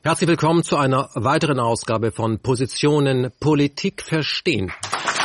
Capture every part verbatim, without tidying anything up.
Herzlich willkommen zu einer weiteren Ausgabe von Positionen Politik verstehen.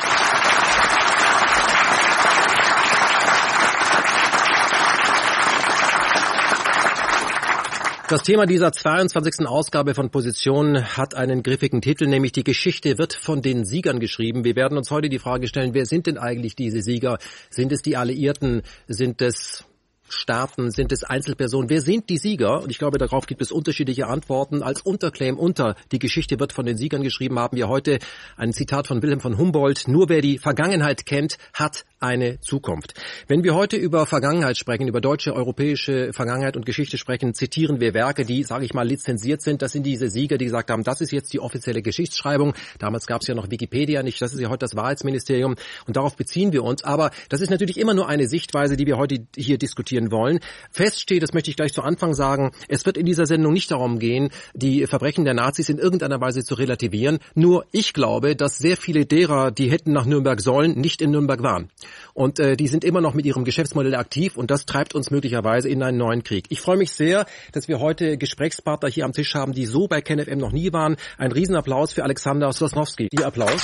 Das Thema dieser zweiundzwanzigsten Ausgabe von Positionen hat einen griffigen Titel, nämlich die Geschichte wird von den Siegern geschrieben. Wir werden uns heute die Frage stellen, wer sind denn eigentlich diese Sieger? Sind es die Alliierten? Sind es Staaten, sind es Einzelpersonen? Wer sind die Sieger? Und ich glaube, darauf gibt es unterschiedliche Antworten. Als Unterclaim unter die Geschichte wird von den Siegern geschrieben, haben wir heute ein Zitat von Wilhelm von Humboldt. Nur wer die Vergangenheit kennt, hat eine Zukunft. Wenn wir heute über Vergangenheit sprechen, über deutsche, europäische Vergangenheit und Geschichte sprechen, zitieren wir Werke, die, sage ich mal, lizenziert sind. Das sind diese Sieger, die gesagt haben, das ist jetzt die offizielle Geschichtsschreibung. Damals gab es ja noch Wikipedia nicht, das ist ja heute das Wahrheitsministerium und darauf beziehen wir uns. Aber das ist natürlich immer nur eine Sichtweise, die wir heute hier diskutieren wollen. Fest steht, das möchte ich gleich zu Anfang sagen, es wird in dieser Sendung nicht darum gehen, die Verbrechen der Nazis in irgendeiner Weise zu relativieren. Nur ich glaube, dass sehr viele derer, die hätten nach Nürnberg sollen, nicht in Nürnberg waren. Und äh, die sind immer noch mit ihrem Geschäftsmodell aktiv und das treibt uns möglicherweise in einen neuen Krieg. Ich freue mich sehr, dass wir heute Gesprächspartner hier am Tisch haben, die so bei KenFM noch nie waren. Ein Riesenapplaus für Alexander Sosnowski. Ihr Applaus.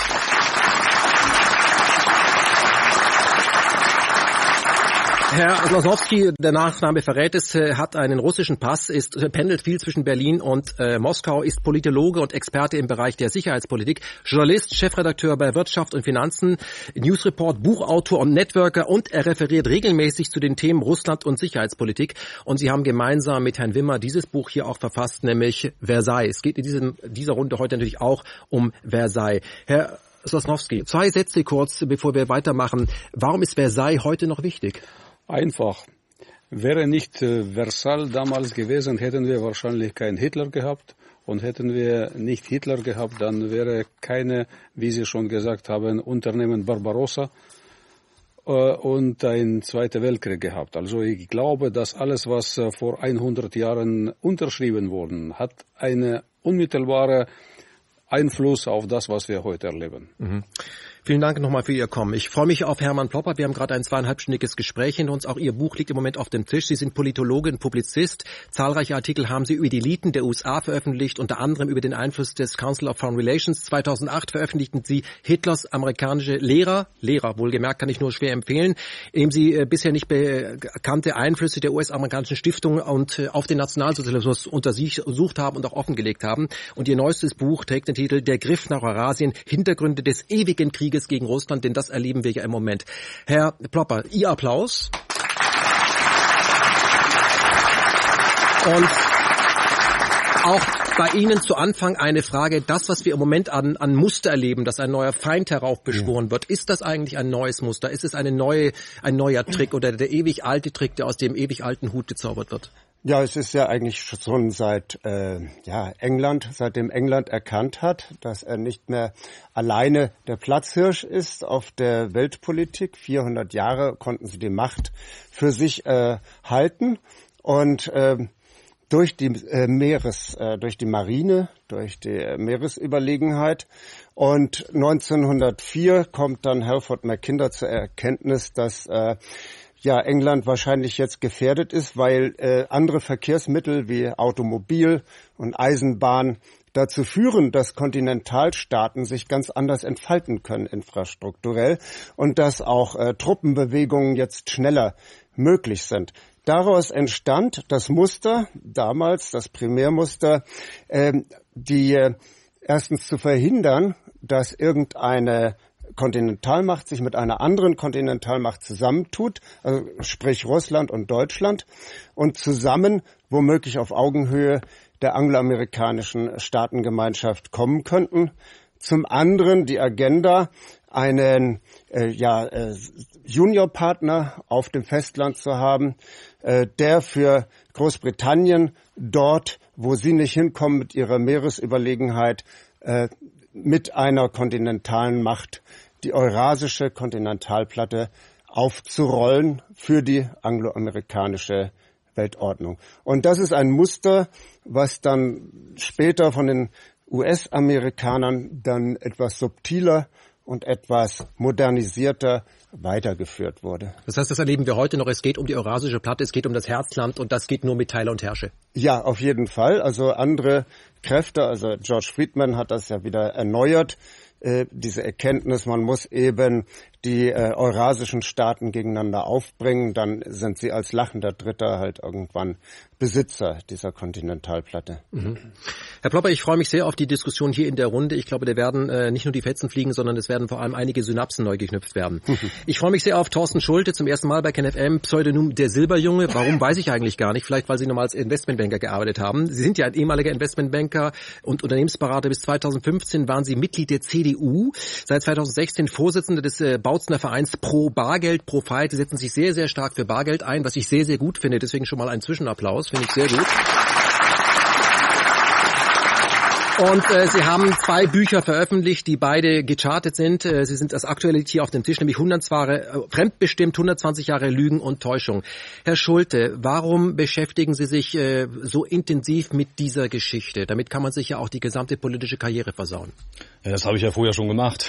Herr Sosnowski, der Nachname verrät es, hat einen russischen Pass, ist pendelt viel zwischen Berlin und äh, Moskau, ist Politologe und Experte im Bereich der Sicherheitspolitik, Journalist, Chefredakteur bei Wirtschaft und Finanzen, Newsreport, Buchautor und Networker und er referiert regelmäßig zu den Themen Russland und Sicherheitspolitik. Und Sie haben gemeinsam mit Herrn Wimmer dieses Buch hier auch verfasst, nämlich Versailles. Es geht in diesem, dieser Runde heute natürlich auch um Versailles. Herr Sosnowski, zwei Sätze kurz, bevor wir weitermachen. Warum ist Versailles heute noch wichtig? Einfach. Wäre nicht äh, Versailles damals gewesen, hätten wir wahrscheinlich keinen Hitler gehabt. Und hätten wir nicht Hitler gehabt, dann wäre keine, wie Sie schon gesagt haben, Unternehmen Barbarossa äh, und ein Zweiter Weltkrieg gehabt. Also ich glaube, dass alles, was äh, vor hundert Jahren unterschrieben wurde, hat eine unmittelbare Einfluss auf das, was wir heute erleben. Mhm. Vielen Dank nochmal für Ihr Kommen. Ich freue mich auf Hermann Ploppert. Wir haben gerade ein zweieinhalbstündiges Gespräch hinter uns. Auch Ihr Buch liegt im Moment auf dem Tisch. Sie sind Politologe und Publizist. Zahlreiche Artikel haben Sie über die Eliten der U S A veröffentlicht, unter anderem über den Einfluss des Council of Foreign Relations. zweitausendacht veröffentlichten Sie Hitlers amerikanische Lehrer, Lehrer wohlgemerkt, kann ich nur schwer empfehlen, indem Sie äh, bisher nicht bekannte Einflüsse der U S-amerikanischen Stiftungen und äh, auf den Nationalsozialismus untersucht haben und auch offengelegt haben. Und Ihr neuestes Buch trägt den Titel Der Griff nach Eurasien, Hintergründe des ewigen Krieges gegen Russland, denn das erleben wir ja im Moment. Herr Plopper, Ihr Applaus. Und auch bei Ihnen zu Anfang eine Frage, das, was wir im Moment an, an Muster erleben, dass ein neuer Feind heraufbeschworen ja. wird, ist das eigentlich ein neues Muster? Ist es eine neue, ein neuer Trick oder der ewig alte Trick, der aus dem ewig alten Hut gezaubert wird? Ja, es ist ja eigentlich schon seit äh, ja, England, seitdem England erkannt hat, dass er nicht mehr alleine der Platzhirsch ist auf der Weltpolitik. vierhundert Jahre konnten sie die Macht für sich äh, halten und äh, durch die äh, Meeres, äh, durch die Marine, durch die äh, Meeresüberlegenheit. Und neunzehnhundertvier kommt dann Halford Mackinder zur Erkenntnis, dass äh, ja England wahrscheinlich jetzt gefährdet ist, weil äh, andere Verkehrsmittel wie Automobil und Eisenbahn dazu führen, dass Kontinentalstaaten sich ganz anders entfalten können infrastrukturell und dass auch äh, Truppenbewegungen jetzt schneller möglich sind. Daraus entstand das Muster, damals das Primärmuster, äh, die äh, erstens zu verhindern, dass irgendeine Kontinentalmacht sich mit einer anderen Kontinentalmacht zusammentut, also sprich Russland und Deutschland, und zusammen womöglich auf Augenhöhe der angloamerikanischen Staatengemeinschaft kommen könnten. Zum anderen die Agenda, einen äh, ja, äh, Juniorpartner auf dem Festland zu haben, äh, der für Großbritannien dort, wo sie nicht hinkommen mit ihrer Meeresüberlegenheit, äh, mit einer kontinentalen Macht die eurasische Kontinentalplatte aufzurollen für die angloamerikanische Weltordnung. Und das ist ein Muster, was dann später von den U S-Amerikanern dann etwas subtiler und etwas modernisierter weitergeführt wurde. Das heißt, das erleben wir heute noch. Es geht um die Eurasische Platte, es geht um das Herzland und das geht nur mit Teile und Herrsche. Ja, auf jeden Fall. Also andere Kräfte, also George Friedman hat das ja wieder erneuert, äh, diese Erkenntnis, man muss eben die äh, eurasischen Staaten gegeneinander aufbringen, dann sind sie als lachender Dritter halt irgendwann Besitzer dieser Kontinentalplatte. Mhm. Herr Plopper, ich freue mich sehr auf die Diskussion hier in der Runde. Ich glaube, da werden äh, nicht nur die Fetzen fliegen, sondern es werden vor allem einige Synapsen neu geknüpft werden. Ich freue mich sehr auf Thorsten Schulte, zum ersten Mal bei KenFM, Pseudonym der Silberjunge. Warum, weiß ich eigentlich gar nicht. Vielleicht, weil Sie nochmal als Investmentbanker gearbeitet haben. Sie sind ja ein ehemaliger Investmentbanker und Unternehmensberater. Bis zweitausendfünfzehn waren Sie Mitglied der C D U. Seit zweitausendsechzehn Vorsitzender des äh, Bautzner Vereins Pro Bargeld, Pro Fight. Sie setzen sich sehr, sehr stark für Bargeld ein, was ich sehr, sehr gut finde. Deswegen schon mal einen Zwischenapplaus. Finde ich sehr gut. Und äh, Sie haben zwei Bücher veröffentlicht, die beide gechartet sind. Äh, Sie sind das aktuelle hier auf dem Tisch, nämlich hundert Jahre äh, fremdbestimmt, hundertzwanzig Jahre Lügen und Täuschung. Herr Schulte, warum beschäftigen Sie sich äh, so intensiv mit dieser Geschichte? Damit kann man sich ja auch die gesamte politische Karriere versauen. Ja, das habe ich ja vorher schon gemacht.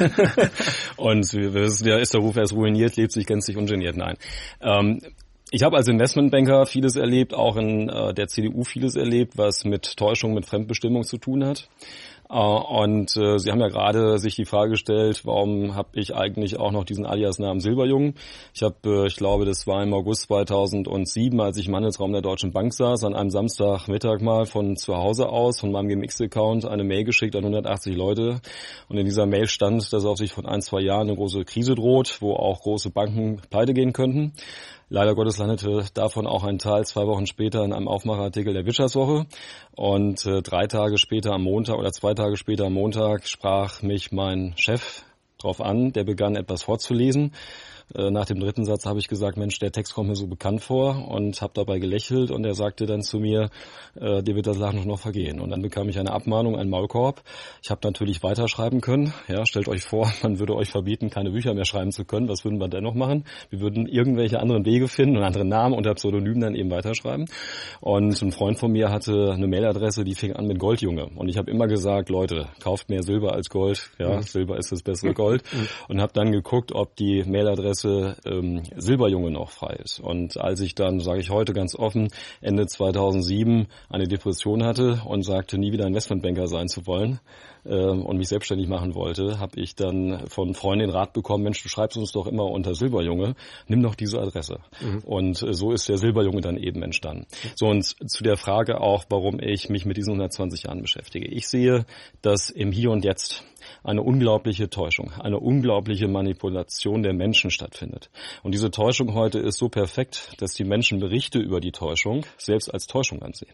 Und wir wissen ja, ist der Ruf erst ruiniert, lebt sich gänzlich ungeniert. Nein. Ähm, Ich habe als Investmentbanker vieles erlebt, auch in äh, der C D U vieles erlebt, was mit Täuschung, mit Fremdbestimmung zu tun hat. Äh, und äh, Sie haben ja gerade sich die Frage gestellt, warum habe ich eigentlich auch noch diesen Alias-Namen Silberjungen? Ich habe, äh, ich glaube, das war im August zweitausendsieben, als ich im Handelsraum der Deutschen Bank saß, an einem Samstagmittag mal von zu Hause aus, von meinem G M X-Account, eine Mail geschickt an hundertachtzig Leute. Und in dieser Mail stand, dass auf sich von ein, zwei Jahren eine große Krise droht, wo auch große Banken pleite gehen könnten. Leider Gottes landete davon auch ein Teil zwei Wochen später in einem Aufmacherartikel der Wirtschaftswoche. Und äh, drei Tage später am Montag oder zwei Tage später am Montag sprach mich mein Chef drauf an. Der begann etwas vorzulesen. Äh, nach dem dritten Satz habe ich gesagt, Mensch, der Text kommt mir so bekannt vor und habe dabei gelächelt. Und er sagte dann zu mir, äh, dir wird das Lachen noch vergehen. Und dann bekam ich eine Abmahnung, einen Maulkorb. Ich habe natürlich weiterschreiben können. Ja, stellt euch vor, man würde euch verbieten, keine Bücher mehr schreiben zu können. Was würden wir dennoch machen? Wir würden irgendwelche anderen Wege finden und andere Namen unter Pseudonymen dann eben weiterschreiben. Und ein Freund von mir hatte eine Mailadresse, die fing an mit Goldjunge. Und ich habe immer gesagt, Leute, kauft mehr Silber als Gold. Ja, mhm. Silber ist das bessere Gold. Mhm. Und habe dann geguckt, ob die Mailadresse ähm, Silberjunge noch frei ist. Und als ich dann, sage ich heute ganz offen, Ende zweitausendsieben eine Depression hatte und sagte, nie wieder Investmentbanker sein zu wollen äh, und mich selbstständig machen wollte, habe ich dann von Freunden den Rat bekommen, Mensch, du schreibst uns doch immer unter Silberjunge, nimm doch diese Adresse. Mhm. Und äh, so ist der Silberjunge dann eben entstanden. So, und zu der Frage auch, warum ich mich mit diesen hundertzwanzig Jahren beschäftige. Ich sehe, dass im Hier und Jetzt eine unglaubliche Täuschung, eine unglaubliche Manipulation der Menschen stattfindet. Und diese Täuschung heute ist so perfekt, dass die Menschen Berichte über die Täuschung selbst als Täuschung ansehen.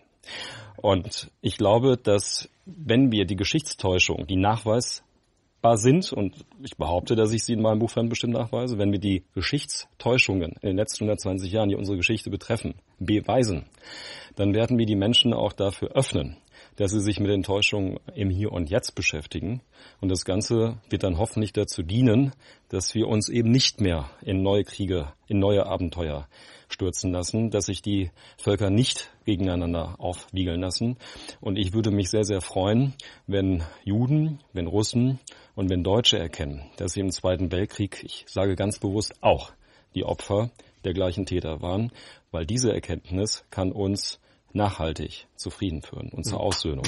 Und ich glaube, dass wenn wir die Geschichtstäuschung, die nachweisbar sind, und ich behaupte, dass ich sie in meinem Buch bestimmt nachweise, wenn wir die Geschichtstäuschungen in den letzten hundertzwanzig Jahren, die unsere Geschichte betreffen, beweisen, dann werden wir die Menschen auch dafür öffnen, dass sie sich mit den Täuschungen im Hier und Jetzt beschäftigen. Und das Ganze wird dann hoffentlich dazu dienen, dass wir uns eben nicht mehr in neue Kriege, in neue Abenteuer stürzen lassen, dass sich die Völker nicht gegeneinander aufwiegeln lassen. Und ich würde mich sehr, sehr freuen, wenn Juden, wenn Russen und wenn Deutsche erkennen, dass sie im Zweiten Weltkrieg, ich sage ganz bewusst auch, die Opfer der gleichen Täter waren, weil diese Erkenntnis kann uns nachhaltig zu Frieden führen und zur Aussöhnung.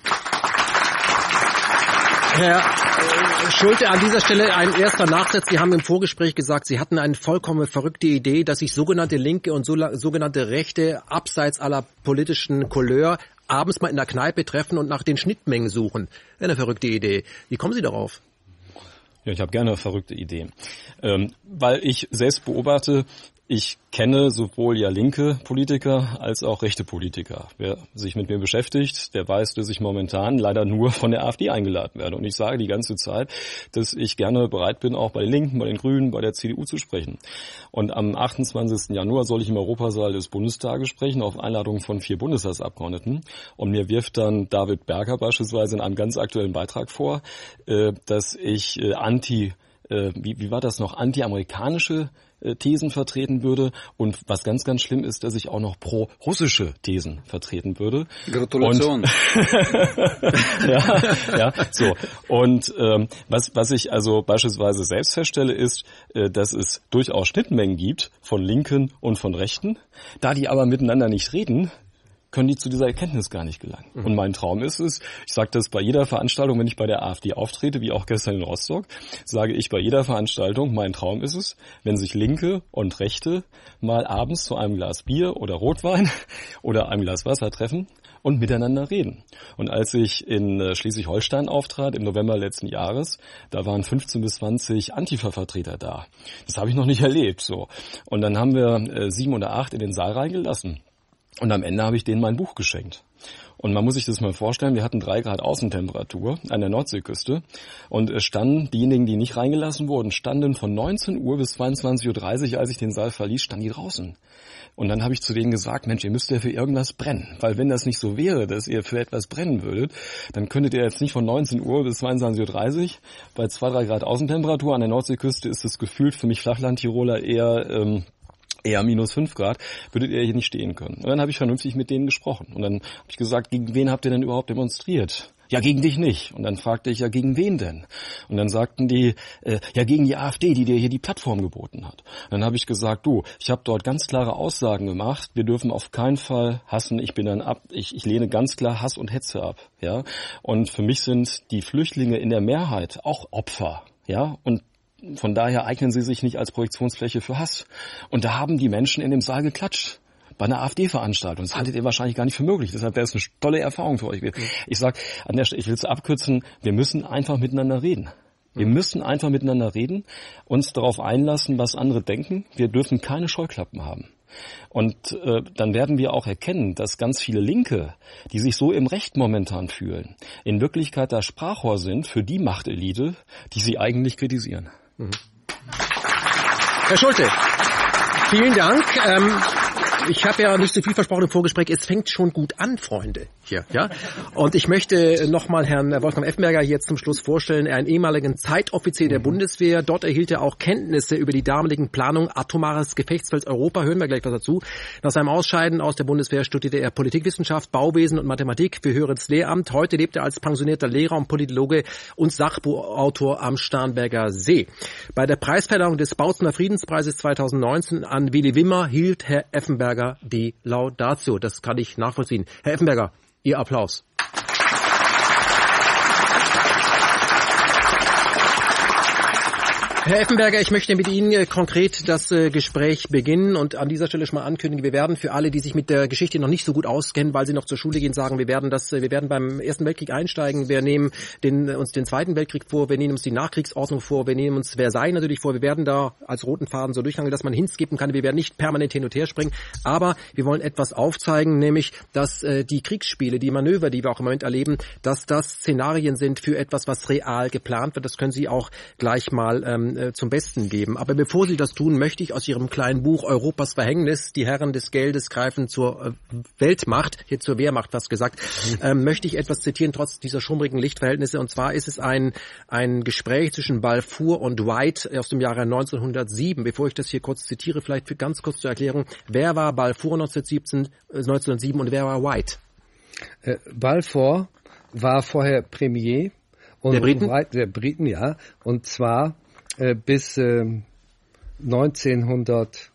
Herr Schulte, an dieser Stelle ein erster Nachsatz. Sie haben im Vorgespräch gesagt, Sie hatten eine vollkommen verrückte Idee, dass sich sogenannte Linke und sogenannte Rechte abseits aller politischen Couleur abends mal in der Kneipe treffen und nach den Schnittmengen suchen. Eine verrückte Idee. Wie kommen Sie darauf? Ja, ich habe gerne verrückte Ideen. Ähm, weil ich selbst beobachte, ich kenne sowohl ja linke Politiker als auch rechte Politiker. Wer sich mit mir beschäftigt, der weiß, dass ich momentan leider nur von der AfD eingeladen werde. Und ich sage die ganze Zeit, dass ich gerne bereit bin, auch bei den Linken, bei den Grünen, bei der C D U zu sprechen. Und am achtundzwanzigsten Januar soll ich im Europasaal des Bundestages sprechen, auf Einladung von vier Bundestagsabgeordneten. Und mir wirft dann David Berger beispielsweise in einem ganz aktuellen Beitrag vor, dass ich anti, wie, wie war das noch, anti-amerikanische Thesen vertreten würde und was ganz, ganz schlimm ist, dass ich auch noch pro-russische Thesen vertreten würde. Gratulation. Und ja, ja, so. Und ähm, was, was ich also beispielsweise selbst feststelle, ist, äh, dass es durchaus Schnittmengen gibt von Linken und von Rechten. Da die aber miteinander nicht reden, können die zu dieser Erkenntnis gar nicht gelangen. Mhm. Und mein Traum ist es, ich sage das bei jeder Veranstaltung, wenn ich bei der AfD auftrete, wie auch gestern in Rostock, sage ich bei jeder Veranstaltung, mein Traum ist es, wenn sich Linke und Rechte mal abends zu einem Glas Bier oder Rotwein oder einem Glas Wasser treffen und miteinander reden. Und als ich in Schleswig-Holstein auftrat, im November letzten Jahres, da waren fünfzehn bis zwanzig Antifa-Vertreter da. Das habe ich noch nicht erlebt. So. Und dann haben wir äh, sieben oder acht in den Saal reingelassen. Und am Ende habe ich denen mein Buch geschenkt. Und man muss sich das mal vorstellen, wir hatten drei Grad Außentemperatur an der Nordseeküste und es standen, diejenigen, die nicht reingelassen wurden, standen von neunzehn Uhr bis zweiundzwanzig Uhr dreißig, als ich den Saal verließ, standen die draußen. Und dann habe ich zu denen gesagt, Mensch, ihr müsst ja für irgendwas brennen. Weil wenn das nicht so wäre, dass ihr für etwas brennen würdet, dann könntet ihr jetzt nicht von neunzehn Uhr bis zweiundzwanzig Uhr dreißig, bei zwei, drei Grad Außentemperatur an der Nordseeküste ist es gefühlt für mich Flachland-Tiroler eher... Ähm, eher minus fünf Grad, würdet ihr hier nicht stehen können. Und dann habe ich vernünftig mit denen gesprochen. Und dann habe ich gesagt, gegen wen habt ihr denn überhaupt demonstriert? Ja, gegen dich nicht. Und dann fragte ich, ja, gegen wen denn? Und dann sagten die, äh, ja, gegen die AfD, die dir hier die Plattform geboten hat. Und dann habe ich gesagt, du, ich habe dort ganz klare Aussagen gemacht, wir dürfen auf keinen Fall hassen, ich bin dann ab, ich, ich lehne ganz klar Hass und Hetze ab. Ja. Und für mich sind die Flüchtlinge in der Mehrheit auch Opfer. Ja. Und von daher eignen sie sich nicht als Projektionsfläche für Hass. Und da haben die Menschen in dem Saal geklatscht. Bei einer AfD-Veranstaltung. Das haltet ihr wahrscheinlich gar nicht für möglich. Deshalb wäre es eine tolle Erfahrung für euch. Ich sage, an der Stelle, ich will es abkürzen, wir müssen einfach miteinander reden. Wir müssen einfach miteinander reden, uns darauf einlassen, was andere denken. Wir dürfen keine Scheuklappen haben. Und äh, dann werden wir auch erkennen, dass ganz viele Linke, die sich so im Recht momentan fühlen, in Wirklichkeit das Sprachrohr sind für die Machtelite, die sie eigentlich kritisieren. Mhm. Herr Schulte, vielen Dank. Ähm, ich habe ja nicht so viel versprochen im Vorgespräch. Es fängt schon gut an, Freunde. Hier, ja. Und ich möchte nochmal Herrn Wolfgang Effenberger hier jetzt zum Schluss vorstellen. Er ist ein ehemaliger Zeitoffizier der Bundeswehr. Dort erhielt er auch Kenntnisse über die damaligen Planungen atomares Gefechtsfeld Europa. Hören wir gleich was dazu. Nach seinem Ausscheiden aus der Bundeswehr studierte er Politikwissenschaft, Bauwesen und Mathematik für höheres Lehramt. Heute lebt er als pensionierter Lehrer und Politologe und Sachbuchautor am Starnberger See. Bei der Preisverleihung des Bautzener Friedenspreises zweitausendneunzehn an Willy Wimmer hielt Herr Effenberger die Laudatio. Das kann ich nachvollziehen. Herr Effenberger, Ihr Applaus. Herr Effenberger, ich möchte mit Ihnen äh, konkret das äh, Gespräch beginnen und an dieser Stelle schon mal ankündigen, wir werden für alle, die sich mit der Geschichte noch nicht so gut auskennen, weil sie noch zur Schule gehen, sagen, wir werden das, äh, wir werden beim Ersten Weltkrieg einsteigen, wir nehmen den, uns den Zweiten Weltkrieg vor, wir nehmen uns die Nachkriegsordnung vor, wir nehmen uns Versailles natürlich vor, wir werden da als roten Faden so durchgangen, dass man hinskippen kann, wir werden nicht permanent hin und her springen, aber wir wollen etwas aufzeigen, nämlich, dass äh, die Kriegsspiele, die Manöver, die wir auch im Moment erleben, dass das Szenarien sind für etwas, was real geplant wird. Das können Sie auch gleich mal ähm, zum Besten geben. Aber bevor Sie das tun, möchte ich aus Ihrem kleinen Buch Europas Verhängnis, die Herren des Geldes greifen zur Weltmacht, hier zur Wehrmacht fast gesagt, ähm, möchte ich etwas zitieren, trotz dieser schummrigen Lichtverhältnisse. Und zwar ist es ein, ein Gespräch zwischen Balfour und White aus dem Jahre neunzehnhundertsieben. Bevor ich das hier kurz zitiere, vielleicht für ganz kurz zur Erklärung, wer war Balfour neunzehnhundertsieben und wer war White? Äh, Balfour war vorher Premier. Und der Briten? White, der Briten, ja. Und zwar äh, bis äh, neunzehnhundertfünf,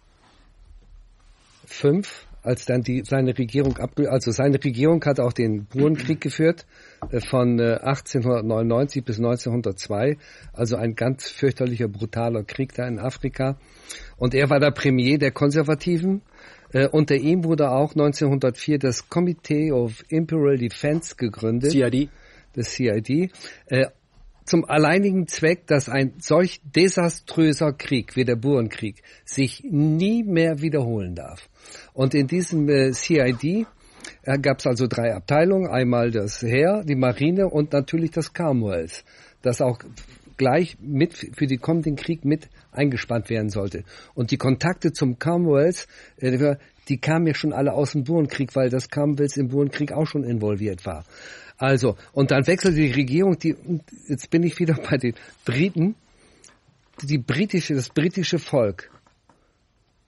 als dann die seine Regierung abge also seine Regierung hat auch den Burenkrieg geführt äh, von äh, achtzehnhundertneunundneunzig bis neunzehnhundertzwei, also ein ganz fürchterlicher, brutaler Krieg da in Afrika. Und er war der Premier der Konservativen. Äh, unter ihm wurde auch neunzehnhundertvier das Committee of Imperial Defense gegründet. C I D. Das C I D. Äh, zum alleinigen Zweck, dass ein solch desaströser Krieg wie der Burenkrieg sich nie mehr wiederholen darf. Und in diesem äh, C I D äh, gab es also drei Abteilungen. Einmal das Heer, die Marine und natürlich das Commonwealth, das auch gleich mit für den kommenden Krieg mit eingespannt werden sollte. Und die Kontakte zum Commonwealth, äh, die kamen ja schon alle aus dem Burenkrieg, weil das Commonwealth im Burenkrieg auch schon involviert war. Also, und dann wechselte die Regierung, die, jetzt bin ich wieder bei den Briten, die britische, das britische Volk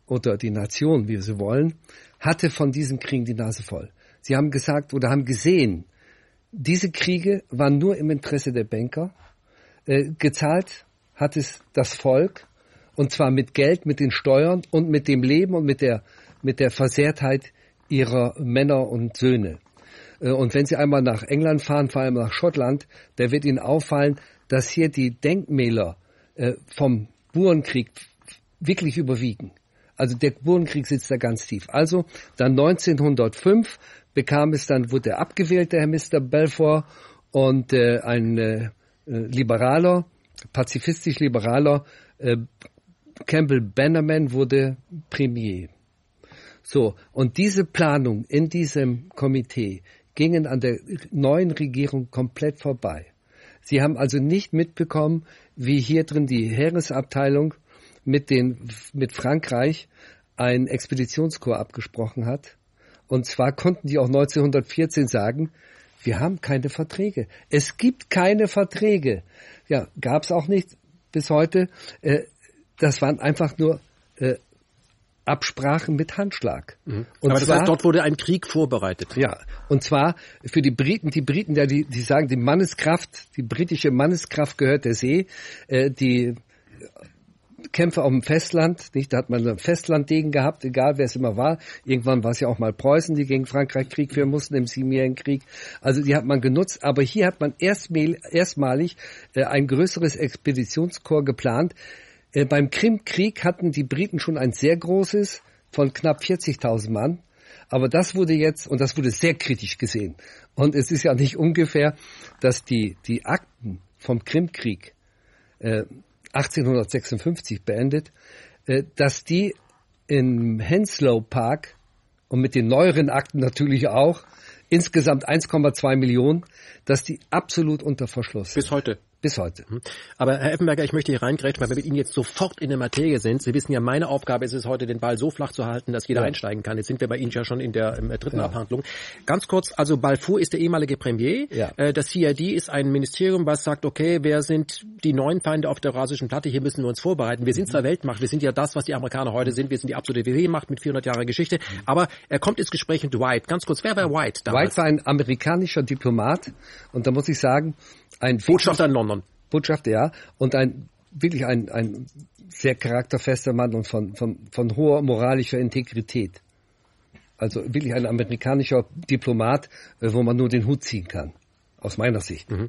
oder die Nation, wie wir sie wollen, hatte von diesen Kriegen die Nase voll. Sie haben gesagt oder haben gesehen, diese Kriege waren nur im Interesse der Banker. Äh, gezahlt hat es das Volk, und zwar mit Geld, mit den Steuern und mit dem Leben und mit der, mit der Versehrtheit ihrer Männer und Söhne. Äh, und wenn Sie einmal nach England fahren, vor allem nach Schottland, da wird Ihnen auffallen, dass hier die Denkmäler äh, vom Burenkrieg wirklich überwiegen. Also der Burenkrieg sitzt da ganz tief. Also dann neunzehnhundertfünf bekam es dann, wurde er abgewählt, der Herr Mister Balfour, und äh, ein äh, liberaler, pazifistisch-liberaler äh, Campbell Bannerman wurde Premier. So, und diese Planung in diesem Komitee gingen an der neuen Regierung komplett vorbei. Sie haben also nicht mitbekommen, wie hier drin die Heeresabteilung mit den, mit Frankreich ein Expeditionskorps abgesprochen hat. Und zwar konnten die auch neunzehnhundertvierzehn sagen, wir haben keine Verträge. Es gibt keine Verträge. Ja, gab es auch nicht bis heute. Äh, das waren einfach nur äh, Absprachen mit Handschlag. Mhm. Und aber das zwar, heißt, dort wurde ein Krieg vorbereitet. Ja, und zwar für die Briten. Die Briten, ja, die, die sagen, die Manneskraft, die britische Manneskraft gehört der See. Äh, die Kämpfe auf dem Festland, nicht? Da hat man einen Festlanddegen gehabt, egal wer es immer war. Irgendwann war es ja auch mal Preußen, die gegen Frankreich Krieg führen mussten im Siebenjährigen Krieg. Also die hat man genutzt. Aber hier hat man erstmal, erstmalig äh, ein größeres Expeditionskorps geplant. Äh, beim Krimkrieg hatten die Briten schon ein sehr großes von knapp vierzigtausend Mann. Aber das wurde jetzt, und das wurde sehr kritisch gesehen. Und es ist ja nicht ungefähr, dass die, die Akten vom Krimkrieg äh, achtzehnhundertsechsundfünfzig beendet, äh, dass die im Henslow Park und mit den neueren Akten natürlich auch insgesamt eins Komma zwei Millionen, dass die absolut unter Verschluss sind. Bis heute. Bis heute. Aber Herr Effenberger, ich möchte hier reingrätschen, weil wir mit Ihnen jetzt sofort in der Materie sind. Sie wissen ja, meine Aufgabe ist es heute, den Ball so flach zu halten, dass jeder ja. einsteigen kann. Jetzt sind wir bei Ihnen ja schon in der im dritten ja. Abhandlung. Ganz kurz, also Balfour ist der ehemalige Premier. Ja. Das C I D ist ein Ministerium, was sagt, okay, wer sind die neuen Feinde auf der eurasischen Platte? Hier müssen wir uns vorbereiten. Wir sind zwar Weltmacht, wir sind ja das, was die Amerikaner heute sind. Wir sind die absolute W W-Macht mit vierhundert Jahre Geschichte. Aber er kommt ins Gespräch mit White. Ganz kurz, wer war White damals? White war ein amerikanischer Diplomat. Und da muss ich sagen, ein Botschafter in London. Botschafter, ja, und ein wirklich ein, ein sehr charakterfester Mann und von, von, von hoher moralischer Integrität. Also wirklich ein amerikanischer Diplomat, wo man nur den Hut ziehen kann, aus meiner Sicht. Mhm.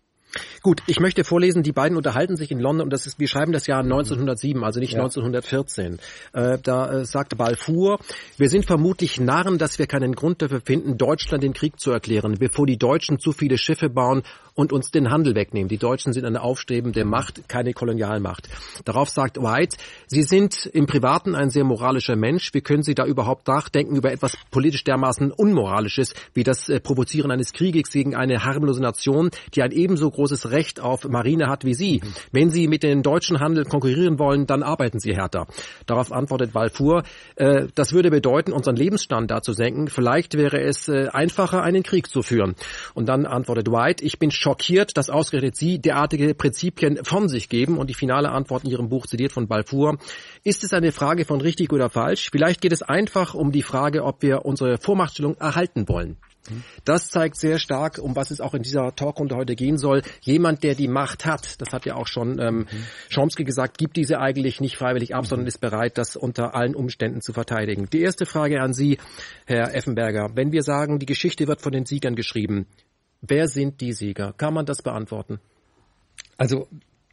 Gut, ich möchte vorlesen, die beiden unterhalten sich in London, und das ist, wir schreiben das Jahr neunzehnhundertsieben, also nicht ja. neunzehnhundertvierzehn. Äh, da äh, sagt Balfour, wir sind vermutlich Narren, dass wir keinen Grund dafür finden, Deutschland den Krieg zu erklären, bevor die Deutschen zu viele Schiffe bauen und uns den Handel wegnehmen. Die Deutschen sind eine aufstrebende Macht, keine Kolonialmacht. Darauf sagt White, Sie sind im Privaten ein sehr moralischer Mensch. Wie können Sie da überhaupt nachdenken über etwas politisch dermaßen Unmoralisches, wie das äh, Provozieren eines Krieges gegen eine harmlose Nation, die ein ebenso großes Recht auf Marine hat wie Sie. Wenn Sie mit den deutschen Handel konkurrieren wollen, dann arbeiten Sie härter. Darauf antwortet Balfour, äh, das würde bedeuten, unseren Lebensstandard zu senken. Vielleicht wäre es äh, einfacher, einen Krieg zu führen. Und dann antwortet White, ich bin schockiert, dass ausgerechnet Sie derartige Prinzipien von sich geben. Und die finale Antwort in Ihrem Buch, zitiert von Balfour, ist es eine Frage von richtig oder falsch? Vielleicht geht es einfach um die Frage, ob wir unsere Vormachtstellung erhalten wollen. Das zeigt sehr stark, um was es auch in dieser Talkrunde heute gehen soll. Jemand, der die Macht hat, das hat ja auch schon ähm, mhm. Chomsky gesagt, gibt diese eigentlich nicht freiwillig ab, mhm. sondern ist bereit, das unter allen Umständen zu verteidigen. Die erste Frage an Sie, Herr Effenberger. Wenn wir sagen, die Geschichte wird von den Siegern geschrieben, wer sind die Sieger? Kann man das beantworten? Also,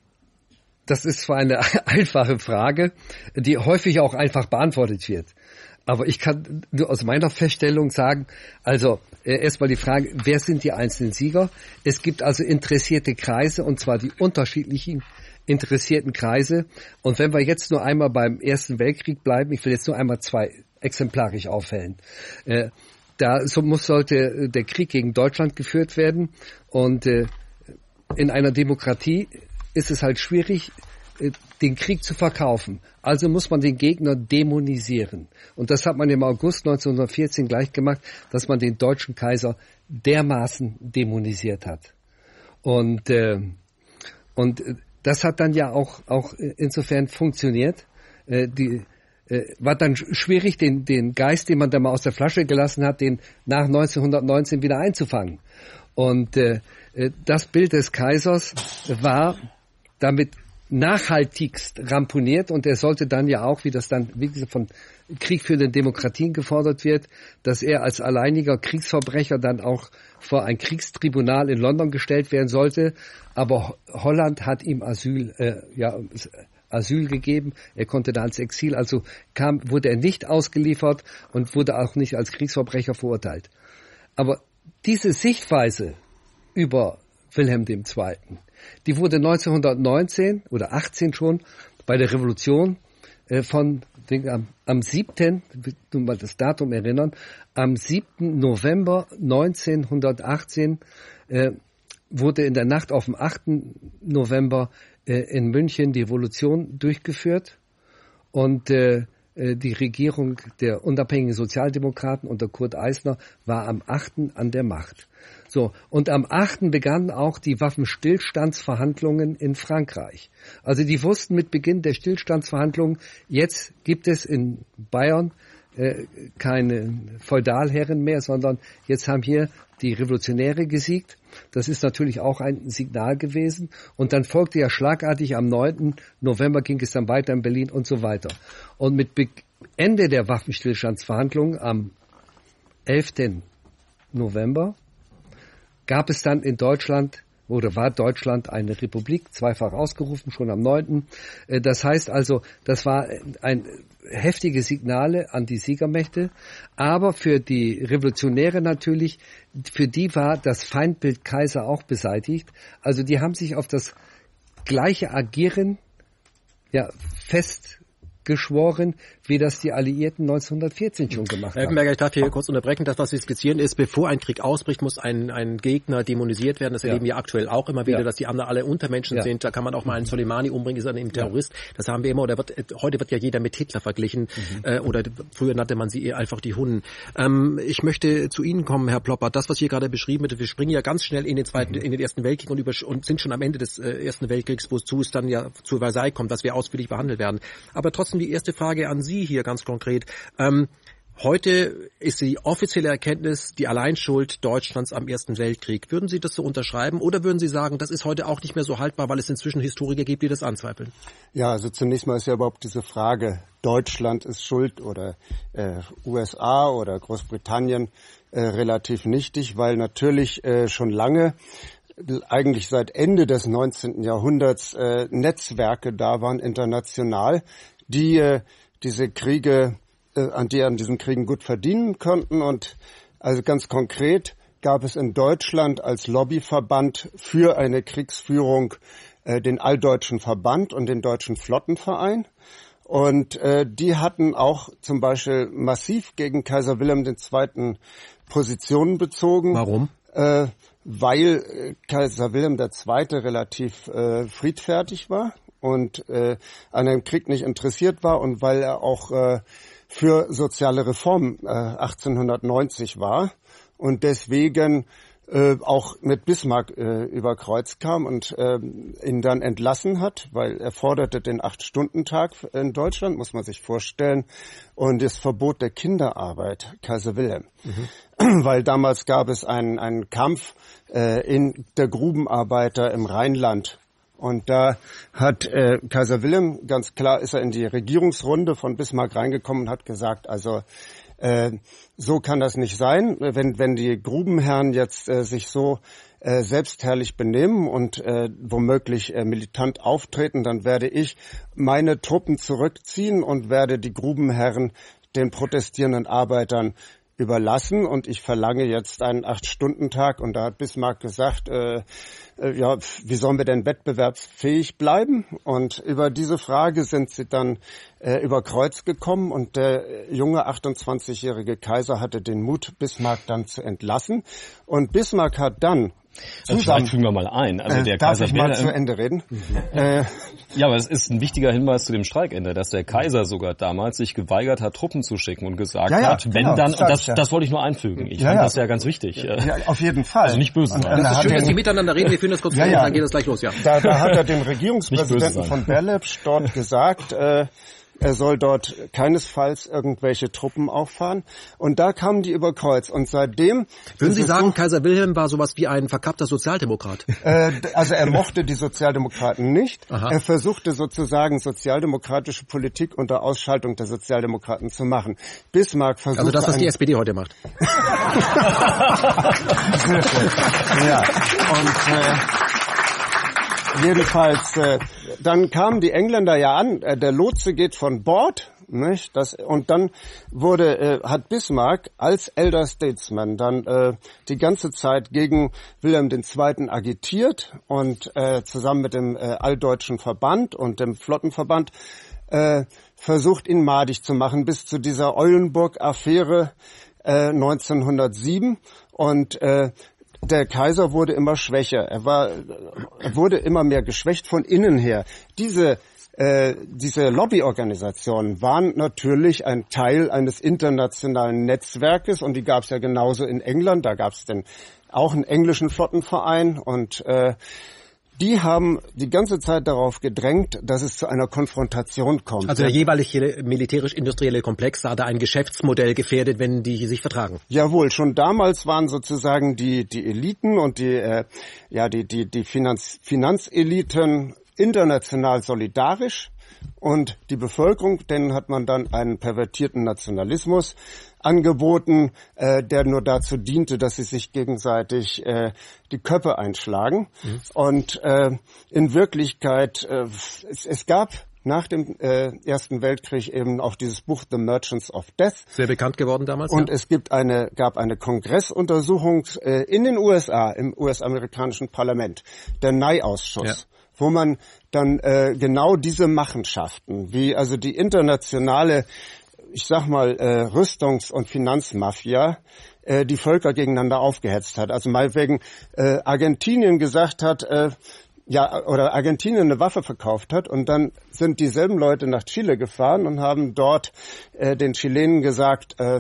das ist zwar eine einfache Frage, die häufig auch einfach beantwortet wird. Aber ich kann nur aus meiner Feststellung sagen, also äh, erstmal die Frage, wer sind die einzelnen Sieger? Es gibt also interessierte Kreise, und zwar die unterschiedlichen interessierten Kreise. Und wenn wir jetzt nur einmal beim Ersten Weltkrieg bleiben, ich will jetzt nur einmal zwei exemplarisch aufhellen. Äh, da so muss sollte der Krieg gegen Deutschland geführt werden. Und äh, in einer Demokratie ist es halt schwierig, den Krieg zu verkaufen. Also muss man den Gegner dämonisieren. Und das hat man im August neunzehnhundertvierzehn gleich gemacht, dass man den deutschen Kaiser dermaßen dämonisiert hat. Und, äh, und das hat dann ja auch, auch insofern funktioniert. Äh, die, äh, war dann schwierig, den, den Geist, den man da mal aus der Flasche gelassen hat, den nach neunzehnhundertneunzehn wieder einzufangen. Und äh, das Bild des Kaisers war damit nachhaltigst ramponiert und er sollte dann ja auch, wie das dann wie gesagt, von kriegführenden Demokratien gefordert wird, dass er als alleiniger Kriegsverbrecher dann auch vor ein Kriegstribunal in London gestellt werden sollte. Aber Holland hat ihm Asyl, äh, ja, Asyl gegeben. Er konnte da ins Exil, also kam, wurde er nicht ausgeliefert und wurde auch nicht als Kriegsverbrecher verurteilt. Aber diese Sichtweise über Wilhelm der Zweite., die wurde neunzehnhundertneunzehn oder achtzehn schon bei der Revolution äh, von den, am, am siebten Nun mal das Datum erinnern, am siebten November neunzehnhundertachtzehn äh, wurde in der Nacht auf den achten November äh, in München die Revolution durchgeführt und äh, die Regierung der unabhängigen Sozialdemokraten unter Kurt Eisner war am achten an der Macht. So, und am achten begannen auch die Waffenstillstandsverhandlungen in Frankreich. Also die wussten mit Beginn der Stillstandsverhandlungen, jetzt gibt es in Bayern äh, keine Feudalherren mehr, sondern jetzt haben hier die Revolutionäre gesiegt. Das ist natürlich auch ein Signal gewesen. Und dann folgte ja schlagartig am neunten November ging es dann weiter in Berlin und so weiter. Und mit Be- Ende der Waffenstillstandsverhandlungen am elften November gab es dann in Deutschland oder war Deutschland eine Republik, zweifach ausgerufen, schon am neunten Das heißt also, das war ein heftige Signale an die Siegermächte, aber für die Revolutionäre natürlich, für die war das Feindbild Kaiser auch beseitigt. Also die haben sich auf das gleiche Agieren ja festgeschworen, wie das die Alliierten neunzehnhundertvierzehn schon gemacht Herr Eckenberger, ich darf hier kurz unterbrechen. Das, was Sie skizzieren, ist, bevor ein Krieg ausbricht, muss ein, ein Gegner dämonisiert werden. Das erleben ja. wir aktuell auch immer wieder, ja. dass die anderen alle Untermenschen ja. sind. Da kann man auch mal einen Soleimani umbringen, ist dann eben Terrorist. Ja. Das haben wir immer. Oder wird, heute wird ja jeder mit Hitler verglichen. Mhm. Äh, oder früher nannte man sie eher einfach die Hunden. Ähm, ich möchte zu Ihnen kommen, Herr Plopper. Das, was hier gerade beschrieben wird, wir springen ja ganz schnell in den zweiten, mhm. in den Ersten Weltkrieg und, über, und sind schon am Ende des äh, Ersten Weltkriegs, wozu es dann ja zu Versailles kommt, dass wir ausführlich behandelt werden. Aber trotzdem die erste Frage an Sie hier ganz konkret. Ähm, heute ist die offizielle Erkenntnis die Alleinschuld Deutschlands am Ersten Weltkrieg. Würden Sie das so unterschreiben oder würden Sie sagen, das ist heute auch nicht mehr so haltbar, weil es inzwischen Historiker gibt, die das anzweifeln? Ja, also zunächst mal ist ja überhaupt diese Frage, Deutschland ist schuld oder äh, U S A oder Großbritannien äh, relativ nichtig, weil natürlich äh, schon lange eigentlich seit Ende des neunzehnten Jahrhunderts äh, Netzwerke da waren, international, die äh, diese Kriege, äh, an die an diesen Kriegen gut verdienen konnten. Und also ganz konkret gab es in Deutschland als Lobbyverband für eine Kriegsführung äh, den Alldeutschen Verband und den Deutschen Flottenverein. Und äh, die hatten auch zum Beispiel massiv gegen Kaiser Wilhelm der Zweite. Positionen bezogen. Warum? Äh, weil äh, Kaiser Wilhelm der Zweite. relativ äh, friedfertig war und äh, an einem Krieg nicht interessiert war und weil er auch äh, für soziale Reformen äh, achtzehnhundertneunzig war und deswegen äh, auch mit Bismarck äh, über Kreuz kam und äh, ihn dann entlassen hat, weil er forderte den Acht-Stunden-Tag in Deutschland, muss man sich vorstellen, und das Verbot der Kinderarbeit, Kaiser Wilhelm. Mhm. Weil damals gab es einen, einen Kampf äh, in der Grubenarbeiter im Rheinland. Und da hat äh, Kaiser Wilhelm, ganz klar ist er in die Regierungsrunde von Bismarck reingekommen und hat gesagt, also äh, so kann das nicht sein, wenn wenn die Grubenherren jetzt äh, sich so äh, selbstherrlich benehmen und äh, womöglich äh, militant auftreten, dann werde ich meine Truppen zurückziehen und werde die Grubenherren den protestierenden Arbeitern überlassen und ich verlange jetzt einen Acht-Stunden-Tag. Und da hat Bismarck gesagt, äh, äh, ja, wie sollen wir denn wettbewerbsfähig bleiben? Und über diese Frage sind sie dann äh, über Kreuz gekommen und der junge achtundzwanzigjährige Kaiser hatte den Mut, Bismarck dann zu entlassen. Und Bismarck hat dann Also vielleicht fügen wir mal ein. Also äh, der darf Kaiser ich mal Wilhelm, zu Ende reden? Mhm. Äh, ja, aber es ist ein wichtiger Hinweis zu dem Streikende, dass der Kaiser sogar damals sich geweigert hat, Truppen zu schicken und gesagt ja, ja, hat, wenn genau, dann, das und das, ja. das wollte ich nur einfügen. Ich ja, fand ja. das ja ganz wichtig. Ja, auf jeden Fall. Also nicht böse sein. Das ist schön, dass Sie miteinander reden, wir führen das kurz ja, vor, ja. dann geht das gleich los. Ja. Da, da hat er dem Regierungspräsidenten von Berlepsch dort gesagt, äh, er soll dort keinesfalls irgendwelche Truppen auffahren. Und da kamen die über Kreuz. Und seitdem... Würden Sie sagen, so, Kaiser Wilhelm war sowas wie ein verkappter Sozialdemokrat? Äh, also er mochte die Sozialdemokraten nicht. Aha. Er versuchte sozusagen sozialdemokratische Politik unter Ausschaltung der Sozialdemokraten zu machen. Bismarck versuchte... Also das, was die S P D heute macht. Ja, und... Äh, Jedenfalls, äh, dann kamen die Engländer ja an, äh, der Lotse geht von Bord, nicht? Das, und dann wurde, äh, hat Bismarck als Elder Statesman dann äh, die ganze Zeit gegen Wilhelm der Zweite agitiert und äh, zusammen mit dem äh, Alldeutschen Verband und dem Flottenverband äh, versucht, ihn madig zu machen, bis zu dieser Eulenburg-Affäre äh, neunzehnhundertsieben und äh, der Kaiser wurde immer schwächer. Er war, er wurde immer mehr geschwächt von innen her. Diese, äh, diese Lobbyorganisationen waren natürlich ein Teil eines internationalen Netzwerkes und die gab es ja genauso in England. Da gab es dann auch einen englischen Flottenverein und äh, die haben die ganze Zeit darauf gedrängt, dass es zu einer Konfrontation kommt. Also der jeweilige militärisch-industrielle Komplex sah da ein Geschäftsmodell gefährdet, wenn die sich vertragen. Jawohl, schon damals waren sozusagen die die Eliten und die äh, ja die die die Finanz, Finanzeliten international solidarisch und die Bevölkerung, denen hat man dann einen pervertierten Nationalismus angeboten, äh, der nur dazu diente, dass sie sich gegenseitig äh, die Köpfe einschlagen. Mhm. Und äh, in Wirklichkeit, äh, es, es gab nach dem äh, Ersten Weltkrieg eben auch dieses Buch The Merchants of Death. Sehr bekannt geworden damals. Und ja. es gibt eine, gab eine Kongressuntersuchung äh, in den U S A, im U S-amerikanischen Parlament, der Nye-Ausschuss. Ja. Wo man dann äh, genau diese Machenschaften, wie also die internationale, ich sag mal, äh, Rüstungs- und Finanzmafia, äh, die Völker gegeneinander aufgehetzt hat. Also meinetwegen äh, Argentinien gesagt hat, äh, ja, oder Argentinien eine Waffe verkauft hat und dann sind dieselben Leute nach Chile gefahren und haben dort äh, den Chilenen gesagt, äh,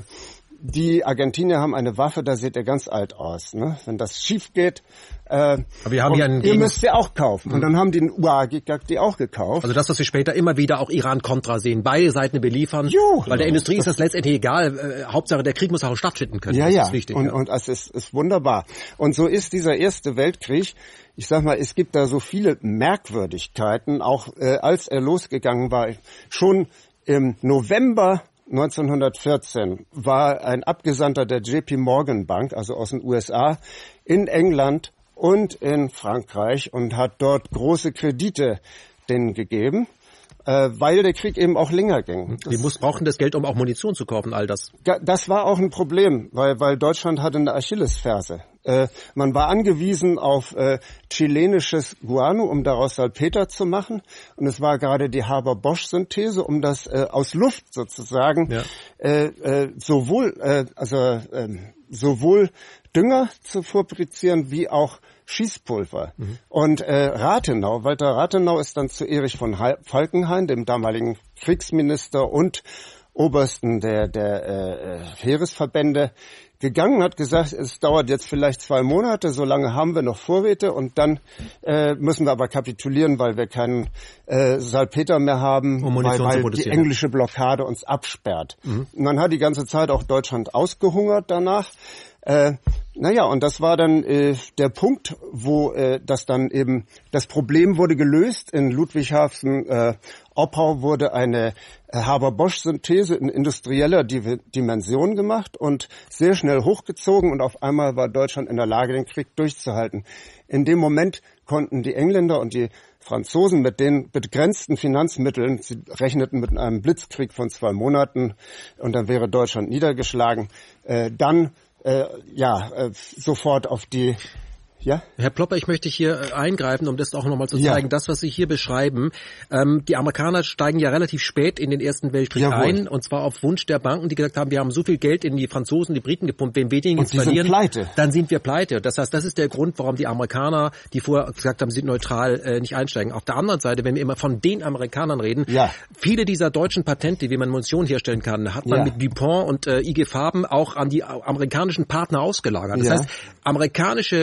die Argentinier haben eine Waffe, da seht ihr ganz alt aus. Ne? Wenn das schief geht, äh, Aber wir haben ja einen ihr müsst sie auch kaufen. Mhm. Und dann haben die U A G die auch gekauft. Also das, was wir später immer wieder auch Iran-Contra sehen, beide Seiten beliefern. Jo, weil der Industrie ist das letztendlich egal. Äh, Hauptsache, der Krieg muss auch stattfinden können. Ja, das ja. ist wichtig. Und, ja. und es ist, ist wunderbar. Und so ist dieser Erste Weltkrieg, ich sag mal, es gibt da so viele Merkwürdigkeiten, auch äh, als er losgegangen war, schon im November neunzehnhundertvierzehn war ein Abgesandter der J P Morgan Bank, also aus den U S A, in England und in Frankreich und hat dort große Kredite denen gegeben, äh, weil der Krieg eben auch länger ging. Die muss, brauchen das Geld, um auch Munition zu kaufen, all das. Das war auch ein Problem, weil, weil Deutschland hatte eine Achillesferse. Äh, man war angewiesen auf äh, chilenisches Guano, um daraus Salpeter zu machen. Und es war gerade die Haber-Bosch-Synthese, um das äh, aus Luft sozusagen ja. äh, äh, sowohl äh, also äh, sowohl Dünger zu fabrizieren wie auch Schießpulver. Mhm. Und äh, Rathenau, Walter Rathenau ist dann zu Erich von Falkenhayn, dem damaligen Kriegsminister und Obersten der, der äh, Heeresverbände, gegangen, hat gesagt, es dauert jetzt vielleicht zwei Monate, so lange haben wir noch Vorräte und dann äh, müssen wir aber kapitulieren, weil wir keinen äh, Salpeter mehr haben, um weil, weil die englische Blockade uns absperrt. Mhm. Und dann hat die ganze Zeit auch Deutschland ausgehungert danach. Äh, naja, und das war dann äh, der Punkt, wo äh, das dann eben, das Problem wurde gelöst. In Ludwigshafen äh, Oppau wurde eine äh, Haber-Bosch-Synthese in industrieller Di- Dimension gemacht und sehr schnell hochgezogen und auf einmal war Deutschland in der Lage, den Krieg durchzuhalten. In dem Moment konnten die Engländer und die Franzosen mit den begrenzten Finanzmitteln, sie rechneten mit einem Blitzkrieg von zwei Monaten und dann wäre Deutschland niedergeschlagen, äh, dann Äh, ja, äh, sofort auf die, ja? Herr Plopper, ich möchte hier eingreifen, um das auch nochmal zu zeigen. Ja. Das, was Sie hier beschreiben, ähm, die Amerikaner steigen ja relativ spät in den Ersten Weltkrieg Jawohl. ein, und zwar auf Wunsch der Banken, die gesagt haben, wir haben so viel Geld in die Franzosen, die Briten gepumpt, wenn wir den jetzt verlieren, pleite. dann sind wir pleite. Das heißt, das ist der Grund, warum die Amerikaner, die vorher gesagt haben, sie sind neutral, äh, nicht einsteigen. Auf der anderen Seite, wenn wir immer von den Amerikanern reden, ja. viele dieser deutschen Patente, wie man Munition herstellen kann, hat man ja. mit DuPont und äh, I G Farben auch an die amerikanischen Partner ausgelagert. Das ja. heißt, amerikanische äh,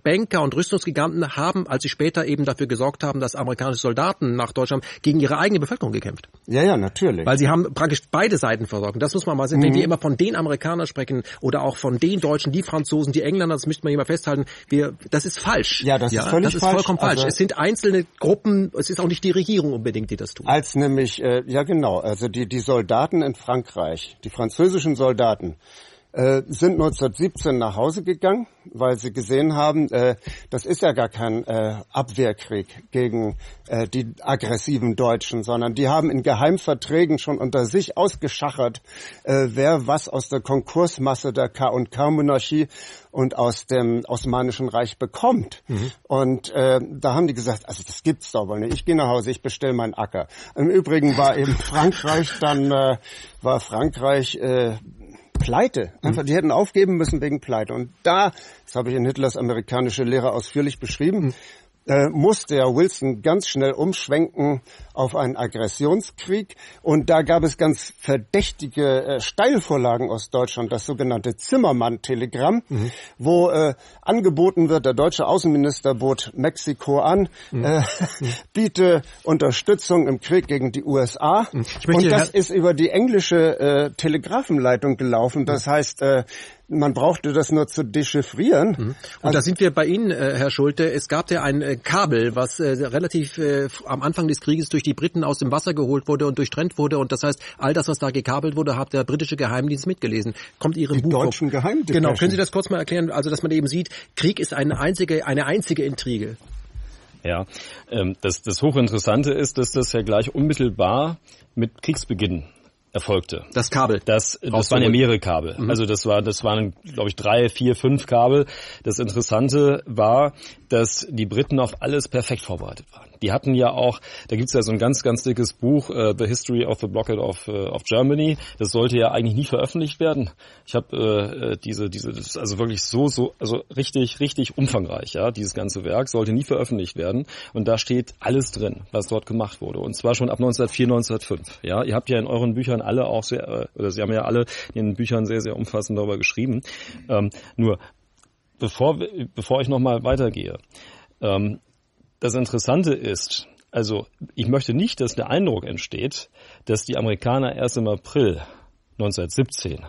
Banker und Rüstungsgiganten haben, als sie später eben dafür gesorgt haben, dass amerikanische Soldaten nach Deutschland gegen ihre eigene Bevölkerung gekämpft. Ja, ja, natürlich. Weil sie haben praktisch beide Seiten versorgt. Und das muss man mal sehen. Mhm. Wenn wir immer von den Amerikanern sprechen oder auch von den Deutschen, die Franzosen, die Engländer, das müsste man immer festhalten, wir, das ist falsch. Ja, das ja, ist völlig das ist falsch. vollkommen falsch. Also, es sind einzelne Gruppen, es ist auch nicht die Regierung unbedingt, die das tut. Als nämlich, äh, ja genau, also die, die Soldaten in Frankreich, die französischen Soldaten, äh, sind neunzehnhundertsiebzehn nach Hause gegangen, weil sie gesehen haben, äh, das ist ja gar kein äh, Abwehrkrieg gegen äh, die aggressiven Deutschen, sondern die haben in Geheimverträgen schon unter sich ausgeschachert, äh, wer was aus der Konkursmasse der K und K-Monarchie und aus dem Osmanischen Reich bekommt. Mhm. Und äh, da haben die gesagt, also das gibt's doch wohl nicht. Ich gehe nach Hause, ich bestelle meinen Acker. Im Übrigen war eben Frankreich dann, äh, war Frankreich äh, Pleite. Einfach, die hätten aufgeben müssen wegen Pleite. Und da, das habe ich in Hitlers amerikanische Lehre ausführlich beschrieben, äh, musste ja Wilson ganz schnell umschwenken auf einen Aggressionskrieg. Und da gab es ganz verdächtige äh, Steilvorlagen aus Deutschland, das sogenannte Zimmermann-Telegramm, mhm. wo äh, angeboten wird, der deutsche Außenminister bot Mexiko an, mhm. äh, biete Unterstützung im Krieg gegen die U S A. Mhm. Und das ist über die englische äh, Telegrafenleitung gelaufen. Das mhm. heißt, äh, man brauchte das nur zu dechiffrieren. Mhm. Und also, da sind wir bei Ihnen, äh, Herr Schulte. Es gab ja ein äh, Kabel, was äh, relativ äh, am Anfang des Krieges durch die Briten aus dem Wasser geholt wurde und durchtrennt wurde. Und das heißt, all das, was da gekabelt wurde, hat der britische Geheimdienst mitgelesen. Kommt Ihrem die Buch deutschen Geheimdienste. Genau, können Sie das kurz mal erklären? Also, dass man eben sieht, Krieg ist eine einzige, eine einzige Intrige. Ja, ähm, das, das Hochinteressante ist, dass das ja gleich unmittelbar mit Kriegsbeginn erfolgte. Das Kabel. Das, das waren ja mehrere Kabel. Mhm. Also das war, das waren, glaube ich, drei, vier, fünf Kabel. Das Interessante war, dass die Briten auf alles perfekt vorbereitet waren. Die hatten ja auch, da gibt's ja so ein ganz, ganz dickes Buch, uh, The History of the Blockade of, uh, of Germany. Das sollte ja eigentlich nie veröffentlicht werden. Ich habe äh, diese, diese, das ist also wirklich so, so, also richtig, richtig umfangreich. Ja, dieses ganze Werk sollte nie veröffentlicht werden. Und da steht alles drin, was dort gemacht wurde. Und zwar schon ab neunzehnhundertvier, neunzehnhundertfünf. Ja, ihr habt ja in euren Büchern alle auch sehr, oder Sie haben ja alle in den Büchern sehr, sehr umfassend darüber geschrieben. Ähm, nur, bevor, bevor ich nochmal weitergehe, ähm, das Interessante ist, also ich möchte nicht, dass der Eindruck entsteht, dass die Amerikaner erst im April neunzehnhundertsiebzehn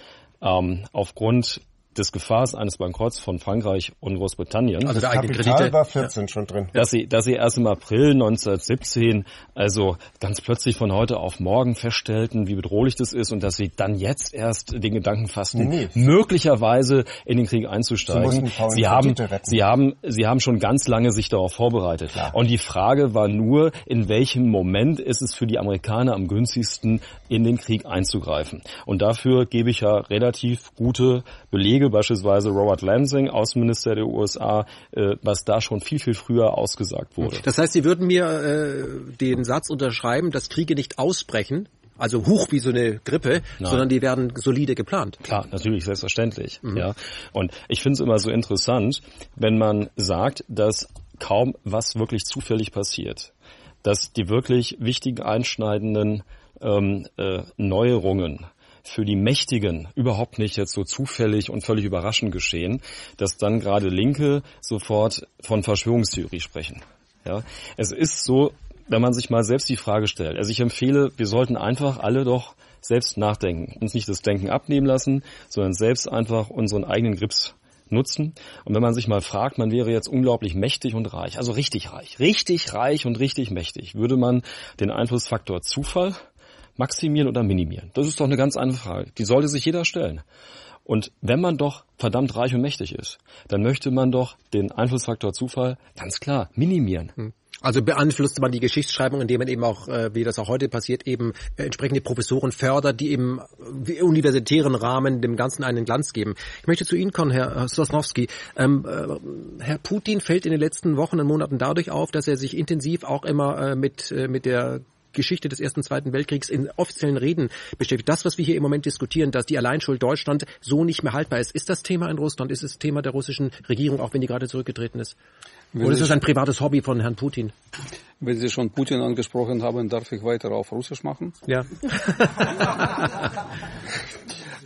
ähm, aufgrund des Gefahrs eines Bankrotts von Frankreich und Großbritannien. Also der eigene Kapital war vierzehn ja. schon drin. Dass sie, dass sie erst im April neunzehnhundertsiebzehn also ganz plötzlich von heute auf morgen feststellten, wie bedrohlich das ist und dass sie dann jetzt erst den Gedanken fassten, nee, nee. möglicherweise in den Krieg einzusteigen. Sie, sie haben, sie haben, sie haben schon ganz lange sich darauf vorbereitet. Klar. Und die Frage war nur, in welchem Moment ist es für die Amerikaner am günstigsten, in den Krieg einzugreifen. Und dafür gebe ich ja relativ gute Belege, beispielsweise Robert Lansing, Außenminister der U S A, äh, was da schon viel, viel früher ausgesagt wurde. Das heißt, Sie würden mir äh, den Satz unterschreiben, dass Kriege nicht ausbrechen, also hoch wie so eine Grippe, Nein. sondern die werden solide geplant. Klar, natürlich, selbstverständlich. Mhm. Ja. Und ich finde es immer so interessant, wenn man sagt, dass kaum was wirklich zufällig passiert, dass die wirklich wichtigen, einschneidenden ähm, äh, Neuerungen für die Mächtigen überhaupt nicht jetzt so zufällig und völlig überraschend geschehen, dass dann gerade Linke sofort von Verschwörungstheorie sprechen. Ja, es ist so, wenn man sich mal selbst die Frage stellt. Also ich empfehle, wir sollten einfach alle doch selbst nachdenken, uns nicht das Denken abnehmen lassen, sondern selbst einfach unseren eigenen Grips nutzen. Und wenn man sich mal fragt, man wäre jetzt unglaublich mächtig und reich, also richtig reich, richtig reich und richtig mächtig, würde man den Einflussfaktor Zufall maximieren oder minimieren? Das ist doch eine ganz einfache Frage. Die sollte sich jeder stellen. Und wenn man doch verdammt reich und mächtig ist, dann möchte man doch den Einflussfaktor Zufall ganz klar minimieren. Also beeinflusst man die Geschichtsschreibung, indem man eben auch, wie das auch heute passiert, eben entsprechende Professoren fördert, die im universitären Rahmen dem Ganzen einen Glanz geben. Ich möchte zu Ihnen kommen, Herr Sosnowski. Ähm, äh, Herr Putin fällt in den letzten Wochen und Monaten dadurch auf, dass er sich intensiv auch immer äh, mit, äh, mit der Geschichte des Ersten und Zweiten Weltkriegs in offiziellen Reden beschäftigt. Das, was wir hier im Moment diskutieren, dass die Alleinschuld Deutschland so nicht mehr haltbar ist, ist das Thema in Russland? Ist es Thema der russischen Regierung, auch wenn die gerade zurückgetreten ist? Wenn Oder ist es ein privates Hobby von Herrn Putin? Wenn Sie schon Putin angesprochen haben, darf ich weiter auf Russisch machen? Ja.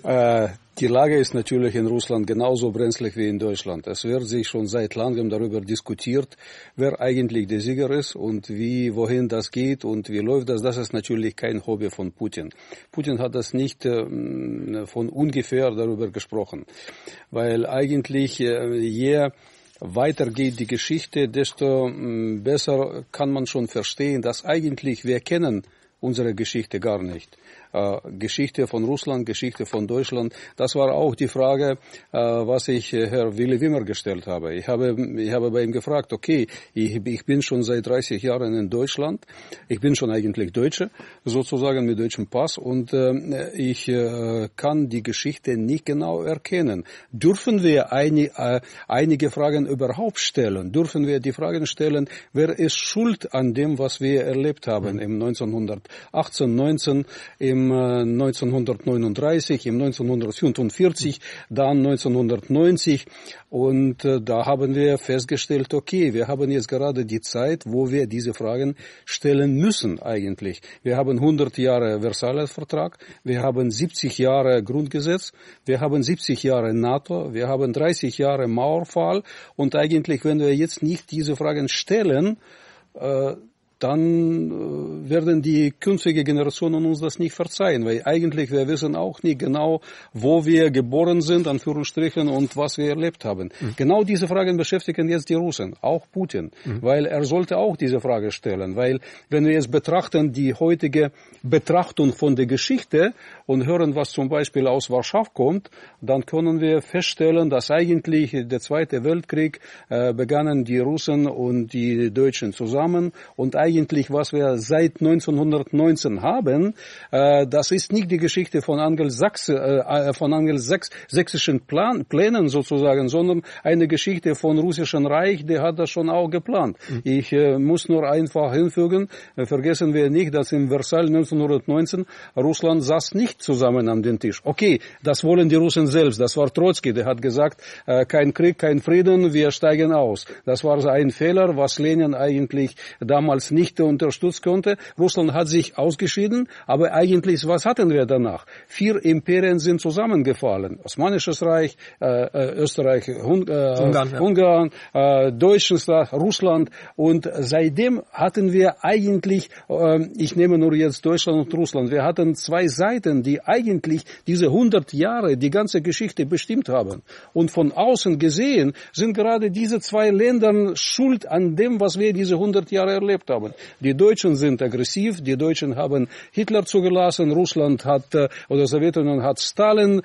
Äh, Die Lage ist natürlich in Russland genauso brenzlig wie in Deutschland. Es wird sich schon seit langem darüber diskutiert, wer eigentlich der Sieger ist und wie, wohin das geht und wie läuft das. Das ist natürlich kein Hobby von Putin. Putin hat das nicht äh, von ungefähr darüber gesprochen, weil eigentlich äh, je weiter geht die Geschichte, desto äh, besser kann man schon verstehen, dass eigentlich wir kennen unsere Geschichte gar nicht. Äh, Geschichte von Russland, Geschichte von Deutschland. Das war auch die Frage, äh, was ich äh, Herr Willy Wimmer gestellt habe. Ich habe, ich habe bei ihm gefragt, okay, ich, ich bin schon seit dreißig Jahren in Deutschland. Ich bin schon eigentlich Deutsche, sozusagen mit deutschem Pass und äh, ich äh, kann die Geschichte nicht genau erkennen. Dürfen wir eine, äh, einige Fragen überhaupt stellen? Dürfen wir die Fragen stellen, wer ist schuld an dem, was wir erlebt haben mhm. im neunzehnhundertachtzehn, neunzehn, im neunzehnhundertneununddreißig, im neunzehnhundertfünfundvierzig, dann neunzehnhundertneunzig und äh, da haben wir festgestellt, okay, wir haben jetzt gerade die Zeit, wo wir diese Fragen stellen müssen eigentlich. Wir haben hundert Jahre Versailler Vertrag, wir haben siebzig Jahre Grundgesetz, wir haben siebzig Jahre NATO, wir haben dreißig Jahre Mauerfall und eigentlich, wenn wir jetzt nicht diese Fragen stellen, äh, dann werden die künftigen Generationen uns das nicht verzeihen, weil eigentlich wir wissen auch nicht genau, wo wir geboren sind, Anführungsstrichen, und was wir erlebt haben. Mhm. Genau diese Fragen beschäftigen jetzt die Russen, auch Putin, mhm. weil er sollte auch diese Frage stellen, weil wenn wir jetzt betrachten die heutige Betrachtung von der Geschichte und hören, was zum Beispiel aus Warschau kommt, dann können wir feststellen, dass eigentlich der Zweite Weltkrieg äh, begannen die Russen und die Deutschen zusammen und eigentlich, was wir seit neunzehnhundertneunzehn haben, äh, das ist nicht die Geschichte von Angelsachs, äh, von angelsächsischen Plan, Plänen sozusagen, sondern eine Geschichte von russischen Reich, der hat das schon auch geplant. Mhm. Ich äh, muss nur einfach hinfügen, äh, vergessen wir nicht, dass in Versailles neunzehnhundertneunzehn Russland saß nicht zusammen an den Tisch. Okay, das wollen die Russen selbst, das war Trotzki, der hat gesagt, äh, kein Krieg, kein Frieden, wir steigen aus. Das war ein Fehler, was Lenin eigentlich damals nicht unterstützt konnte. Russland hat sich ausgeschieden, aber eigentlich, was hatten wir danach? Vier Imperien sind zusammengefallen. Osmanisches Reich, äh, Österreich, Hun äh, Ungarn, ja. Ungarn äh, Deutschland, Russland und seitdem hatten wir eigentlich, äh, ich nehme nur jetzt Deutschland und Russland, wir hatten zwei Seiten, die eigentlich diese hundert Jahre die ganze Geschichte bestimmt haben. Und von außen gesehen sind gerade diese zwei Länder schuld an dem, was wir diese hundert Jahre erlebt haben. Die Deutschen sind aggressiv, die Deutschen haben Hitler zugelassen, Russland hat, oder Sowjetunion hat Stalin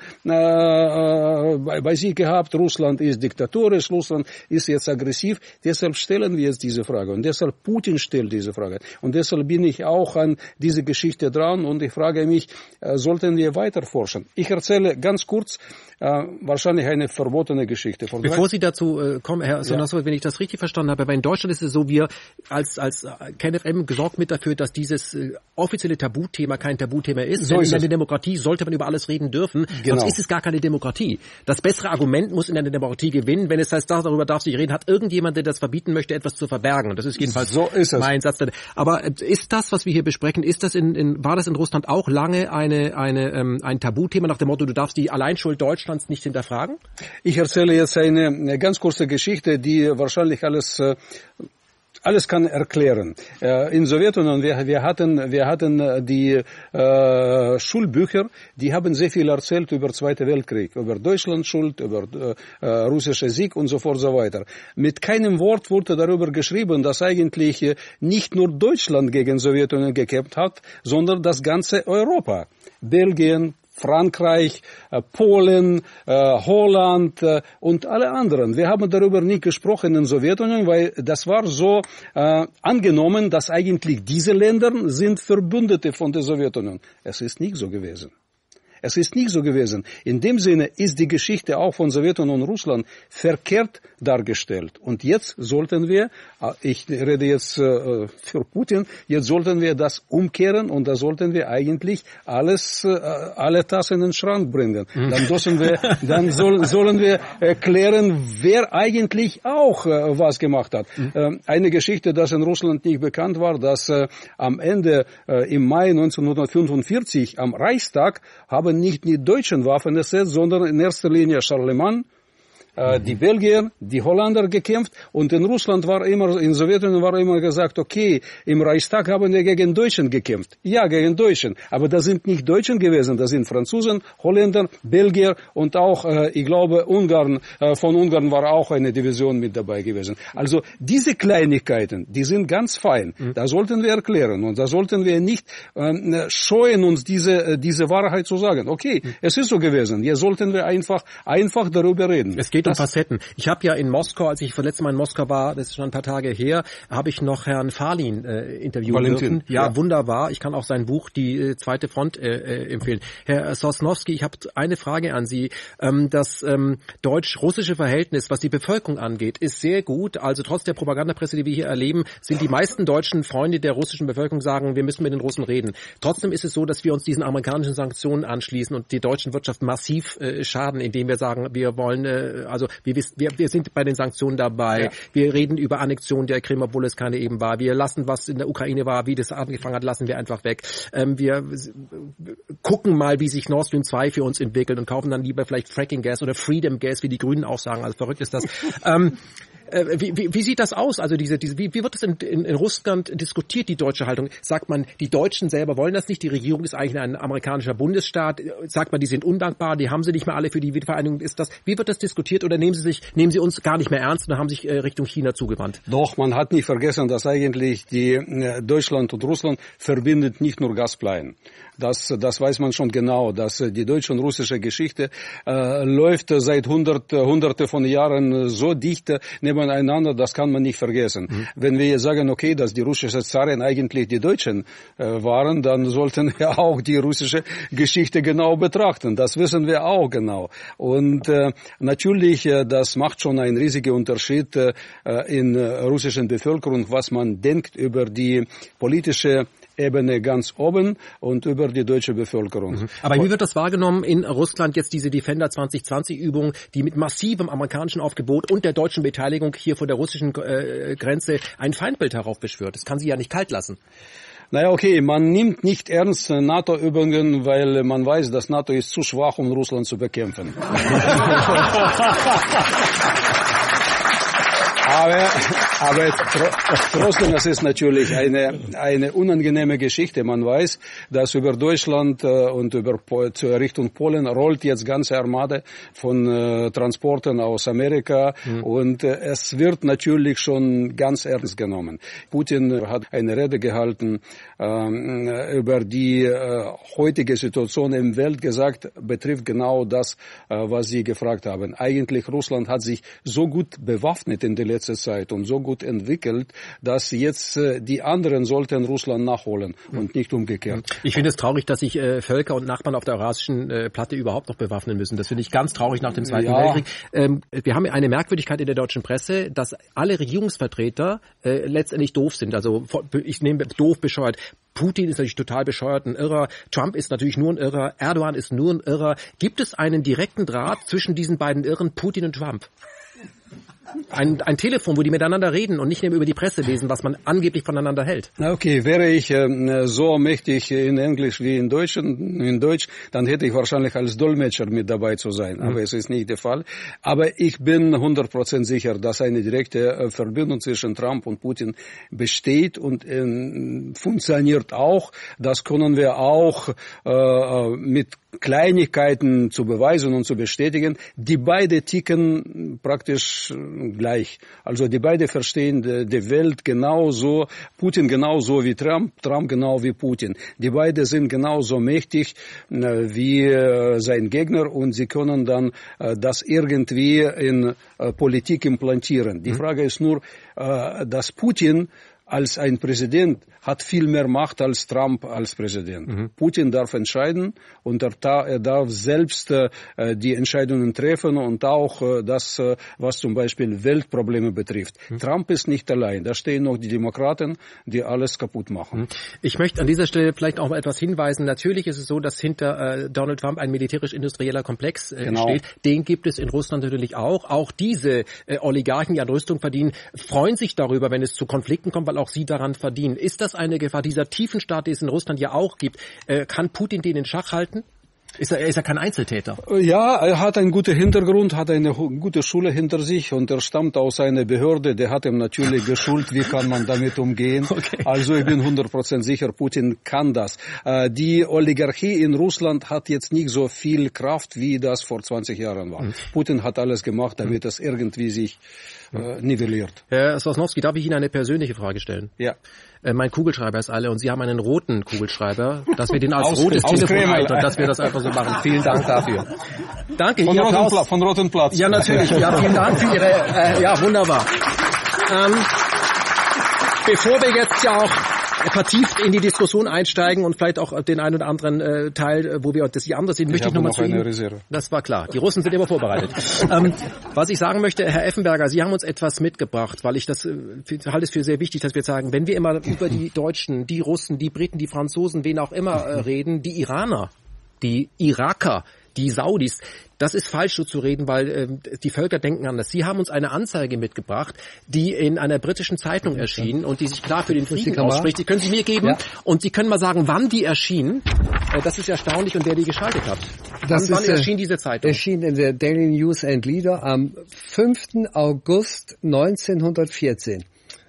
äh, bei, bei sich gehabt, Russland ist diktatorisch, Russland ist jetzt aggressiv. Deshalb stellen wir jetzt diese Frage und deshalb Putin stellt diese Frage. Und deshalb bin ich auch an diese Geschichte dran und ich frage mich, äh, sollten wir weiter forschen? Ich erzähle ganz kurz, äh, wahrscheinlich eine verbotene Geschichte. Vor Bevor Sie dazu äh, kommen, Herr Sonasso, ja. wenn ich das richtig verstanden habe, weil in Deutschland ist es so, wir als als KenFM gesorgt mit dafür, dass dieses äh, offizielle Tabuthema kein Tabuthema ist. So ist in einer Demokratie sollte man über alles reden dürfen, genau. Sonst ist es gar keine Demokratie. Das bessere Argument muss in einer Demokratie gewinnen. Wenn es heißt, darüber darf sich reden, hat irgendjemand, der das verbieten möchte, etwas zu verbergen. Und das ist jedenfalls so ist mein Satz. Aber ist das, was wir hier besprechen, ist das in, in war das in Russland auch lange eine eine ähm, ein Tabuthema nach dem Motto, du darfst die Alleinschuld Deutschlands nicht hinterfragen? Ich erzähle jetzt eine, eine ganz kurze Geschichte, die wahrscheinlich alles äh, alles kann erklären. Äh, in Sowjetunion, wir, wir hatten, wir hatten die äh, Schulbücher, die haben sehr viel erzählt über den Zweiten Weltkrieg, über Deutschland Schuld, über äh, russische Sieg und so fort so weiter. Mit keinem Wort wurde darüber geschrieben, dass eigentlich äh, nicht nur Deutschland gegen Sowjetunion gekämpft hat, sondern das ganze Europa. Belgien, Frankreich, äh, Polen, äh, Holland äh, und alle anderen. Wir haben darüber nicht gesprochen in der Sowjetunion, weil das war so äh, angenommen, dass eigentlich diese Länder sind Verbündete von der Sowjetunion. Es ist nicht so gewesen. Es ist nicht so gewesen. In dem Sinne ist die Geschichte auch von Sowjetunion und Russland verkehrt dargestellt. Und jetzt sollten wir, ich rede jetzt äh, für Putin, jetzt sollten wir das umkehren und da sollten wir eigentlich alles, äh, alle Tassen in den Schrank bringen. Mhm. Dann müssen wir, dann soll, sollen wir erklären, wer eigentlich auch äh, was gemacht hat. Mhm. Äh, eine Geschichte, das in Russland nicht bekannt war, dass äh, am Ende äh, im Mai neunzehnhundertfünfundvierzig am Reichstag haben haben nicht die deutschen Waffen ersetzt, sondern in erster Linie Charlemagne, die Belgier, die Holländer gekämpft, und in Russland war immer, in Sowjetunion war immer gesagt, okay, im Reichstag haben wir gegen Deutschen gekämpft. Ja, gegen Deutschen. Aber das sind nicht Deutschen gewesen, das sind Franzosen, Holländer, Belgier und auch, äh, ich glaube, Ungarn, äh, von Ungarn war auch eine Division mit dabei gewesen. Also diese Kleinigkeiten, die sind ganz fein. Mhm. Da sollten wir erklären und da sollten wir nicht äh, scheuen, uns diese, diese Wahrheit zu sagen. Okay, mhm. es ist so gewesen. Hier sollten wir einfach, einfach darüber reden. Es geht um Facetten. Ich habe ja in Moskau, als ich das letzte Mal in Moskau war, das ist schon ein paar Tage her, habe ich noch Herrn Fahlin äh, interviewen dürfen. Ja, ja, wunderbar. Ich kann auch sein Buch Die äh, zweite Front äh, äh, empfehlen. Herr Sosnowski, ich habe eine Frage an Sie. Ähm, das ähm, deutsch-russische Verhältnis, was die Bevölkerung angeht, ist sehr gut. Also trotz der Propagandapresse, die wir hier erleben, sind die meisten deutschen Freunde der russischen Bevölkerung sagen, wir müssen mit den Russen reden. Trotzdem ist es so, dass wir uns diesen amerikanischen Sanktionen anschließen und die deutschen Wirtschaft massiv äh, schaden, indem wir sagen, wir wollen äh, Also wir, wir, wir sind bei den Sanktionen dabei. Ja. Wir reden über Annexion der Krim, obwohl es keine eben war. Wir lassen, was in der Ukraine war, wie das angefangen hat, lassen wir einfach weg. Ähm, wir gucken mal, wie sich Nord Stream zwei für uns entwickelt und kaufen dann lieber vielleicht Fracking Gas oder Freedom Gas, wie die Grünen auch sagen. Also verrückt ist das. ähm, Wie, wie, wie sieht das aus? Also diese, diese, wie, wie wird das in, in, in Russland diskutiert, die deutsche Haltung? Sagt man, die Deutschen selber wollen das nicht, die Regierung ist eigentlich ein amerikanischer Bundesstaat. Sagt man, die sind undankbar, die haben sie nicht mehr alle für die Wiedervereinigung. Ist das? Wie wird das diskutiert? Oder nehmen Sie sich, nehmen Sie uns gar nicht mehr ernst und haben sich äh, Richtung China zugewandt? Doch, man hat nicht vergessen, dass eigentlich die äh, Deutschland und Russland verbindet nicht nur Gaspleien. Das, das weiß man schon genau, dass die deutsche und russische Geschichte äh, läuft seit hundert, hunderte von Jahren so dicht nebeneinander, das kann man nicht vergessen. Mhm. Wenn wir jetzt sagen, okay, dass die russische Zaren eigentlich die Deutschen äh, waren, dann sollten wir auch die russische Geschichte genau betrachten. Das wissen wir auch genau. Und äh, natürlich, äh, das macht schon einen riesigen Unterschied äh, in äh, russischen Bevölkerung, was man denkt über die politische Ebene ganz oben und über die deutsche Bevölkerung. Mhm. Aber wie wird das wahrgenommen in Russland jetzt, diese Defender zwanzig zwanzig Übung, die mit massivem amerikanischen Aufgebot und der deutschen Beteiligung hier vor der russischen äh, Grenze ein Feindbild heraufbeschwört? Das kann sie ja nicht kalt lassen. Naja, okay, man nimmt nicht ernst NATO-Übungen, weil man weiß, dass NATO ist zu schwach, um Russland zu bekämpfen. Aber, aber trotzdem, es ist natürlich eine, eine unangenehme Geschichte. Man weiß, dass über Deutschland und über Richtung Polen rollt jetzt ganze Armade von äh, Transporten aus Amerika. Mhm. Und äh, es wird natürlich schon ganz ernst genommen. Putin hat eine Rede gehalten äh, über die äh, heutige Situation im Welt gesagt, betrifft genau das, äh, was Sie gefragt haben. Eigentlich Russland hat sich so gut bewaffnet in der letzten Zeit und so gut entwickelt, dass jetzt äh, die anderen sollten Russland nachholen und nicht umgekehrt. Ich finde es traurig, dass sich äh, Völker und Nachbarn auf der eurasischen äh, Platte überhaupt noch bewaffnen müssen. Das finde ich ganz traurig nach dem Zweiten ja. Weltkrieg. Ähm, wir haben eine Merkwürdigkeit in der deutschen Presse, dass alle Regierungsvertreter äh, letztendlich doof sind. Also ich nehme doof, bescheuert. Putin ist natürlich total bescheuert, ein Irrer. Trump ist natürlich nur ein Irrer. Erdogan ist nur ein Irrer. Gibt es einen direkten Draht zwischen diesen beiden Irren, Putin und Trump? Ein, ein Telefon, wo die miteinander reden und nicht nur über die Presse lesen, was man angeblich voneinander hält. Okay, wäre ich äh, so mächtig in Englisch wie in Deutsch, in Deutsch, dann hätte ich wahrscheinlich als Dolmetscher mit dabei zu sein. Mhm. Aber es ist nicht der Fall. Aber ich bin hundert Prozent sicher, dass eine direkte äh, Verbindung zwischen Trump und Putin besteht und äh, funktioniert auch. Das können wir auch äh, mit Kleinigkeiten zu beweisen und zu bestätigen. Die beide ticken praktisch gleich. Also die beide verstehen die, die Welt genauso, Putin genauso wie Trump, Trump genau wie Putin. Die beide sind genauso mächtig äh, wie äh, sein Gegner und sie können dann äh, das irgendwie in äh, Politik implantieren. Die mhm. Frage ist nur, äh, dass Putin als ein Präsident hat viel mehr Macht als Trump als Präsident. Mhm. Putin darf entscheiden und er, er darf selbst äh, die Entscheidungen treffen und auch äh, das, äh, was zum Beispiel Weltprobleme betrifft. Mhm. Trump ist nicht allein. Da stehen noch die Demokraten, die alles kaputt machen. Mhm. Ich möchte an dieser Stelle vielleicht auch mal etwas hinweisen. Natürlich ist es so, dass hinter äh, Donald Trump ein militärisch-industrieller Komplex äh, genau. steht. Den gibt es in Russland natürlich auch. Auch diese äh, Oligarchen, die an Rüstung verdienen, freuen sich darüber, wenn es zu Konflikten kommt, weil auch sie daran verdienen. Ist das eine Gefahr? Dieser Tiefenstaat, die es in Russland ja auch gibt, äh, kann Putin den in Schach halten? Ist er, er ist ja kein Einzeltäter. Ja, er hat einen guten Hintergrund, hat eine gute Schule hinter sich und er stammt aus einer Behörde, der hat ihm natürlich geschult, wie kann man damit umgehen. Okay. Also ich bin hundert Prozent sicher, Putin kann das. Die Oligarchie in Russland hat jetzt nicht so viel Kraft, wie das vor zwanzig Jahren war. Mhm. Putin hat alles gemacht, damit es irgendwie sich äh, nivelliert. Herr Sosnowski, darf ich Ihnen eine persönliche Frage stellen? Ja. Äh, mein Kugelschreiber ist alle und Sie haben einen roten Kugelschreiber, dass wir den als aus, rotes aus Telefon halten und dass wir das einfach so machen. Vielen Dank dafür. Danke. Von, Roten, Pla- von Roten Platz. Ja, natürlich. Ja, vielen Dank für Ihre, äh, ja, wunderbar. Ähm, bevor wir jetzt ja auch vertieft in die Diskussion einsteigen und vielleicht auch den einen oder anderen äh, Teil, wo wir das die anders sehen, möchte ich, ich nochmal zu Ihnen. Reserve. Das war klar. Die Russen sind immer vorbereitet. ähm, was ich sagen möchte, Herr Effenberger, Sie haben uns etwas mitgebracht, weil ich das äh, halte es für sehr wichtig, dass wir sagen, wenn wir immer über die Deutschen, die Russen, die Briten, die Franzosen, wen auch immer äh, reden, die Iraner, die Iraker, die Saudis, das ist falsch so zu reden, weil äh, die Völker denken anders. Sie haben uns eine Anzeige mitgebracht, die in einer britischen Zeitung erschien und die sich klar für den Frieden ausspricht. Die können Sie mir geben ja. Und Sie können mal sagen, wann die erschien. Äh, das ist erstaunlich und wer die geschaltet hat. Das wann, ist, wann erschien diese Zeitung? Erschien in der Daily News and Leader am fünften August neunzehnhundertvierzehn.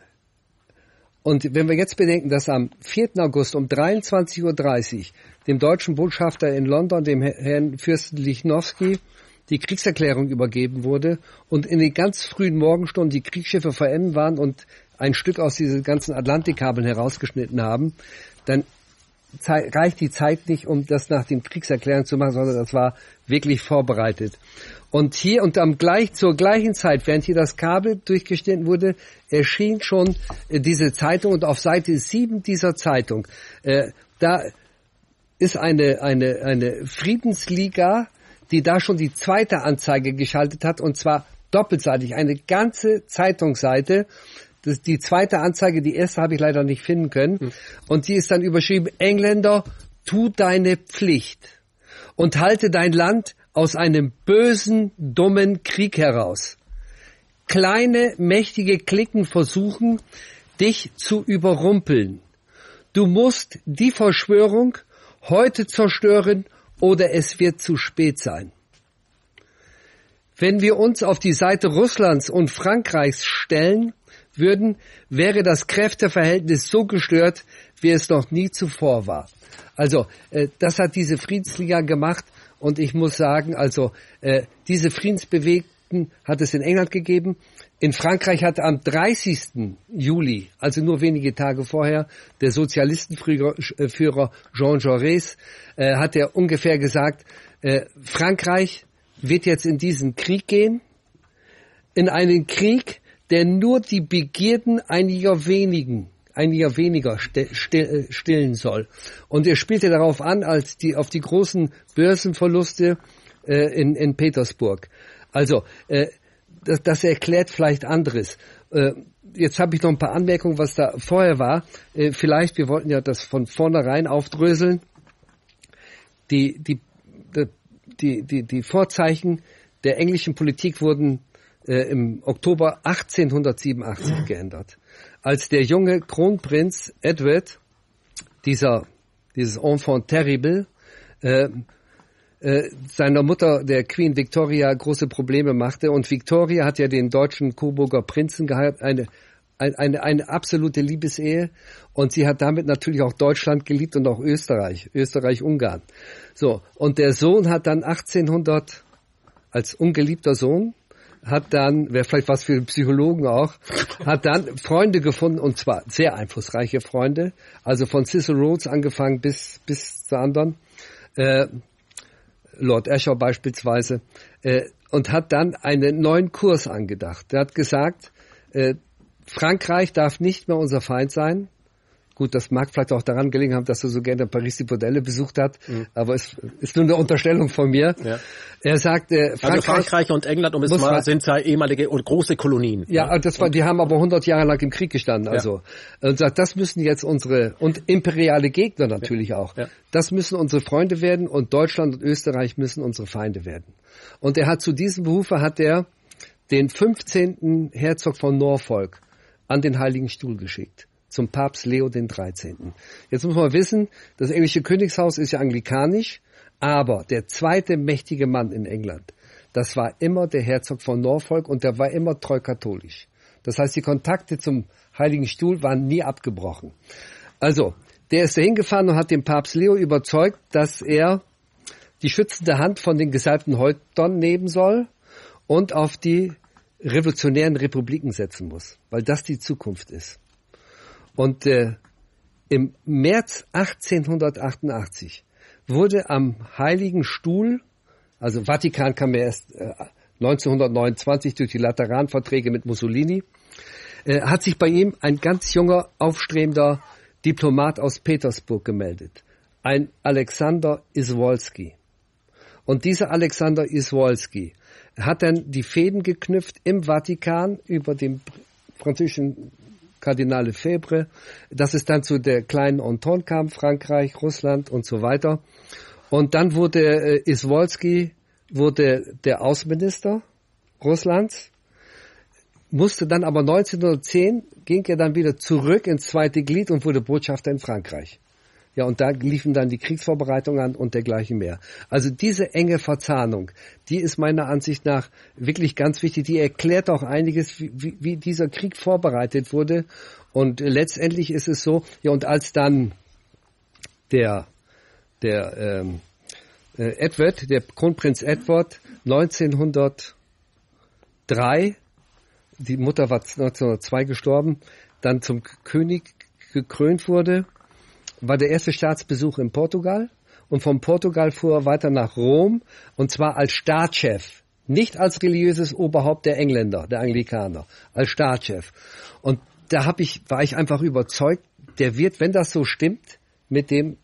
Und wenn wir jetzt bedenken, dass am vierten August um dreiundzwanzig Uhr dreißig dem deutschen Botschafter in London, dem Herrn Fürsten Lichnowsky, die Kriegserklärung übergeben wurde und in den ganz frühen Morgenstunden die Kriegsschiffe vor Emden waren und ein Stück aus diesen ganzen Atlantikkabeln herausgeschnitten haben, dann reicht die Zeit nicht, um das nach den Kriegserklärungen zu machen, sondern das war wirklich vorbereitet. Und hier und am gleich zur gleichen Zeit, während hier das Kabel durchgeschnitten wurde, erschien schon äh, diese Zeitung und auf Seite sieben dieser Zeitung, äh, da ist eine eine eine Friedensliga, die da schon die zweite Anzeige geschaltet hat und zwar doppelseitig, eine ganze Zeitungsseite. Das, die zweite Anzeige, die erste habe ich leider nicht finden können. Hm. Und die ist dann überschrieben, Engländer, tu deine Pflicht und halte dein Land aus einem bösen, dummen Krieg heraus. Kleine, mächtige Cliquen versuchen, dich zu überrumpeln. Du musst die Verschwörung heute zerstören oder es wird zu spät sein. Wenn wir uns auf die Seite Russlands und Frankreichs stellen würden, wäre das Kräfteverhältnis so gestört, wie es noch nie zuvor war. Also, äh, das hat diese Friedensliga gemacht und ich muss sagen, also äh, diese Friedensbewegten hat es in England gegeben. In Frankreich hat am dreißigsten Juli, also nur wenige Tage vorher, der Sozialistenführer Jean Jaurès, äh, hat er ungefähr gesagt, äh, Frankreich wird jetzt in diesen Krieg gehen, in einen Krieg, der nur die Begierden einiger wenigen, einiger weniger stillen soll. Und er spielte darauf an, als die auf die großen Börsenverluste äh, in, in Petersburg. Also äh, das, das erklärt vielleicht anderes. Äh, jetzt habe ich noch ein paar Anmerkungen, was da vorher war. Äh, vielleicht, wir wollten ja das von vornherein aufdröseln. Die die die die, die Vorzeichen der englischen Politik wurden äh, im Oktober achtzehnhundertsiebenundachtzig geändert. Als der junge Kronprinz Edward, dieser, dieses Enfant terrible, äh, äh, seiner Mutter, der Queen Victoria, große Probleme machte. Und Victoria hat ja den deutschen Coburger Prinzen geheiratet, eine, eine, eine, eine absolute Liebesehe. Und sie hat damit natürlich auch Deutschland geliebt und auch Österreich, Österreich-Ungarn. So, und der Sohn hat dann achtzehnhundert, als ungeliebter Sohn, hat dann, wäre vielleicht was für Psychologen auch, hat dann Freunde gefunden, und zwar sehr einflussreiche Freunde, also von Cecil Rhodes angefangen bis bis zu anderen, äh, Lord Esher beispielsweise, äh, und hat dann einen neuen Kurs angedacht. Er hat gesagt, äh, Frankreich darf nicht mehr unser Feind sein. Gut, das mag vielleicht auch daran gelegen haben, dass er so gerne Paris die Bordelle besucht hat, mhm. aber es ist nur eine Unterstellung von mir. Ja. Er sagt, äh, Frankreich, also Frankreich und England, um es mal, sind ja ehemalige und große Kolonien. Ja, ja. Das war, die haben aber hundert Jahre lang im Krieg gestanden. Also ja. Und sagt, das müssen jetzt unsere, und imperiale Gegner natürlich ja. auch, ja. das müssen unsere Freunde werden und Deutschland und Österreich müssen unsere Feinde werden. Und er hat zu diesem Behufe hat er den fünfzehnten Herzog von Norfolk an den Heiligen Stuhl geschickt. Zum Papst Leo den dreizehnten. Jetzt muss man wissen, das englische Königshaus ist ja anglikanisch. Aber der zweite mächtige Mann in England, das war immer der Herzog von Norfolk und der war immer treu katholisch. Das heißt, die Kontakte zum Heiligen Stuhl waren nie abgebrochen. Also, der ist dahin gefahren und hat den Papst Leo überzeugt, dass er die schützende Hand von den gesalbten Häuptern nehmen soll und auf die revolutionären Republiken setzen muss, weil das die Zukunft ist. Und äh, im März achtzehnhundertachtundachtzig wurde am Heiligen Stuhl, also Vatikan kam ja erst äh, neunzehnhundertneunundzwanzig durch die Lateranverträge mit Mussolini, äh, hat sich bei ihm ein ganz junger, aufstrebender Diplomat aus Petersburg gemeldet, ein Alexander Iswolski. Und dieser Alexander Iswolski hat dann die Fäden geknüpft im Vatikan über den französischen Kardinal Lefebvre, dass es dann zu der kleinen Entente kam, Frankreich, Russland und so weiter. Und dann wurde äh, Iswolski wurde der Außenminister Russlands, musste dann aber neunzehnhundertzehn, ging er dann wieder zurück ins zweite Glied und wurde Botschafter in Frankreich. Ja, und da liefen dann die Kriegsvorbereitungen an und dergleichen mehr. Also diese enge Verzahnung, die ist meiner Ansicht nach wirklich ganz wichtig. Die erklärt auch einiges, wie, wie dieser Krieg vorbereitet wurde. Und letztendlich ist es so, ja, und als dann der, der ähm, äh, Edward, der Kronprinz Edward, neunzehnhundertdrei, die Mutter war neunzehnhundertzwei gestorben, dann zum König gekrönt wurde, war der erste Staatsbesuch in Portugal und von Portugal fuhr er weiter nach Rom und zwar als Staatschef, nicht als religiöses Oberhaupt der Engländer, der Anglikaner, als Staatschef. Und da hab ich, war ich einfach überzeugt, der wird, wenn das so stimmt, mit dem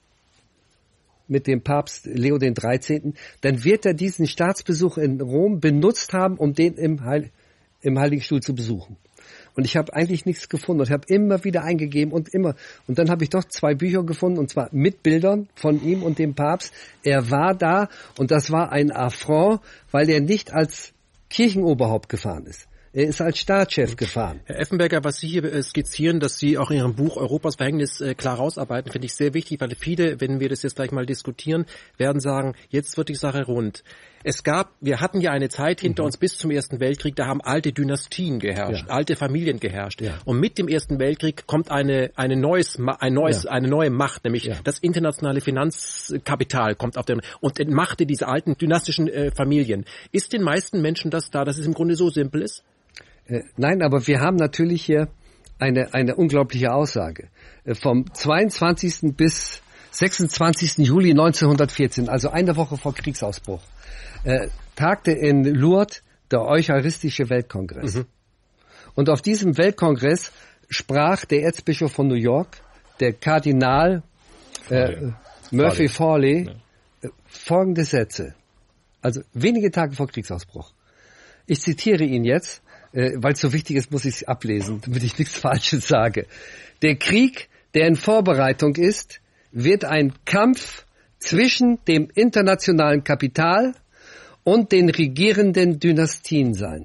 mit dem Papst Leo den dreizehnten, dann wird er diesen Staatsbesuch in Rom benutzt haben, um den im, Heil, im Heiligen Stuhl zu besuchen. Und ich habe eigentlich nichts gefunden und habe immer wieder eingegeben und immer. Und dann habe ich doch zwei Bücher gefunden, und zwar mit Bildern von ihm und dem Papst. Er war da und das war ein Affront, weil er nicht als Kirchenoberhaupt gefahren ist. Er ist als Staatschef gefahren. Herr Effenberger, was Sie hier skizzieren, dass Sie auch in Ihrem Buch Europas Verhängnis klar rausarbeiten, finde ich sehr wichtig, weil viele, wenn wir das jetzt gleich mal diskutieren, werden sagen, jetzt wird die Sache rund. Es gab, wir hatten ja eine Zeit hinter mhm. uns bis zum Ersten Weltkrieg, da haben alte Dynastien geherrscht, ja. alte Familien geherrscht. Ja. Und mit dem Ersten Weltkrieg kommt eine, eine neues, ein neues, ja. eine neue Macht, nämlich ja. das internationale Finanzkapital kommt auf den, und entmachte diese alten dynastischen äh, Familien. Ist den meisten Menschen das da, dass es im Grunde so simpel ist? Äh, nein, aber wir haben natürlich hier eine, eine unglaubliche Aussage. Äh, vom zweiundzwanzigsten bis sechsundzwanzigsten Juli neunzehnhundertvierzehn, also eine Woche vor Kriegsausbruch, äh, tagte in Lourdes der Eucharistische Weltkongress. Mhm. Und auf diesem Weltkongress sprach der Erzbischof von New York, der Kardinal äh, Murphy Farley, ja. äh, folgende Sätze. Also wenige Tage vor Kriegsausbruch. Ich zitiere ihn jetzt, äh, weil es so wichtig ist, muss ich es ablesen, damit ich nichts Falsches sage. Der Krieg, der in Vorbereitung ist, wird ein Kampf zwischen dem internationalen Kapital und den regierenden Dynastien sein.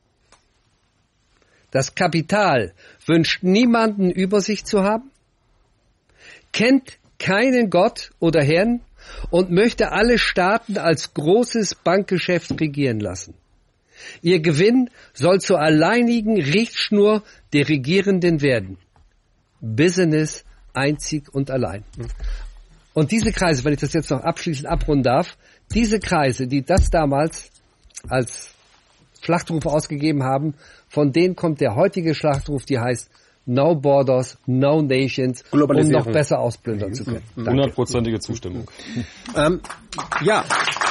Das Kapital wünscht niemanden über sich zu haben, kennt keinen Gott oder Herrn und möchte alle Staaten als großes Bankgeschäft regieren lassen. Ihr Gewinn soll zur alleinigen Richtschnur der Regierenden werden. Business einzig und allein. Und diese Kreise, wenn ich das jetzt noch abschließend abrunden darf, diese Kreise, die das damals als Schlachtruf ausgegeben haben, von denen kommt der heutige Schlachtruf, die heißt No Borders, No Nations, um noch besser ausplündern zu können. Hundertprozentige Zustimmung. ähm, ja.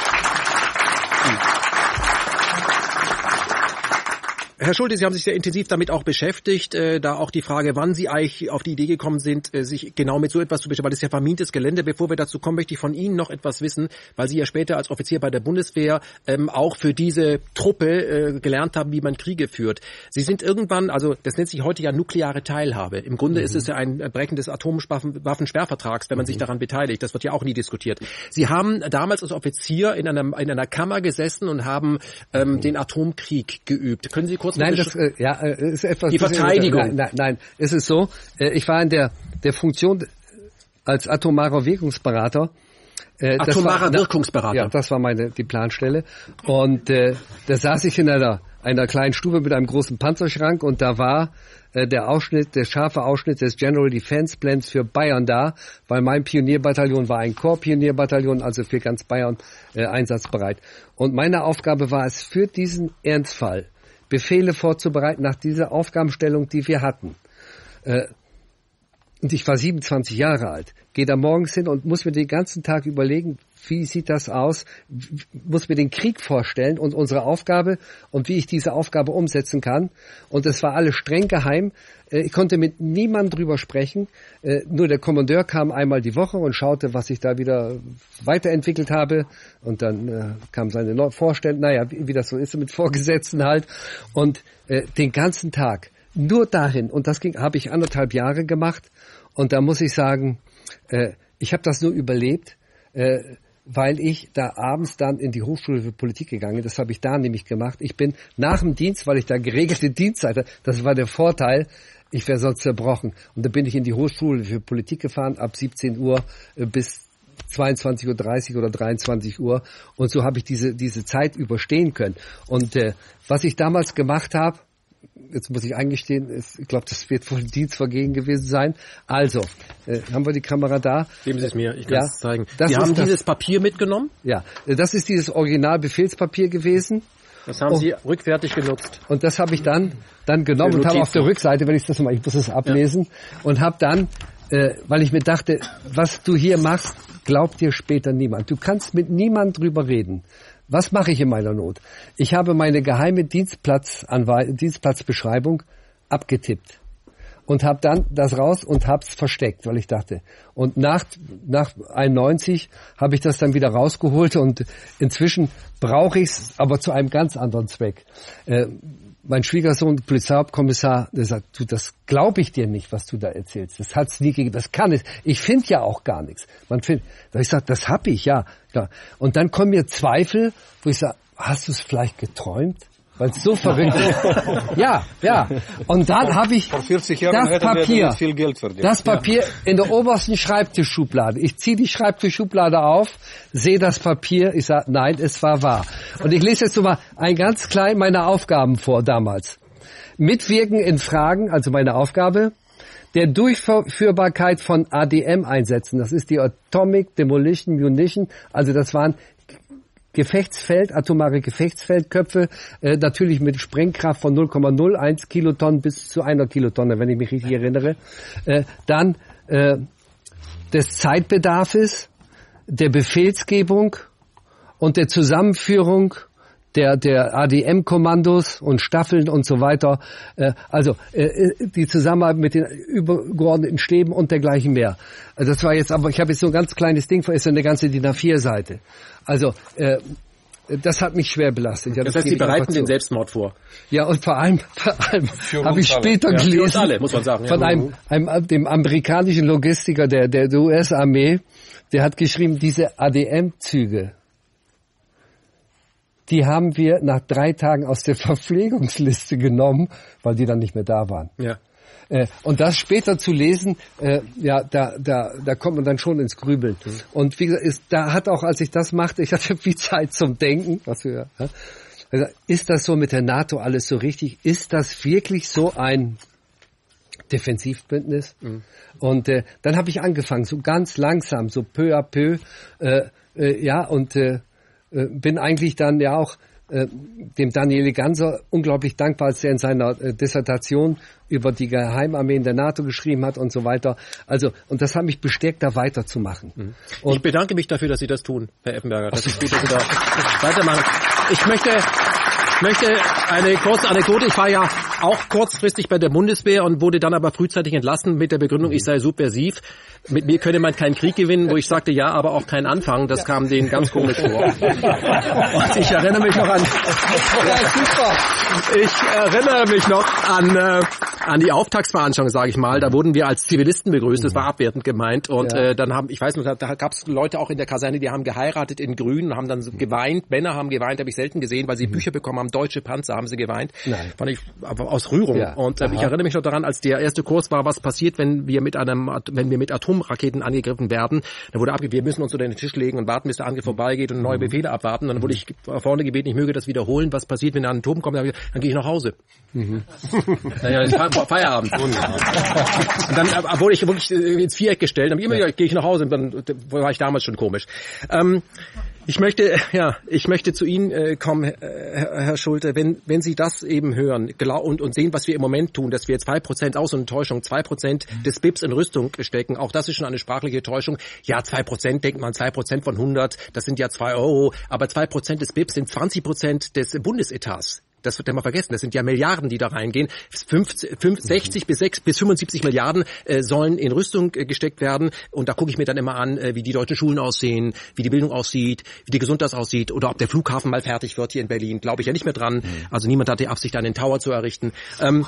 Herr Schulte, Sie haben sich sehr intensiv damit auch beschäftigt, äh, da auch die Frage, wann Sie eigentlich auf die Idee gekommen sind, äh, sich genau mit so etwas zu beschäftigen, weil das ist ja vermintes Gelände. Bevor wir dazu kommen, möchte ich von Ihnen noch etwas wissen, weil Sie ja später als Offizier bei der Bundeswehr ähm, auch für diese Truppe äh, gelernt haben, wie man Kriege führt. Sie sind irgendwann, also das nennt sich heute ja nukleare Teilhabe. Im Grunde mhm. ist es ja ein Brechen des Atomwaffensperrvertrags, wenn man mhm. sich daran beteiligt. Das wird ja auch nie diskutiert. Sie haben damals als Offizier in einer, in einer Kammer gesessen und haben ähm, mhm. den Atomkrieg geübt. Können Sie kurz Nein, das äh, ja, ist etwas. Die Verteidigung. Nein, nein, nein, es ist so. Äh, ich war in der der Funktion als atomarer Wirkungsberater Äh, Atomarer war, Wirkungsberater. Ja, das war meine die Planstelle. Und äh, da saß ich in einer einer kleinen Stube mit einem großen Panzerschrank und da war äh, der Ausschnitt, der scharfe Ausschnitt des General Defense Plans für Bayern da, weil mein Pionierbataillon war ein Korps-Pionierbataillon, also für ganz Bayern äh, einsatzbereit. Und meine Aufgabe war es, für diesen Ernstfall Befehle vorzubereiten nach dieser Aufgabenstellung, die wir hatten. Äh, Und ich war siebenundzwanzig Jahre alt, gehe da morgens hin und muss mir den ganzen Tag überlegen, wie sieht das aus, muss mir den Krieg vorstellen und unsere Aufgabe und wie ich diese Aufgabe umsetzen kann. Und es war alles streng geheim. Ich konnte mit niemandem drüber sprechen. Nur der Kommandeur kam einmal die Woche und schaute, was ich da wieder weiterentwickelt habe. Und dann kam seine Vorstellung, naja, wie das so ist mit Vorgesetzten halt. Und den ganzen Tag nur dahin, und das ging, habe ich anderthalb Jahre gemacht, und da muss ich sagen, äh, ich habe das nur überlebt, äh, weil ich da abends dann in die Hochschule für Politik gegangen bin. Das habe ich da nämlich gemacht. Ich bin nach dem Dienst, weil ich da geregelte Dienstzeit hatte, das war der Vorteil, ich wäre sonst zerbrochen. Und da bin ich in die Hochschule für Politik gefahren, ab siebzehn Uhr äh, bis zweiundzwanzig Uhr dreißig oder dreiundzwanzig Uhr. Und so habe ich diese diese Zeit überstehen können. Und äh, was ich damals gemacht habe, jetzt muss ich eingestehen, ich glaube, das wird wohl ein Dienstvergehen gewesen sein. Also, äh, haben wir die Kamera da? Geben Sie es mir, ich kann ja, es zeigen. Sie haben das, dieses Papier mitgenommen? Ja, das ist dieses Original-Befehlspapier gewesen. Das haben oh. Sie rückwärtig genutzt. Und das habe ich dann dann genommen und habe auf der Rückseite, wenn ich das mal, ich muss es ablesen, ja. und habe dann, äh, weil ich mir dachte, was du hier machst, glaubt dir später niemand. Du kannst mit niemand drüber reden. Was mache ich in meiner Not? Ich habe meine geheime Dienstplatzanwe- Dienstplatzbeschreibung abgetippt und habe dann das raus und habe es versteckt, weil ich dachte. Und nach nach einundneunzig habe ich das dann wieder rausgeholt und inzwischen brauche ich es, aber zu einem ganz anderen Zweck. Äh, mein Schwiegersohn, Polizeihauptkommissar, der sagt, du, das glaube ich dir nicht, was du da erzählst. Das hat's nie gegeben, das kann es. Ich finde ja auch gar nichts. Man findet, ich sage, das hab ich, ja, klar. Und dann kommen mir Zweifel, wo ich sage, hast du es vielleicht geträumt? Weil es so verrückt ist. Ja, ja. Und dann habe ich Vor vierzig Jahren das Papier, viel Geld verdient. das Papier ja. in der obersten Schreibtischschublade. Ich ziehe die Schreibtischschublade auf, sehe das Papier, ich sage, nein, es war wahr. Und ich lese jetzt so mal ein ganz klein meine Aufgaben vor damals. Mitwirken in Fragen, also meine Aufgabe, der Durchführbarkeit von A D M-Einsätzen. Das ist die Atomic Demolition Munition. Also das waren Gefechtsfeld, atomare Gefechtsfeldköpfe, äh, natürlich mit Sprengkraft von null Komma null eins Kilotonnen bis zu einer Kilotonne, wenn ich mich richtig erinnere. Äh, dann äh, des Zeitbedarfs, der Befehlsgebung und der Zusammenführung der der A D M-Kommandos und Staffeln und so weiter. Äh, also äh, die Zusammenarbeit mit den übergeordneten Stäben und dergleichen mehr. Also das war jetzt, aber ich habe jetzt so ein ganz kleines Ding, ist so eine ganze D I N A vier Seite. Also äh, das hat mich schwer belastet. Ja, das, das heißt, Sie bereiten den Selbstmord vor? Ja, und vor allem, vor allem habe ich später ja, gelesen, für uns alle, muss man sagen. von ja. einem, einem dem amerikanischen Logistiker der, der, der U S-Armee, der hat geschrieben, diese A D M-Züge, die haben wir nach drei Tagen aus der Verpflegungsliste genommen, weil die dann nicht mehr da waren. Ja. Äh, und das später zu lesen, äh, ja, da, da, da kommt man dann schon ins Grübeln. Mhm. Und wie gesagt, ist, da hat auch, als ich das machte, ich hatte viel Zeit zum Denken. Was wir, ja, also, ist das so mit der NATO alles so richtig? Ist das wirklich so ein Defensivbündnis? Mhm. Und äh, dann habe ich angefangen, so ganz langsam, so peu à peu, äh, äh, ja, und äh, bin eigentlich dann ja auch äh, dem Daniele Ganser unglaublich dankbar, als er in seiner äh, Dissertation über die Geheimarmeen der NATO geschrieben hat und so weiter. Also, und das hat mich bestärkt, da weiterzumachen. Mhm. Ich bedanke mich dafür, dass Sie das tun, Herr Effenberger. Das ist gut, dass Sie da weitermachen. Ich möchte, ich möchte eine kurze Anekdote. Ich war ja auch kurzfristig bei der Bundeswehr und wurde dann aber frühzeitig entlassen mit der Begründung, ich sei subversiv. Mit mir könne man keinen Krieg gewinnen, wo ich sagte, ja, aber auch keinen Anfang. Das kam denen ganz komisch vor. Und ich erinnere mich noch an, ich erinnere mich noch an, äh, an die Auftaktsveranstaltung, sage ich mal. Da wurden wir als Zivilisten begrüßt. Das war abwertend gemeint. Und ja. äh, dann haben, ich weiß noch, da gab es Leute auch in der Kaserne, die haben geheiratet in Grün und haben dann so geweint. Männer haben geweint, habe ich selten gesehen, weil sie Bücher bekommen haben. Deutsche Panzer haben sie geweint. Nein. Fand ich aus Rührung. Ja. Und äh, ich erinnere mich noch daran, als der erste Kurs war, was passiert, wenn wir mit einem, wenn wir mit Atomraketen angegriffen werden. Da wurde abgegeben, wir müssen uns unter den Tisch legen und warten, bis der Angriff vorbeigeht und neue Befehle abwarten. Dann wurde ich vorne gebeten, ich möge das wiederholen, was passiert, wenn ein Atom kommt. Dann, dann gehe ich nach Hause. Mhm. Ja, ist Feierabend. Und dann äh, wurde ich wirklich ins Viereck gestellt. Dann immer, ja, gehe ich nach Hause. Und dann war ich damals schon komisch. Ähm, Ich möchte, ja, ich möchte zu Ihnen äh, kommen, äh, Herr Schulte, wenn wenn Sie das eben hören und und sehen, was wir im Moment tun, dass wir zwei Prozent aus und Täuschung, zwei Prozent des B I P S in Rüstung stecken, auch das ist schon eine sprachliche Täuschung. Ja, zwei Prozent, denkt man, zwei Prozent von hundert, das sind ja zwei Euro, aber zwei Prozent des B I P S sind zwanzig Prozent des Bundesetats. Das wird ja mal vergessen. Das sind ja Milliarden, die da reingehen. fünfzig, sechzig bis fünfundsiebzig Milliarden äh, sollen in Rüstung äh, gesteckt werden. Und da gucke ich mir dann immer an, äh, wie die deutschen Schulen aussehen, wie die Bildung aussieht, wie die Gesundheit aussieht oder ob der Flughafen mal fertig wird hier in Berlin. Glaube ich ja nicht mehr dran. Also niemand hat die Absicht, einen Tower zu errichten. Ähm,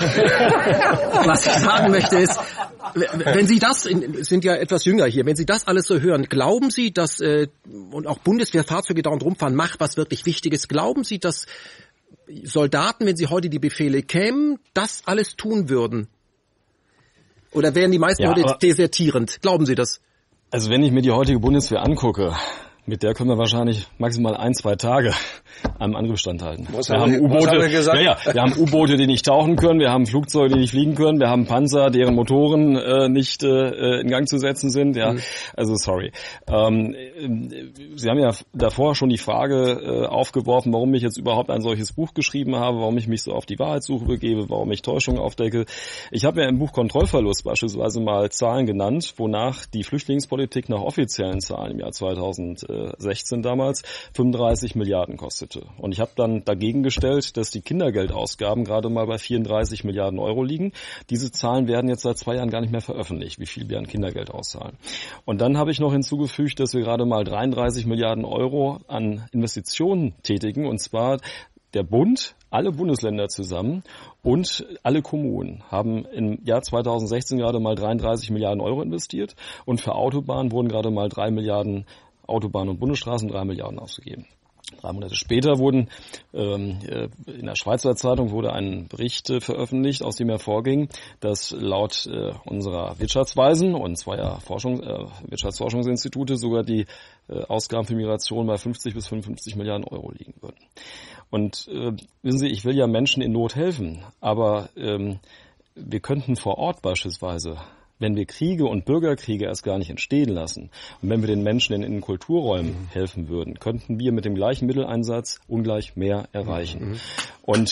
was ich sagen möchte ist, wenn Sie das, sind ja etwas jünger hier, wenn Sie das alles so hören, glauben Sie, dass, äh, und auch Bundeswehrfahrzeuge da und rumfahren, macht was wirklich Wichtiges, glauben Sie, dass Soldaten, wenn sie heute die Befehle kämen, das alles tun würden? Oder wären die meisten ja, heute desertierend? Glauben Sie das? Also wenn ich mir die heutige Bundeswehr angucke, mit der können wir wahrscheinlich maximal ein, zwei Tage am Angriff standhalten. Was wir haben haben U-Boote, wir gesagt? Ja, ja, wir haben U-Boote, die nicht tauchen können, wir haben Flugzeuge, die nicht fliegen können, wir haben Panzer, deren Motoren äh, nicht äh, in Gang zu setzen sind. Ja, mhm. Also sorry. Ähm, Sie haben ja davor schon die Frage äh, aufgeworfen, warum ich jetzt überhaupt ein solches Buch geschrieben habe, warum ich mich so auf die Wahrheitssuche begebe, warum ich Täuschung aufdecke. Ich habe ja im Buch Kontrollverlust beispielsweise mal Zahlen genannt, wonach die Flüchtlingspolitik nach offiziellen Zahlen im Jahr zweitausendsechzehn damals fünfunddreißig Milliarden kostete. Und ich habe dann dagegen gestellt, dass die Kindergeldausgaben gerade mal bei vierunddreißig Milliarden Euro liegen. Diese Zahlen werden jetzt seit zwei Jahren gar nicht mehr veröffentlicht, wie viel wir an Kindergeld auszahlen. Und dann habe ich noch hinzugefügt, dass wir gerade mal dreiunddreißig Milliarden Euro an Investitionen tätigen, und zwar der Bund, alle Bundesländer zusammen und alle Kommunen haben im Jahr zweitausendsechzehn gerade mal dreiunddreißig Milliarden Euro investiert, und für Autobahnen wurden gerade mal drei Milliarden Autobahnen und Bundesstraßen drei Milliarden ausgegeben. Drei Monate später wurden ähm, in der Schweizer Zeitung wurde ein Bericht äh, veröffentlicht, aus dem hervorging, dass laut äh, unserer Wirtschaftsweisen und zweier Forschung, äh, Wirtschaftsforschungsinstitute sogar die äh, Ausgaben für Migration bei fünfzig bis fünfundfünfzig Milliarden Euro liegen würden. Und äh, wissen Sie, ich will ja Menschen in Not helfen, aber ähm, wir könnten vor Ort beispielsweise, wenn wir Kriege und Bürgerkriege erst gar nicht entstehen lassen und wenn wir den Menschen in, in Kulturräumen mhm. helfen würden, könnten wir mit dem gleichen Mitteleinsatz ungleich mehr erreichen. Mhm. Und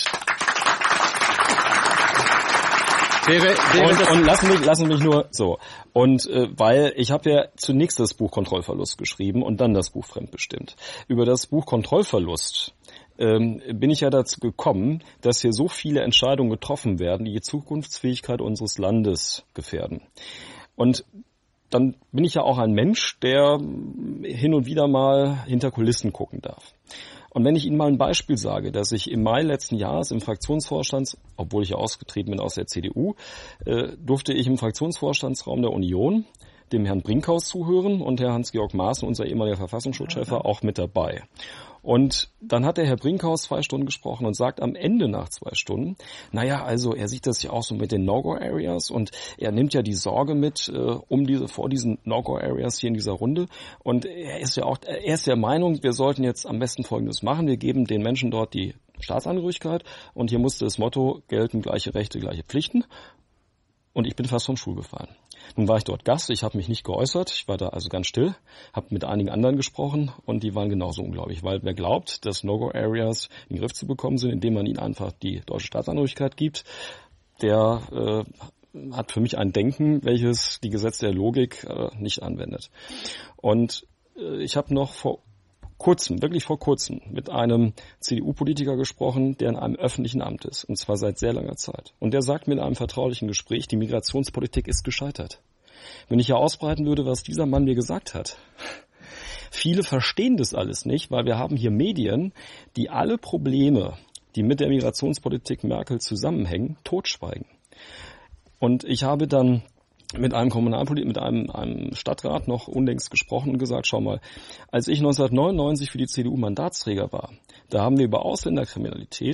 Wäre, wäre und, und lassen mich, lassen mich nur so. Und äh, weil ich habe ja zunächst das Buch Kontrollverlust geschrieben und dann das Buch Fremdbestimmt. Über das Buch Kontrollverlust ähm, bin ich ja dazu gekommen, dass hier so viele Entscheidungen getroffen werden, die die Zukunftsfähigkeit unseres Landes gefährden. Und dann bin ich ja auch ein Mensch, der hin und wieder mal hinter Kulissen gucken darf. Und wenn ich Ihnen mal ein Beispiel sage, dass ich im Mai letzten Jahres im Fraktionsvorstand, obwohl ich ja ausgetreten bin aus der C D U, äh, durfte ich im Fraktionsvorstandsraum der Union dem Herrn Brinkhaus zuhören und Herr Hans-Georg Maaßen, unser ehemaliger Verfassungsschutzchef, war auch mit dabei. Und dann hat der Herr Brinkhaus zwei Stunden gesprochen und sagt am Ende nach zwei Stunden, naja, also er sieht das ja auch so mit den No-Go-Areas und er nimmt ja die Sorge mit äh, um diese vor diesen No-Go-Areas hier in dieser Runde. Und er ist ja auch, er ist der Meinung, wir sollten jetzt am besten Folgendes machen. Wir geben den Menschen dort die Staatsangehörigkeit und hier musste das Motto gelten, gleiche Rechte, gleiche Pflichten. Und ich bin fast vom Stuhl gefallen. Nun war ich dort Gast, ich habe mich nicht geäußert, ich war da also ganz still, habe mit einigen anderen gesprochen und die waren genauso unglaublich, weil wer glaubt, dass No-Go-Areas in den Griff zu bekommen sind, indem man ihnen einfach die deutsche Staatsangehörigkeit gibt, der äh, hat für mich ein Denken, welches die Gesetze der Logik äh, nicht anwendet. Und äh, ich habe noch vor kurzem, wirklich vor kurzem, mit einem C D U-Politiker gesprochen, der in einem öffentlichen Amt ist, und zwar seit sehr langer Zeit. Und der sagt mir in einem vertraulichen Gespräch, die Migrationspolitik ist gescheitert. Wenn ich ja ausbreiten würde, was dieser Mann mir gesagt hat. Viele verstehen das alles nicht, weil wir haben hier Medien, die alle Probleme, die mit der Migrationspolitik Merkel zusammenhängen, totschweigen. Und ich habe dann mit einem Kommunalpolitiker, mit einem, einem Stadtrat noch unlängst gesprochen und gesagt, schau mal, als ich neunzehnhundertneunundneunzig für die C D U Mandatsträger war, da haben wir über Ausländerkriminalität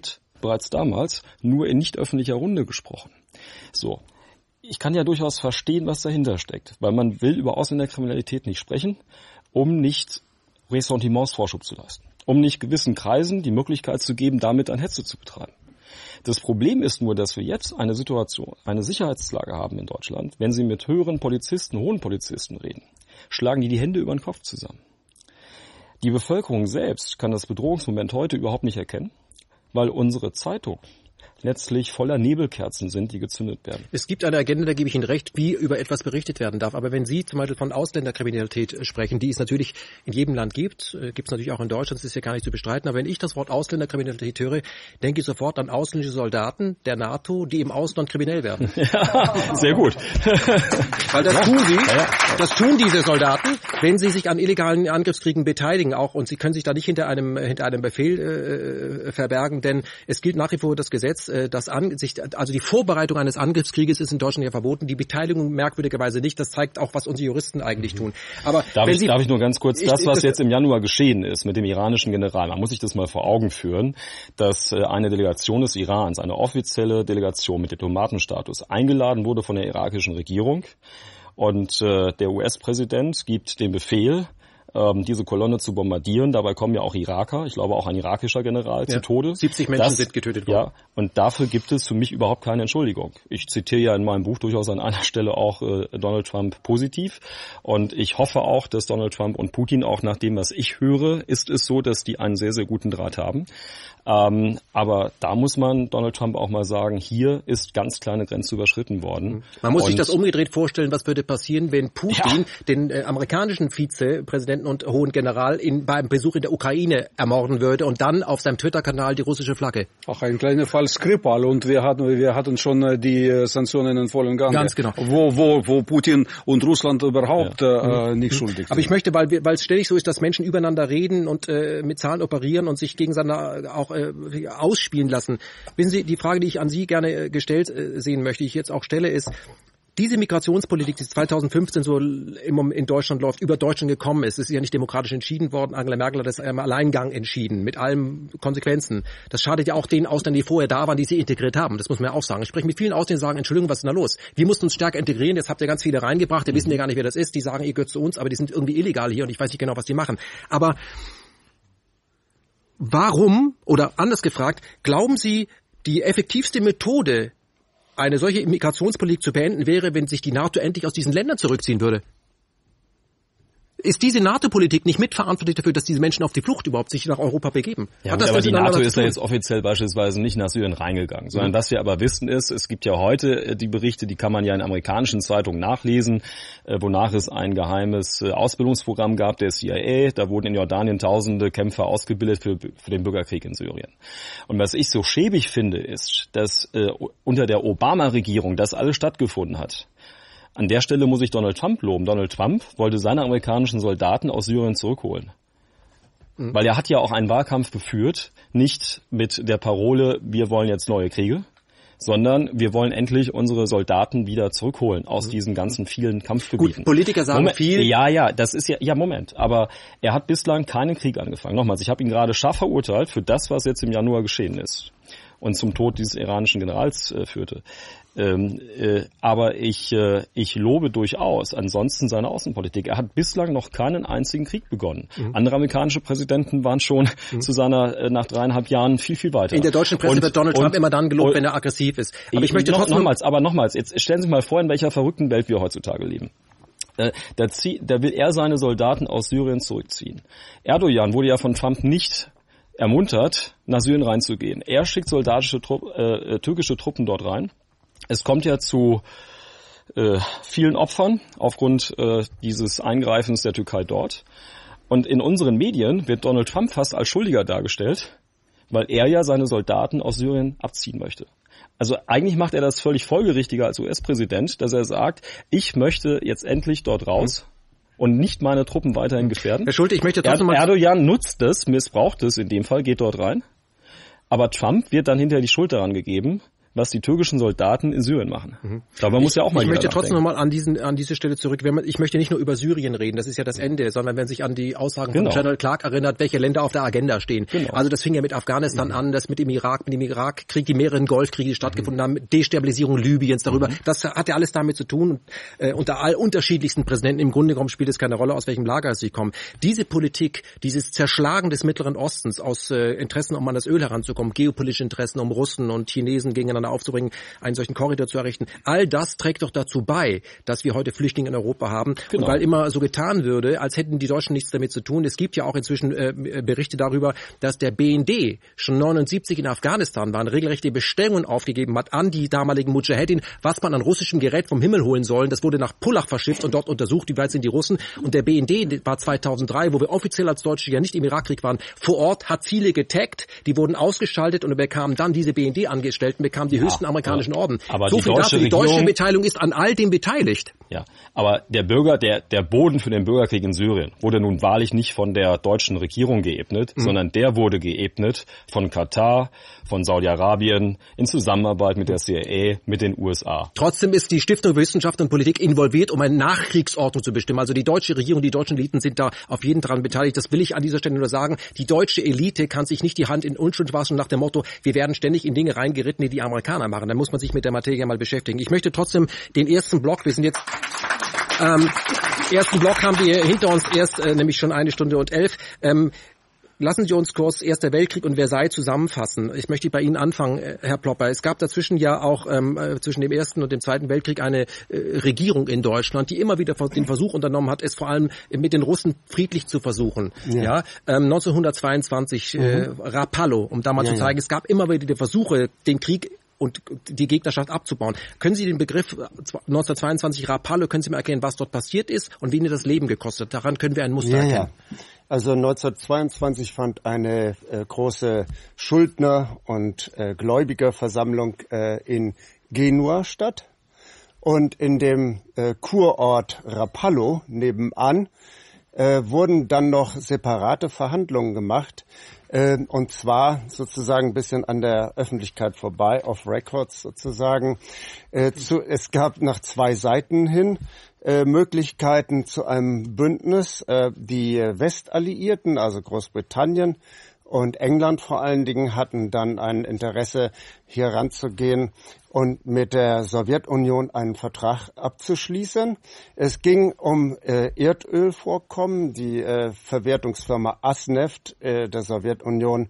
bereits damals nur in nicht öffentlicher Runde gesprochen. So. Ich kann ja durchaus verstehen, was dahinter steckt, weil man will über Ausländerkriminalität nicht sprechen, um nicht Ressentiments Vorschub zu leisten, um nicht gewissen Kreisen die Möglichkeit zu geben, damit ein Hetze zu betreiben. Das Problem ist nur, dass wir jetzt eine Situation, eine Sicherheitslage haben in Deutschland. Wenn Sie mit höheren Polizisten, hohen Polizisten reden, schlagen die die Hände über den Kopf zusammen. Die Bevölkerung selbst kann das Bedrohungsmoment heute überhaupt nicht erkennen, weil unsere Zeitung letztlich voller Nebelkerzen sind, die gezündet werden. Es gibt eine Agenda, da gebe ich Ihnen recht, wie über etwas berichtet werden darf. Aber wenn Sie zum Beispiel von Ausländerkriminalität sprechen, die es natürlich in jedem Land gibt, äh, gibt es natürlich auch in Deutschland, das ist ja gar nicht zu bestreiten. Aber wenn ich das Wort Ausländerkriminalität höre, denke ich sofort an ausländische Soldaten der NATO, die im Ausland kriminell werden. Ja, sehr gut. Weil das tun sie, das tun diese Soldaten, wenn sie sich an illegalen Angriffskriegen beteiligen auch. Und sie können sich da nicht hinter einem, hinter einem Befehl äh, verbergen, denn es gilt nach wie vor das Gesetz, das an, sich, also die Vorbereitung eines Angriffskrieges ist in Deutschland ja verboten, die Beteiligung merkwürdigerweise nicht. Das zeigt auch, was unsere Juristen eigentlich tun. Aber darf, wenn ich, Sie, darf ich nur ganz kurz, ich, das, was das, jetzt im Januar geschehen ist mit dem iranischen General, man muss sich das mal vor Augen führen, dass eine Delegation des Irans, eine offizielle Delegation mit Diplomatenstatus, eingeladen wurde von der irakischen Regierung und äh, der U S-Präsident gibt den Befehl, diese Kolonne zu bombardieren. Dabei kommen ja auch Iraker, ich glaube auch ein irakischer General, ja, zu Tode. siebzig Menschen das, sind getötet worden. Ja, und dafür gibt es für mich überhaupt keine Entschuldigung. Ich zitiere ja in meinem Buch durchaus an einer Stelle auch äh, Donald Trump positiv. Und ich hoffe auch, dass Donald Trump und Putin, auch nach dem, was ich höre, ist es so, dass die einen sehr, sehr guten Draht haben. Ähm, aber da muss man Donald Trump auch mal sagen, hier ist ganz kleine Grenze überschritten worden. Man muss und sich das umgedreht vorstellen, was würde passieren, wenn Putin ja. den äh, amerikanischen Vizepräsidenten und hohen General in, beim Besuch in der Ukraine ermorden würde und dann auf seinem Twitter-Kanal die russische Flagge. Ach, ein kleiner Fall Skripal und wir hatten, wir hatten schon die Sanktionen in vollem Gange. Ganz genau. Wo, wo, wo Putin und Russland überhaupt ja. äh, nicht mhm. schuldig sind. Aber ich möchte, weil, weil es ständig so ist, dass Menschen übereinander reden und äh, mit Zahlen operieren und sich gegenseitig auch äh, ausspielen lassen. Wissen Sie, die Frage, die ich an Sie gerne gestellt äh, sehen möchte, die ich jetzt auch stelle, ist, diese Migrationspolitik, die zweitausendfünfzehn so in Deutschland läuft, über Deutschland gekommen ist, ist ja nicht demokratisch entschieden worden. Angela Merkel hat das im Alleingang entschieden, mit allen Konsequenzen. Das schadet ja auch den Ausländern, die vorher da waren, die sie integriert haben. Das muss man ja auch sagen. Ich spreche mit vielen Ausländern, die sagen, Entschuldigung, was ist denn da los? Wir mussten uns stärker integrieren, jetzt habt ihr ganz viele reingebracht, wir wissen ja gar nicht, wer das ist. Die sagen, ihr gehört zu uns, aber die sind irgendwie illegal hier und ich weiß nicht genau, was die machen. Aber warum, oder anders gefragt, glauben Sie, die effektivste Methode, eine solche Immigrationspolitik zu beenden, wäre, wenn sich die NATO endlich aus diesen Ländern zurückziehen würde? Ist diese NATO-Politik nicht mitverantwortlich dafür, dass diese Menschen auf die Flucht überhaupt sich nach Europa begeben? Ja, aber die NATO ist ja jetzt offiziell beispielsweise nicht nach Syrien reingegangen, sondern mhm. was wir aber wissen ist, es gibt ja heute die Berichte, die kann man ja in amerikanischen Zeitungen nachlesen, wonach es ein geheimes Ausbildungsprogramm gab der C I A. Da wurden in Jordanien tausende Kämpfer ausgebildet für, für den Bürgerkrieg in Syrien. Und was ich so schäbig finde, ist, dass äh, unter der Obama-Regierung das alles stattgefunden hat. An der Stelle muss ich Donald Trump loben. Donald Trump wollte seine amerikanischen Soldaten aus Syrien zurückholen. Mhm. Weil er hat ja auch einen Wahlkampf geführt, nicht mit der Parole, wir wollen jetzt neue Kriege, sondern wir wollen endlich unsere Soldaten wieder zurückholen aus mhm. diesen ganzen vielen Kampfgebieten. Gut, Politiker sagen Moment, viel. Ja, ja, das ist ja, ja, Moment. Aber er hat bislang keinen Krieg angefangen. Nochmals, ich habe ihn gerade scharf verurteilt für das, was jetzt im Januar geschehen ist und zum Tod dieses iranischen Generals äh, führte. Ähm, äh, aber ich, äh, ich lobe durchaus ansonsten seine Außenpolitik. Er hat bislang noch keinen einzigen Krieg begonnen. Mhm. Andere amerikanische Präsidenten waren schon mhm. zu seiner, äh, nach dreieinhalb Jahren viel, viel weiter. In der deutschen Presse und, wird Donald Trump und, immer dann gelobt, und, wenn er aggressiv ist. Aber ich möchte noch, trotzdem... Nochmals, aber nochmals, jetzt stellen Sie sich mal vor, in welcher verrückten Welt wir heutzutage leben. Äh, da, zieh, da will er seine Soldaten aus Syrien zurückziehen. Erdogan wurde ja von Trump nicht ermuntert, nach Syrien reinzugehen. Er schickt soldatische Trupp, äh, türkische Truppen dort rein. Es kommt ja zu äh, vielen Opfern aufgrund äh, dieses Eingreifens der Türkei dort. Und in unseren Medien wird Donald Trump fast als Schuldiger dargestellt, weil er ja seine Soldaten aus Syrien abziehen möchte. Also eigentlich macht er das völlig folgerichtiger als U S-Präsident, dass er sagt, ich möchte jetzt endlich dort raus. Mhm. Und nicht meine Truppen weiterhin gefährden. Herr Schulte, ich möchte trotzdem mal... Erdogan nutzt es, missbraucht es in dem Fall, geht dort rein. Aber Trump wird dann hinterher die Schuld daran gegeben, was die türkischen Soldaten in Syrien machen. Mhm. Dabei muss ja auch mal Ich möchte nachdenken. trotzdem nochmal an diesen, an diese Stelle zurück. Wenn man, ich möchte nicht nur über Syrien reden, das ist ja das Ende, sondern wenn sich an die Aussagen genau. von General Clark erinnert, welche Länder auf der Agenda stehen. Genau. Also das fing ja mit Afghanistan mhm. an, das mit dem Irak, mit dem Irakkrieg, die mehreren Golfkriege, die stattgefunden mhm. haben, Destabilisierung Libyens darüber. Mhm. Das hat ja alles damit zu tun. Äh, unter all unterschiedlichsten Präsidenten, im Grunde genommen spielt es keine Rolle, aus welchem Lager sie kommen. Diese Politik, dieses Zerschlagen des Mittleren Ostens aus äh, Interessen, um an das Öl heranzukommen, geopolitische Interessen, um Russen und Chinesen gegeneinander aufzubringen, einen solchen Korridor zu errichten, all das trägt doch dazu bei, dass wir heute Flüchtlinge in Europa haben. Genau. Und weil immer so getan würde, als hätten die Deutschen nichts damit zu tun. Es gibt ja auch inzwischen äh, Berichte darüber, dass der B N D schon neunundsiebzig in Afghanistan war, regelrechte Bestellungen aufgegeben hat an die damaligen Mujahedin, was man an russischem Gerät vom Himmel holen sollen. Das wurde nach Pullach verschifft und dort untersucht, wie weit sind die Russen. Und der B N D war zweitausenddrei, wo wir offiziell als Deutsche ja nicht im Irakkrieg waren, vor Ort, hat viele getaggt, die wurden ausgeschaltet und bekamen dann diese B N D-Angestellten, bekamen die ja, höchsten amerikanischen ja. Orden. Aber so die viel deutsche dazu, die deutsche Regierung, Beteiligung ist an all dem beteiligt. Ja, aber der Bürger, der, der Boden für den Bürgerkrieg in Syrien wurde nun wahrlich nicht von der deutschen Regierung geebnet, mhm. sondern der wurde geebnet von Katar, von Saudi-Arabien, in Zusammenarbeit mit der C I A, mit den U S A. Trotzdem ist die Stiftung für Wissenschaft und Politik involviert, um eine Nachkriegsordnung zu bestimmen. Also die deutsche Regierung, die deutschen Eliten sind da auf jeden daran beteiligt. Das will ich an dieser Stelle nur sagen. Die deutsche Elite kann sich nicht die Hand in Unschuld waschen nach dem Motto, wir werden ständig in Dinge reingeritten, die die Amerikaner machen. Da muss man sich mit der Materie mal beschäftigen. Ich möchte trotzdem den ersten Block, wir sind jetzt ähm, ersten Block haben wir hinter uns erst, äh, nämlich schon eine Stunde und elf. Ähm, Lassen Sie uns kurz Erster Weltkrieg und Versailles zusammenfassen. Ich möchte bei Ihnen anfangen, Herr Plopper. Es gab dazwischen ja auch ähm, zwischen dem Ersten und dem Zweiten Weltkrieg eine äh, Regierung in Deutschland, die immer wieder den Versuch unternommen hat, es vor allem mit den Russen friedlich zu versuchen. Ja, ja ähm, neunzehnhundertzweiundzwanzig mhm. äh, Rapallo, um da mal ja, zu zeigen, ja. es gab immer wieder die Versuche, den Krieg und die Gegnerschaft abzubauen. Können Sie den Begriff neunzehnhundertzweiundzwanzig Rapallo, können Sie mir erklären, was dort passiert ist und wen das Leben gekostet? Daran können wir ein Muster ja, erkennen. Ja. Also neunzehnhundertzweiundzwanzig fand eine äh, große Schuldner- und äh, Gläubigerversammlung äh, in Genua statt. Und in dem äh, Kurort Rapallo nebenan äh, wurden dann noch separate Verhandlungen gemacht. Äh, und zwar sozusagen ein bisschen an der Öffentlichkeit vorbei, off records sozusagen. Äh, zu, es gab nach zwei Seiten hin Äh, Möglichkeiten zu einem Bündnis. Äh, die Westalliierten, also Großbritannien und England vor allen Dingen, hatten dann ein Interesse, hier ranzugehen und mit der Sowjetunion einen Vertrag abzuschließen. Es ging um äh, Erdölvorkommen. Die äh, Verwertungsfirma Asneft äh, der Sowjetunion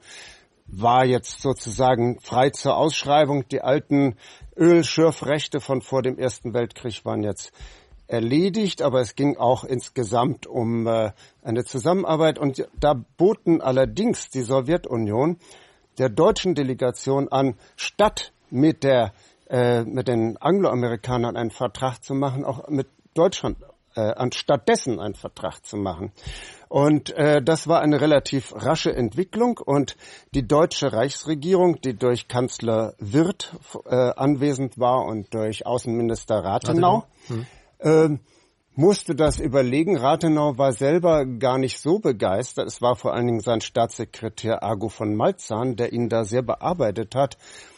war jetzt sozusagen frei zur Ausschreibung. Die alten Ölschürfrechte von vor dem Ersten Weltkrieg waren jetzt erledigt, aber es ging auch insgesamt um äh, eine Zusammenarbeit. Und da boten allerdings die Sowjetunion der deutschen Delegation an, statt mit der äh, mit den Angloamerikanern einen Vertrag zu machen, auch mit Deutschland äh, anstattdessen einen Vertrag zu machen. Und äh, das war eine relativ rasche Entwicklung und die deutsche Reichsregierung, die durch Kanzler Wirth äh, anwesend war und durch Außenminister Rathenau, hm. Ähm, musste das überlegen. Rathenau war selber gar nicht so begeistert. Es war vor allen Dingen sein Staatssekretär Argo von Maltzahn, der ihn da sehr bearbeitet hat,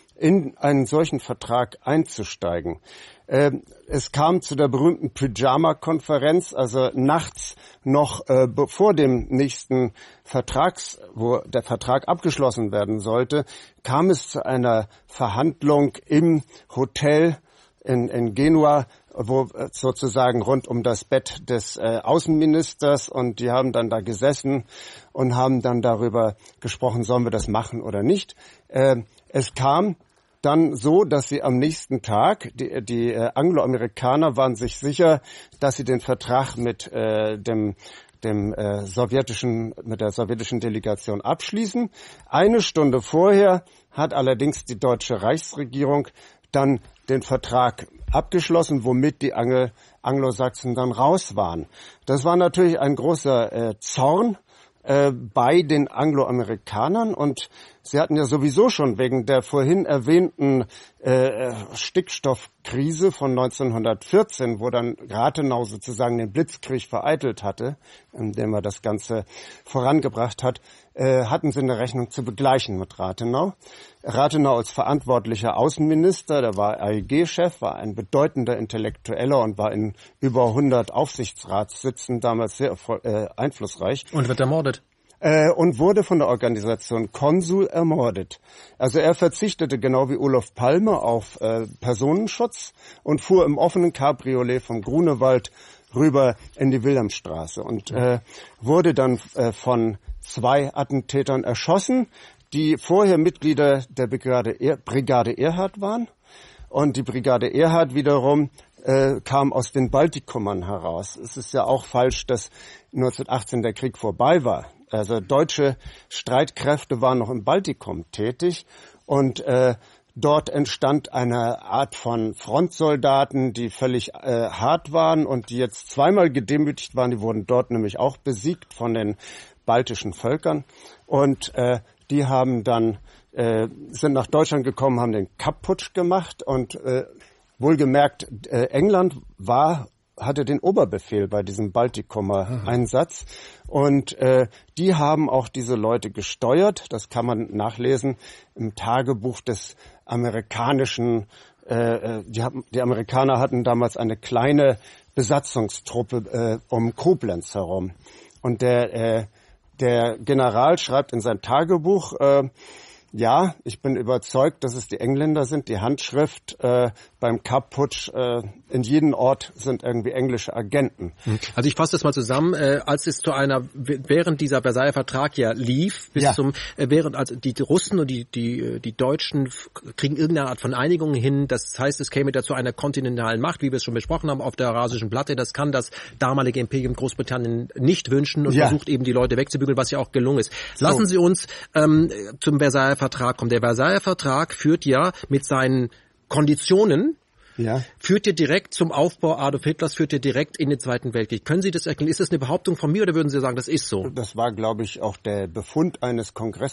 in einen solchen Vertrag einzusteigen. Ähm, es kam zu der berühmten Pyjama-Konferenz, also nachts noch äh, vor dem nächsten Vertrags, wo der Vertrag abgeschlossen werden sollte, kam es zu einer Verhandlung im Hotel in, in Genua, wo sozusagen rund um das Bett des äh, Außenministers, und die haben dann da gesessen und haben dann darüber gesprochen, sollen wir das machen oder nicht. Äh, es kam dann so, dass sie am nächsten Tag, die, die äh, Angloamerikaner waren sich sicher, dass sie den Vertrag mit äh, dem dem äh, sowjetischen mit der sowjetischen Delegation abschließen. Eine Stunde vorher hat allerdings die deutsche Reichsregierung dann den Vertrag abgeschlossen, womit die Anglo- Anglosachsen dann raus waren. Das war natürlich ein großer äh, Zorn äh, bei den Angloamerikanern, und sie hatten ja sowieso schon wegen der vorhin erwähnten äh, Stickstoffkrise von neunzehnhundertvierzehn, wo dann Rathenau sozusagen den Blitzkrieg vereitelt hatte, indem er das Ganze vorangebracht hat, äh, hatten sie eine Rechnung zu begleichen mit Rathenau. Rathenau als verantwortlicher Außenminister, der war A E G-Chef, war ein bedeutender Intellektueller und war in über hundert Aufsichtsratssitzen damals sehr äh, einflussreich. Und wird ermordet. Äh, und wurde von der Organisation Konsul ermordet. Also er verzichtete genau wie Olof Palme auf äh, Personenschutz und fuhr im offenen Cabriolet vom Grunewald rüber in die Wilhelmstraße und äh, wurde dann äh, von zwei Attentätern erschossen, die vorher Mitglieder der Brigade, er- Brigade Erhard waren. Und die Brigade Erhard wiederum äh, kam aus den Baltikumern heraus. Es ist ja auch falsch, dass neunzehnhundertachtzehn der Krieg vorbei war. Also deutsche Streitkräfte waren noch im Baltikum tätig und äh, dort entstand eine Art von Frontsoldaten, die völlig äh, hart waren und die jetzt zweimal gedemütigt waren. Die wurden dort nämlich auch besiegt von den baltischen Völkern und äh, die haben dann äh, sind nach Deutschland gekommen, haben den Kapp-Putsch gemacht und äh, wohlgemerkt äh, England war hatte den Oberbefehl bei diesem Baltikumer Einsatz und äh, die haben auch diese Leute gesteuert. Das kann man nachlesen im Tagebuch des amerikanischen. Äh, die, die Amerikaner hatten damals eine kleine Besatzungstruppe äh, um Koblenz herum und der äh, der General schreibt in sein Tagebuch: äh, Ja, ich bin überzeugt, dass es die Engländer sind. Die Handschrift äh, beim Kapp-Putsch, äh, in jedem Ort sind irgendwie englische Agenten. Also ich fasse das mal zusammen, äh, als es zu einer, während dieser Versailler Vertrag ja lief, bis Ja. zum, äh, während also die, die Russen und die, die, die Deutschen f- kriegen irgendeine Art von Einigung hin, das heißt, es käme dazu einer kontinentalen Macht, wie wir es schon besprochen haben, auf der Eurasischen Platte, das kann das damalige Imperium Großbritannien nicht wünschen und Ja. versucht eben die Leute wegzubügeln, was ja auch gelungen ist. Lassen Sie uns ähm, zum Versailler Vertrag kommen. Der Versailler Vertrag führt ja mit seinen Konditionen, Ja. führt ihr direkt zum Aufbau Adolf Hitlers, führt ihr direkt in den Zweiten Weltkrieg. Können Sie das erklären? Ist das eine Behauptung von mir oder würden Sie sagen, das ist so? Das war, glaube ich, auch der Befund eines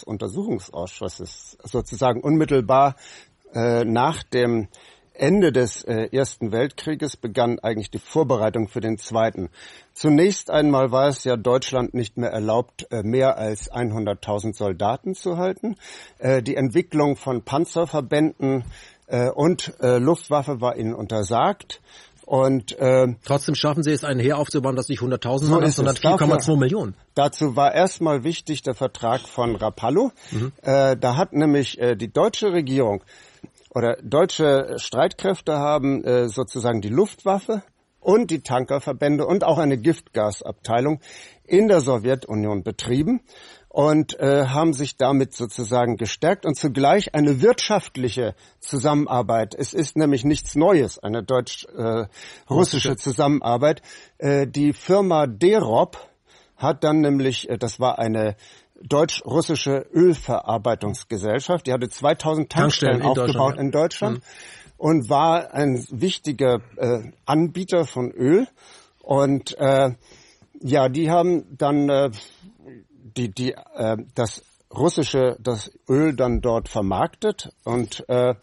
Kongressuntersuchungsausschusses. Sozusagen unmittelbar äh, nach dem Ende des äh, Ersten Weltkrieges begann eigentlich die Vorbereitung für den Zweiten. Zunächst einmal war es ja Deutschland nicht mehr erlaubt, äh, mehr als hunderttausend Soldaten zu halten. Äh, die Entwicklung von Panzerverbänden äh, und äh, Luftwaffe war ihnen untersagt. Und äh, Trotzdem schaffen Sie es, ein Heer aufzubauen, das nicht hunderttausend So Mann ist ist, sondern es. vier Komma zwei Dafür- Millionen. Dazu war erstmal wichtig der Vertrag von Rapallo. Mhm. Äh, da hat nämlich äh, die deutsche Regierung oder deutsche Streitkräfte haben äh, sozusagen die Luftwaffe und die Tankerverbände und auch eine Giftgasabteilung in der Sowjetunion betrieben und äh, haben sich damit sozusagen gestärkt und zugleich eine wirtschaftliche Zusammenarbeit. Es ist nämlich nichts Neues, eine deutsch-russische äh, Zusammenarbeit. Äh, die Firma Derob hat dann nämlich, äh, das war eine deutsch-russische Ölverarbeitungsgesellschaft, die hatte zweitausend Tankstellen, Tankstellen in aufgebaut Deutschland, ja. in Deutschland Mhm. und war ein wichtiger äh, Anbieter von Öl. Und äh, ja, die haben dann äh, die die äh, das russische das Öl dann dort vermarktet und äh,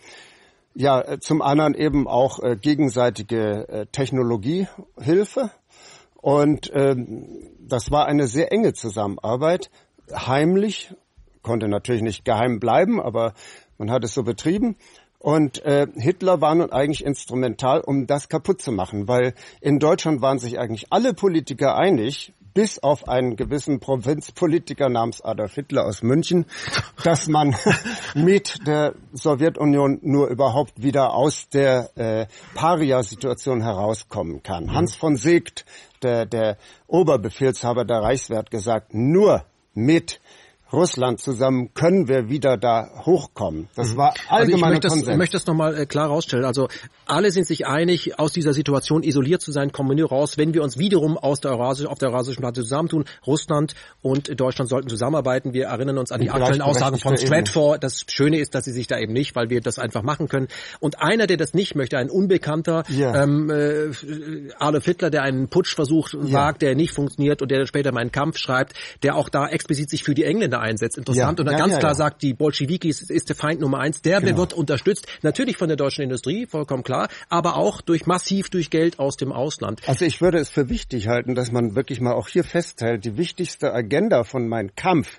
ja zum anderen eben auch äh, gegenseitige äh, Technologiehilfe. Und äh, das war eine sehr enge Zusammenarbeit, heimlich, konnte natürlich nicht geheim bleiben, aber man hat es so betrieben. Und äh, Hitler war nun eigentlich instrumental, um das kaputt zu machen, weil in Deutschland waren sich eigentlich alle Politiker einig, bis auf einen gewissen Provinzpolitiker namens Adolf Hitler aus München, dass man mit der Sowjetunion nur überhaupt wieder aus der äh, Paria-Situation herauskommen kann. Hans von Seeckt, der, der Oberbefehlshaber der Reichswehr, hat gesagt, nur mit Russland zusammen können wir wieder da hochkommen. Das war allgemeiner also ich möchte Konsens. Das, ich möchte das nochmal äh, klar rausstellen. Also alle sind sich einig, aus dieser Situation isoliert zu sein, kommen wir nur raus, wenn wir uns wiederum aus der Eurasisch, auf der Eurasischen Platte zusammentun. Russland und Deutschland sollten zusammenarbeiten. Wir erinnern uns an die In aktuellen Aussagen von gleichberechtigter Stratfor. Das Schöne ist, dass sie sich da eben nicht, weil wir das einfach machen können. Und einer, der das nicht möchte, ein Unbekannter, Ja. ähm, äh, Adolf Hitler, der einen Putschversuch Ja. wagt, der nicht funktioniert und der später meinen Kampf schreibt, der auch da explizit sich für die Engländer einsetzt. Interessant. Ja. Und dann Ja, ganz ja, klar ja. sagt, die Bolschewikis ist der Feind Nummer eins. Der Genau. wird unterstützt, natürlich von der deutschen Industrie, vollkommen klar, aber auch durch massiv durch Geld aus dem Ausland. Also ich würde es für wichtig halten, dass man wirklich mal auch hier festhält, die wichtigste Agenda von Mein Kampf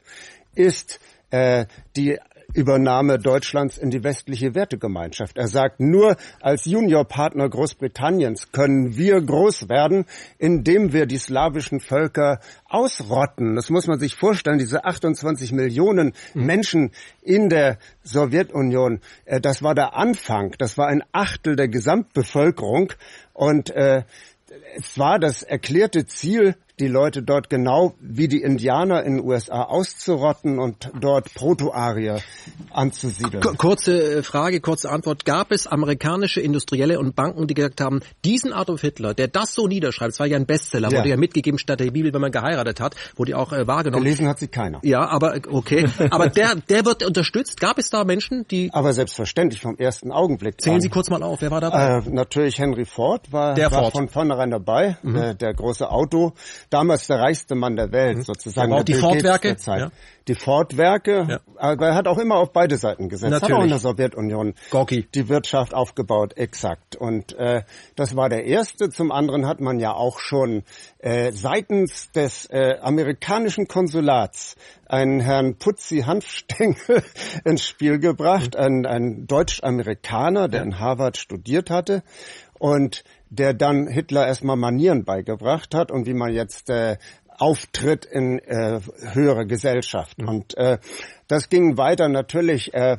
ist äh, die Übernahme Deutschlands in die westliche Wertegemeinschaft. Er sagt, nur als Juniorpartner Großbritanniens können wir groß werden, indem wir die slawischen Völker ausrotten. Das muss man sich vorstellen, diese achtundzwanzig Millionen Menschen in der Sowjetunion, äh, das war der Anfang, das war ein Achtel der Gesamtbevölkerung und äh, es war das erklärte Ziel, die Leute dort genau wie die Indianer in den U S A auszurotten und dort Proto-Arier anzusiedeln. Kurze Frage, kurze Antwort. Gab es amerikanische Industrielle und Banken, die gesagt haben, diesen Adolf Hitler, der das so niederschreibt, es war ja ein Bestseller, ja. wurde ja mitgegeben statt der Bibel, wenn man geheiratet hat, wurde ja auch äh, wahrgenommen. Gelesen hat sie keiner. Ja, aber okay. Aber der, der wird unterstützt. Gab es da Menschen, die... Aber selbstverständlich vom ersten Augenblick. Zählen Sie kurz mal auf, wer war dabei? Äh, natürlich Henry Ford war, der war Ford. von vornherein dabei, mhm. der, der große Auto. Damals der reichste Mann der Welt, mhm. sozusagen. Aber auch die Ford-Werke? Ja. Die Ford-Werke, ja. aber er hat auch immer auf beide Seiten gesetzt. Natürlich. Hat auch in der Sowjetunion Gorki. die Wirtschaft aufgebaut, exakt. Und äh, das war der erste. Zum anderen hat man ja auch schon äh, seitens des äh, amerikanischen Konsulats einen Herrn Putzi Hanfstengel ins Spiel gebracht, mhm. ein, ein Deutsch-Amerikaner, der ja. in Harvard studiert hatte. Und der dann Hitler erstmal Manieren beigebracht hat und wie man jetzt äh, auftritt in äh, höhere Gesellschaft. Mhm. Und äh, das ging weiter natürlich, äh,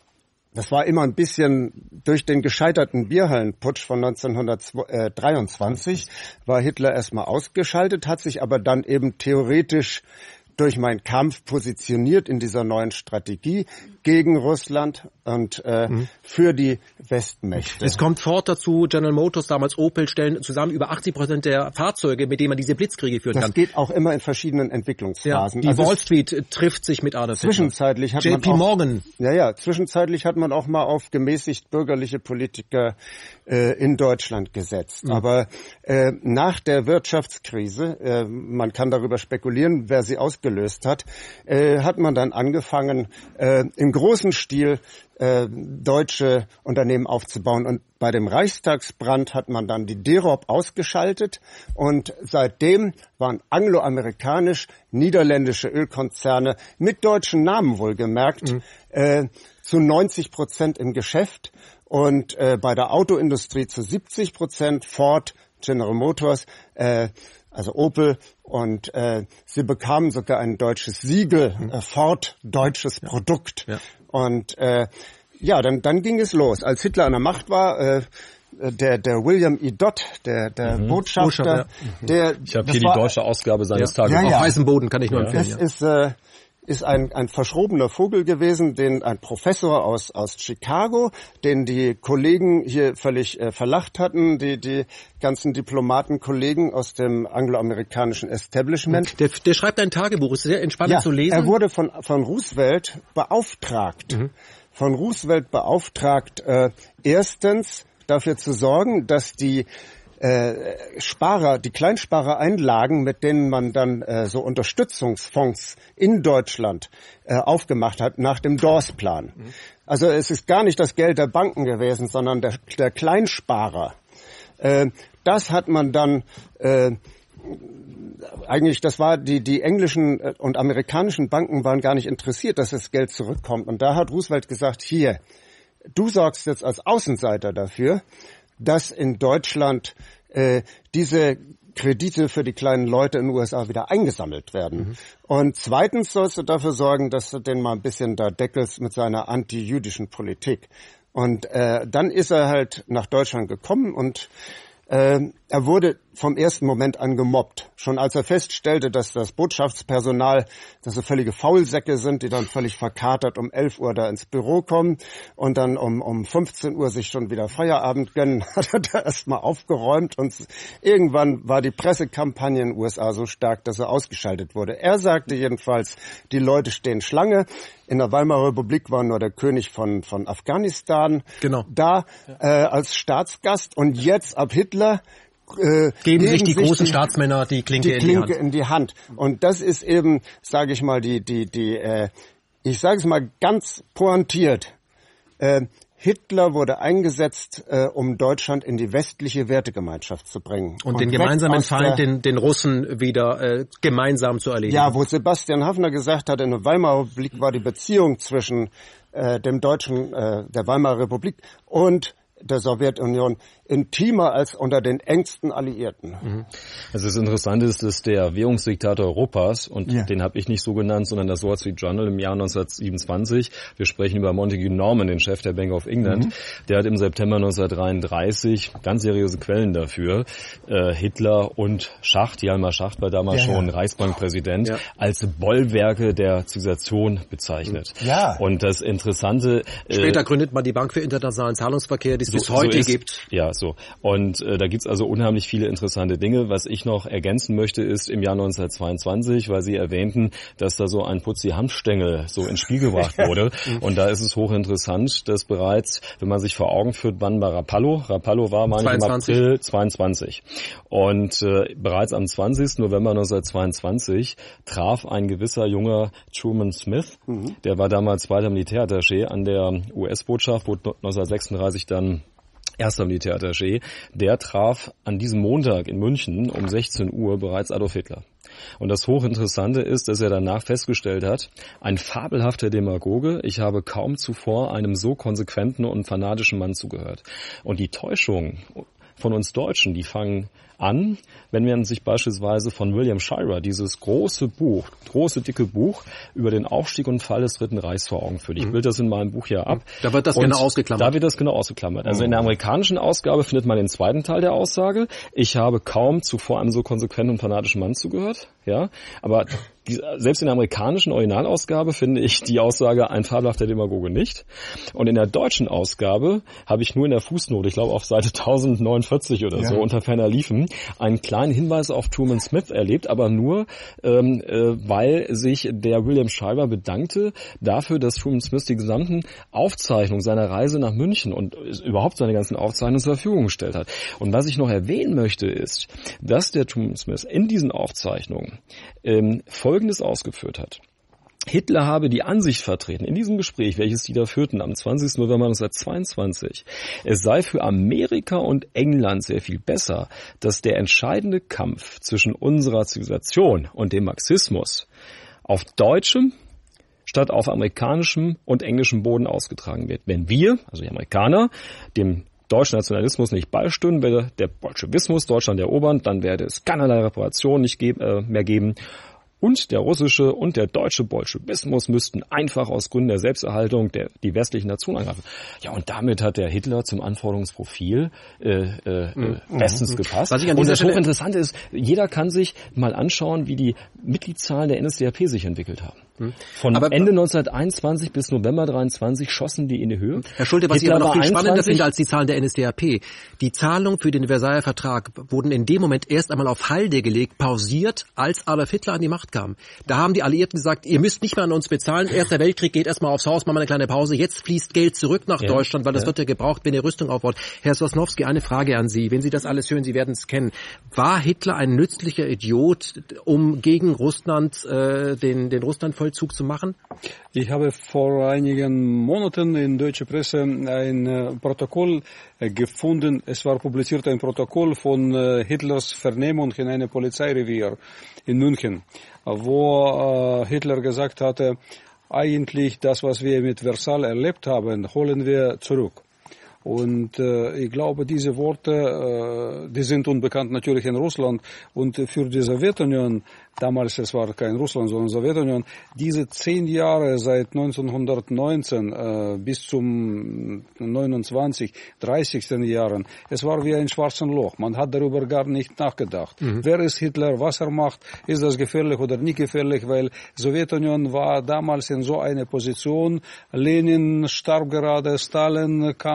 das war immer ein bisschen durch den gescheiterten Bierhallenputsch von neunzehnhundertdreiundzwanzig, war Hitler erstmal ausgeschaltet, hat sich aber dann eben theoretisch durch meinen Kampf positioniert in dieser neuen Strategie gegen Russland und äh, mhm. für die Westmächte. Es kommt Ford dazu, General Motors, damals Opel, stellen zusammen über achtzig Prozent der Fahrzeuge, mit denen man diese Blitzkriege führen das kann. Das geht auch immer in verschiedenen Entwicklungsphasen. Ja, die also Wall Street trifft sich mit Adolf Hitler. Zwischenzeitlich hat J P man auch, Morgan. Ja, ja, zwischenzeitlich hat man auch mal auf gemäßigt bürgerliche Politiker äh, in Deutschland gesetzt. Mhm. Aber äh, nach der Wirtschaftskrise, äh, man kann darüber spekulieren, wer sie ausgelöst hat, äh, hat man dann angefangen, äh, im großen Stil äh, deutsche Unternehmen aufzubauen. Und bei dem Reichstagsbrand hat man dann die D R O P ausgeschaltet und seitdem waren angloamerikanisch-niederländische Ölkonzerne mit deutschen Namen wohlgemerkt mhm. äh, zu neunzig Prozent im Geschäft und äh, bei der Autoindustrie zu siebzig Prozent, Ford, General Motors, äh, also Opel, und äh, sie bekamen sogar ein deutsches Siegel, äh, Ford, deutsches ja. Produkt. Ja. Und äh, ja, dann, dann ging es los. Als Hitler an der Macht war, äh, der, der William E. Dodd, der, der mhm. Botschafter, Botschafter ja. der... Ich habe hier die deutsche Ausgabe seines ja. Tages. Ja, ja. Auf heißem Boden kann ich nur ja. empfehlen. Das ja. ist... Äh, ist ein, ein verschrobener Vogel gewesen, den ein Professor aus, aus Chicago, den die Kollegen hier völlig äh, verlacht hatten, die, die ganzen Diplomatenkollegen aus dem angloamerikanischen Establishment. Der, der schreibt ein Tagebuch, ist sehr entspannend ja, zu lesen. Er wurde von, von Roosevelt beauftragt, mhm. von Roosevelt beauftragt, äh, erstens dafür zu sorgen, dass die Äh, Sparer, die Kleinsparereinlagen, mit denen man dann äh, so Unterstützungsfonds in Deutschland äh, aufgemacht hat, nach dem Dawes-Plan. Mhm. Also es ist gar nicht das Geld der Banken gewesen, sondern der, der Kleinsparer. Äh, das hat man dann äh, eigentlich, das war die, die englischen und amerikanischen Banken waren gar nicht interessiert, dass das Geld zurückkommt. Und da hat Roosevelt gesagt, hier, du sorgst jetzt als Außenseiter dafür, dass in Deutschland äh, diese Kredite für die kleinen Leute in den U S A wieder eingesammelt werden. Mhm. Und zweitens sollst du dafür sorgen, dass du den mal ein bisschen da deckelst mit seiner anti-jüdischen Politik. Und äh, dann ist er halt nach Deutschland gekommen und äh, er wurde vom ersten Moment an gemobbt. Schon als er feststellte, dass das Botschaftspersonal, dass so völlige Faulsäcke sind, die dann völlig verkatert um elf Uhr da ins Büro kommen und dann um, um fünfzehn Uhr sich schon wieder Feierabend gönnen, hat er da erstmal aufgeräumt und irgendwann war die Pressekampagne in den U S A so stark, dass er ausgeschaltet wurde. Er sagte jedenfalls, die Leute stehen Schlange. In der Weimarer Republik war nur der König von, von Afghanistan genau. da äh, als Staatsgast und jetzt ab Hitler Äh, geben sich die sich großen die, Staatsmänner die Klinke, die in, Klinke die Hand. in die Hand. Und das ist eben, sage ich mal, die, die, die, äh, ich sage es mal ganz pointiert, Äh, Hitler wurde eingesetzt, äh, um Deutschland in die westliche Wertegemeinschaft zu bringen. Und, und den gemeinsamen Feind, den, den Russen, wieder äh, gemeinsam zu erledigen. Ja, wo Sebastian Haffner gesagt hat, in der Weimarer Republik war die Beziehung zwischen äh, dem Deutschen, äh, der Weimarer Republik und der Sowjetunion intimer als unter den engsten Alliierten. Also das Interessante ist, dass der Währungsdiktator Europas, und ja. den habe ich nicht so genannt, sondern das Wall Street Journal im Jahr neunzehnhundertsiebenundzwanzig, wir sprechen über Montague Norman, den Chef der Bank of England, mhm. der hat im September neunzehnhundertdreiunddreißig, ganz seriöse Quellen dafür, äh, Hitler und Schacht, Hjalmar Schacht war damals ja, schon ja. Reichsbankpräsident, ja. als Bollwerke der Zivilisation bezeichnet. Ja. Und das Interessante... Äh, Später gründet man die Bank für internationalen Zahlungsverkehr, die es so, bis heute so ist, gibt. Ja, so. Und äh, da gibt's also unheimlich viele interessante Dinge. Was ich noch ergänzen möchte, ist im Jahr neunzehnhundertzweiundzwanzig, weil Sie erwähnten, dass da so ein Putzi-Hanfstängel so ins Spiel gebracht wurde. Und da ist es hochinteressant, dass bereits, wenn man sich vor Augen führt, wann war Rapallo? Rapallo war, meine ich, im April zweiundzwanzig. Und äh, bereits am zwanzigsten November neunzehnhundertzweiundzwanzig traf ein gewisser junger Truman Smith, mhm. der war damals zweiter Militärattaché an der U S-Botschaft, wurde neunzehnhundertsechsunddreißig dann erster Militärattaché, der traf an diesem Montag in München um sechzehn Uhr bereits Adolf Hitler. Und das Hochinteressante ist, dass er danach festgestellt hat, ein fabelhafter Demagoge, ich habe kaum zuvor einem so konsequenten und fanatischen Mann zugehört. Und die Täuschung von uns Deutschen, die fangen an, wenn man sich beispielsweise von William Shirer dieses große Buch, große dicke Buch über den Aufstieg und Fall des Dritten Reichs vor Augen führt. Ich bilde das in meinem Buch hier ab. Da wird das und genau ausgeklammert. Da wird das genau ausgeklammert. Also in der amerikanischen Ausgabe findet man den zweiten Teil der Aussage. Ich habe kaum zuvor einem so konsequenten und fanatischen Mann zugehört. Ja, aber die, selbst in der amerikanischen Originalausgabe finde ich die Aussage ein fabelhafter Demagoge nicht. Und in der deutschen Ausgabe habe ich nur in der Fußnote, ich glaube auf Seite tausendneunundvierzig oder ja. so, unter ferner liefen, einen kleinen Hinweis auf Truman Smith erlebt, aber nur, ähm, äh, weil sich der William Shirer bedankte dafür, dass Truman Smith die gesamten Aufzeichnungen seiner Reise nach München und überhaupt seine ganzen Aufzeichnungen zur Verfügung gestellt hat. Und was ich noch erwähnen möchte, ist, dass der Truman Smith in diesen Aufzeichnungen ähm, Folgendes ausgeführt hat. Hitler habe die Ansicht vertreten, in diesem Gespräch, welches die da führten am zwanzigsten November neunzehnhundertzweiundzwanzig, es sei für Amerika und England sehr viel besser, dass der entscheidende Kampf zwischen unserer Zivilisation und dem Marxismus auf deutschem statt auf amerikanischem und englischem Boden ausgetragen wird. Wenn wir, also die Amerikaner, dem deutschen Nationalismus nicht beistünden, werde der Bolschewismus Deutschland erobern, dann werde es keinerlei Reparation nicht ge- äh, mehr geben. Und der russische und der deutsche Bolschewismus müssten einfach aus Gründen der Selbsterhaltung der, die westlichen Nationen angreifen. Ja, und damit hat der Hitler zum Anforderungsprofil äh, äh, mhm. bestens gepasst. Was ich an und das Stelle Hochinteressante ist, jeder kann sich mal anschauen, wie die Mitgliedszahlen der N S D A P sich entwickelt haben. Von aber Ende neunzehnhunderteinundzwanzig bis November dreiundzwanzig schossen die in die Höhe. Herr Schulte, was Hitler ich aber noch viel spannender finde als die Zahlen der N S D A P. Die Zahlungen für den Versailler Vertrag wurden in dem Moment erst einmal auf Halde gelegt, pausiert, als Adolf Hitler an die Macht kam. Da haben die Alliierten gesagt, ihr müsst nicht mehr an uns bezahlen. Erster Weltkrieg geht erstmal aufs Haus, machen wir eine kleine Pause. Jetzt fließt Geld zurück nach ja, Deutschland, weil das ja. wird ja gebraucht, wenn ihr Rüstung aufbaut. Herr Sosnowski, eine Frage an Sie. Wenn Sie das alles hören, Sie werden es kennen. War Hitler ein nützlicher Idiot, um gegen Russland äh, den, den Russlandvollzug zu machen? Ich habe vor einigen Monaten in deutscher Presse ein äh, Protokoll äh, gefunden. Es war publiziert ein Protokoll von äh, Hitlers Vernehmung in einem Polizeirevier in München, wo äh, Hitler gesagt hatte, eigentlich das, was wir mit Versailles erlebt haben, holen wir zurück. Und äh, ich glaube, diese Worte, äh, die sind unbekannt natürlich in Russland und für die Sowjetunion, damals es war kein Russland, sondern Sowjetunion, diese zehn Jahre seit neunzehnhundertneunzehn äh, bis zum neunundzwanzig, dreißigsten Jahren, es war wie ein schwarzes Loch. Man hat darüber gar nicht nachgedacht. Mhm. Wer ist Hitler, was er macht, ist das gefährlich oder nicht gefährlich, weil Sowjetunion war damals in so einer Position, Lenin starb gerade, Stalin kam an dem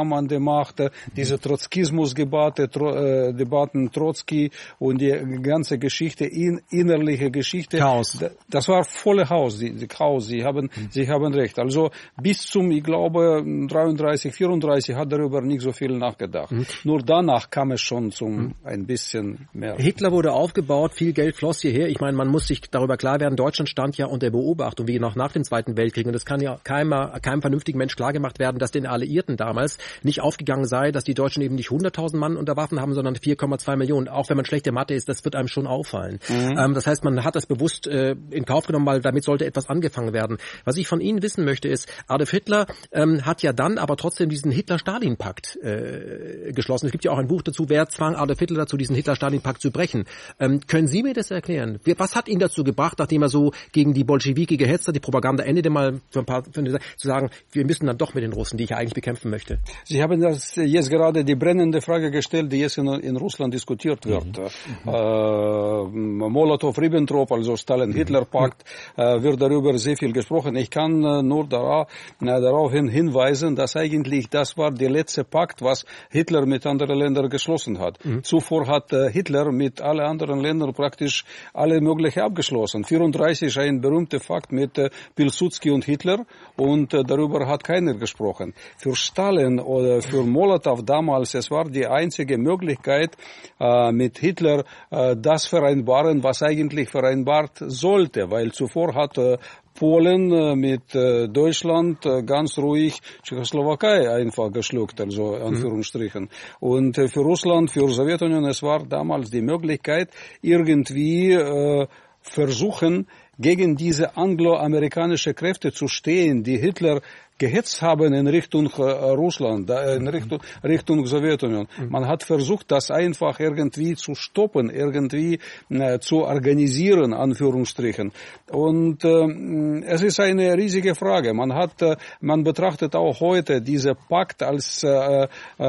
gemacht, diese Trotzkismus-Debatte, Tro, äh, Debatten Trotzki und die ganze Geschichte, in, innerliche Geschichte. Chaos. Das war volle Haus, die, die Chaos. Sie haben, mhm. Sie haben recht. Also bis zum, ich glaube, dreiunddreißig, vierunddreißig hat darüber nicht so viel nachgedacht. Mhm. Nur danach kam es schon zum mhm. ein bisschen mehr. Hitler wurde aufgebaut, viel Geld floss hierher. Ich meine, man muss sich darüber klar werden, Deutschland stand ja unter Beobachtung, wie noch nach dem Zweiten Weltkrieg. Und es kann ja keinem, keinem vernünftigen Mensch klargemacht werden, dass den Alliierten damals nicht aufgegangen sei, dass die Deutschen eben nicht hunderttausend Mann unter Waffen haben, sondern vier Komma zwei Millionen. Auch wenn man schlechte Mathe ist, das wird einem schon auffallen. Mhm. Ähm, das heißt, man hat das bewusst äh, in Kauf genommen, weil damit sollte etwas angefangen werden. Was ich von Ihnen wissen möchte, ist, Adolf Hitler ähm, hat ja dann aber trotzdem diesen Hitler-Stalin-Pakt äh, geschlossen. Es gibt ja auch ein Buch dazu, wer zwang Adolf Hitler dazu, diesen Hitler-Stalin-Pakt zu brechen. Ähm, können Sie mir das erklären? Was hat ihn dazu gebracht, nachdem er so gegen die Bolschewiki gehetzt hat, die Propaganda endete mal für ein paar, für, zu sagen, wir müssen dann doch mit den Russen, die ich ja eigentlich bekämpfen möchte? Sie haben das jetzt gerade die brennende Frage gestellt, die jetzt in, in Russland diskutiert wird. Mhm. Äh, Molotow-Ribbentrop, also Stalin-Hitler-Pakt, mhm. äh, wird darüber sehr viel gesprochen. Ich kann äh, nur darauf, äh, darauf hin, hinweisen, dass eigentlich das war der letzte Pakt, was Hitler mit anderen Ländern geschlossen hat. Mhm. Zuvor hat äh, Hitler mit allen anderen Ländern praktisch alle mögliche abgeschlossen. vierunddreißig ein berühmter Fakt mit äh, Pilsudski und Hitler und äh, darüber hat keiner gesprochen. Für Stalin oder für Molotow damals, es war die einzige Möglichkeit, äh, mit Hitler äh, das vereinbaren, was eigentlich vereinbart sollte, weil zuvor hat äh, Polen äh, mit äh, Deutschland äh, ganz ruhig Tschechoslowakei einfach geschluckt, also Anführungsstrichen. Mhm. Und äh, für Russland, für die Sowjetunion, es war damals die Möglichkeit, irgendwie äh, versuchen, gegen diese angloamerikanische Kräfte zu stehen, die Hitler gehetzt haben in Richtung äh, Russland, äh, in Richtung, Richtung Sowjetunion. Man hat versucht, das einfach irgendwie zu stoppen, irgendwie äh, zu organisieren, Anführungsstrichen. Und äh, es ist eine riesige Frage. Man hat, äh, man betrachtet auch heute diese Pakt als äh,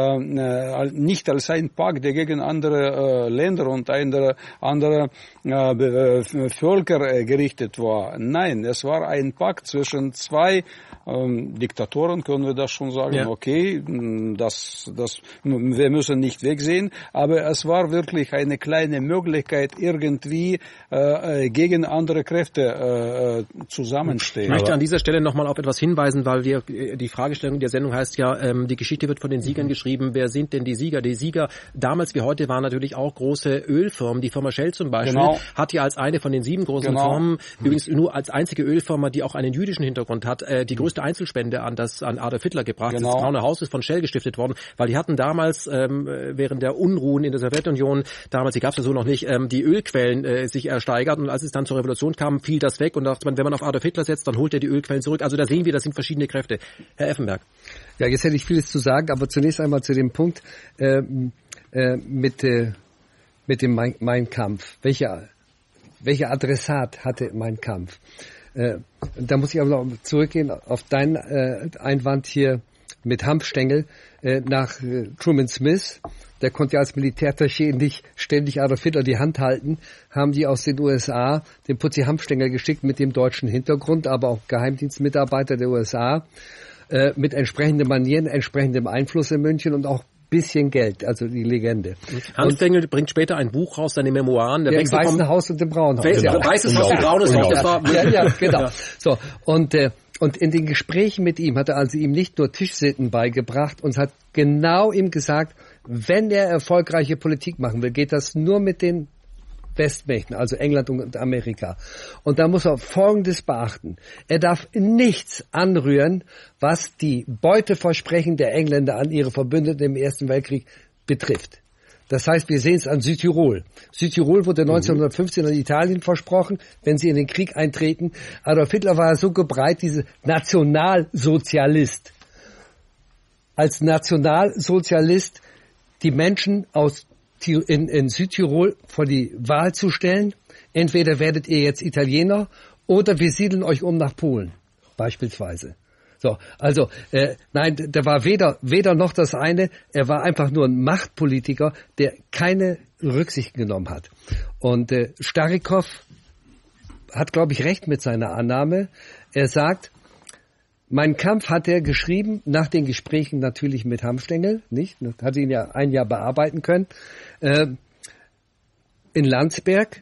äh, nicht als ein Pakt, der gegen andere äh, Länder und andere, andere äh, Völker äh, gerichtet war. Nein, es war ein Pakt zwischen zwei ähm, Diktatoren, können wir das schon sagen, ja. Okay, das, das, wir müssen nicht wegsehen, aber es war wirklich eine kleine Möglichkeit, irgendwie äh, gegen andere Kräfte äh, zusammenstehen. Ich möchte an dieser Stelle nochmal auf etwas hinweisen, weil wir, die Fragestellung der Sendung heißt ja, ähm, die Geschichte wird von den Siegern geschrieben. Wer sind denn die Sieger? Die Sieger damals wie heute waren natürlich auch große Ölfirmen. Die Firma Shell zum Beispiel genau. hat ja als eine von den sieben großen genau. Firmen, übrigens nur als einzige Ölfirma, die auch einen jüdischen Hintergrund hat, äh, die größte Einzelspende an das an Adolf Hitler gebracht. Genau. Das Braune Haus ist von Shell gestiftet worden, weil die hatten damals ähm, während der Unruhen in der Sowjetunion, damals, die gab es ja so noch nicht, ähm, die Ölquellen äh, sich ersteigert und als es dann zur Revolution kam, fiel das weg und dachte man, wenn man auf Adolf Hitler setzt, dann holt er die Ölquellen zurück. Also da sehen wir, das sind verschiedene Kräfte. Herr Effenberg. Ja, jetzt hätte ich vieles zu sagen, aber zunächst einmal zu dem Punkt äh, äh, mit, äh, mit dem Mein, Mein Kampf. Welcher, welcher Adressat hatte Mein Kampf? Äh, da muss ich aber noch zurückgehen auf deinen äh, Einwand hier mit Hanfstengel äh, nach äh, Truman Smith. Der konnte ja als Militärattaché nicht ständig Adolf Hitler die Hand halten, haben die aus den U S A den Putzi Hanfstengel geschickt mit dem deutschen Hintergrund, aber auch Geheimdienstmitarbeiter der U S A äh, mit entsprechenden Manieren, entsprechendem Einfluss in München und auch bisschen Geld, also die Legende. Hanfstengel bringt später ein Buch raus, seine Memoiren. Der ja, im Weißen Haus und im Braunen Haus. Genau. Ja. Weißes Haus und Braunes Haus. Das war ja, ja, genau. Ja. So, und, äh, und in den Gesprächen mit ihm hat er also ihm nicht nur Tischsitten beigebracht und hat genau ihm gesagt, wenn er erfolgreiche Politik machen will, geht das nur mit den Westmächten, also England und Amerika. Und da muss er Folgendes beachten. Er darf nichts anrühren, was die Beuteversprechen der Engländer an ihre Verbündeten im Ersten Weltkrieg betrifft. Das heißt, wir sehen es an Südtirol. Südtirol wurde neunzehnhundertfünfzehn an Italien versprochen, wenn sie in den Krieg eintreten. Adolf Hitler war so gebreit, diese Nationalsozialist. Als Nationalsozialist die Menschen aus In, in Südtirol vor die Wahl zu stellen, entweder werdet ihr jetzt Italiener oder wir siedeln euch um nach Polen, beispielsweise. So, also äh, nein, der war weder weder noch das eine, er war einfach nur ein Machtpolitiker, der keine Rücksicht genommen hat. Und äh, Starikow hat, glaube ich, recht mit seiner Annahme. Er sagt, Mein Kampf hat er geschrieben, nach den Gesprächen natürlich mit Hanfstengel, nicht? Hat ihn ja ein Jahr bearbeiten können, äh, in Landsberg,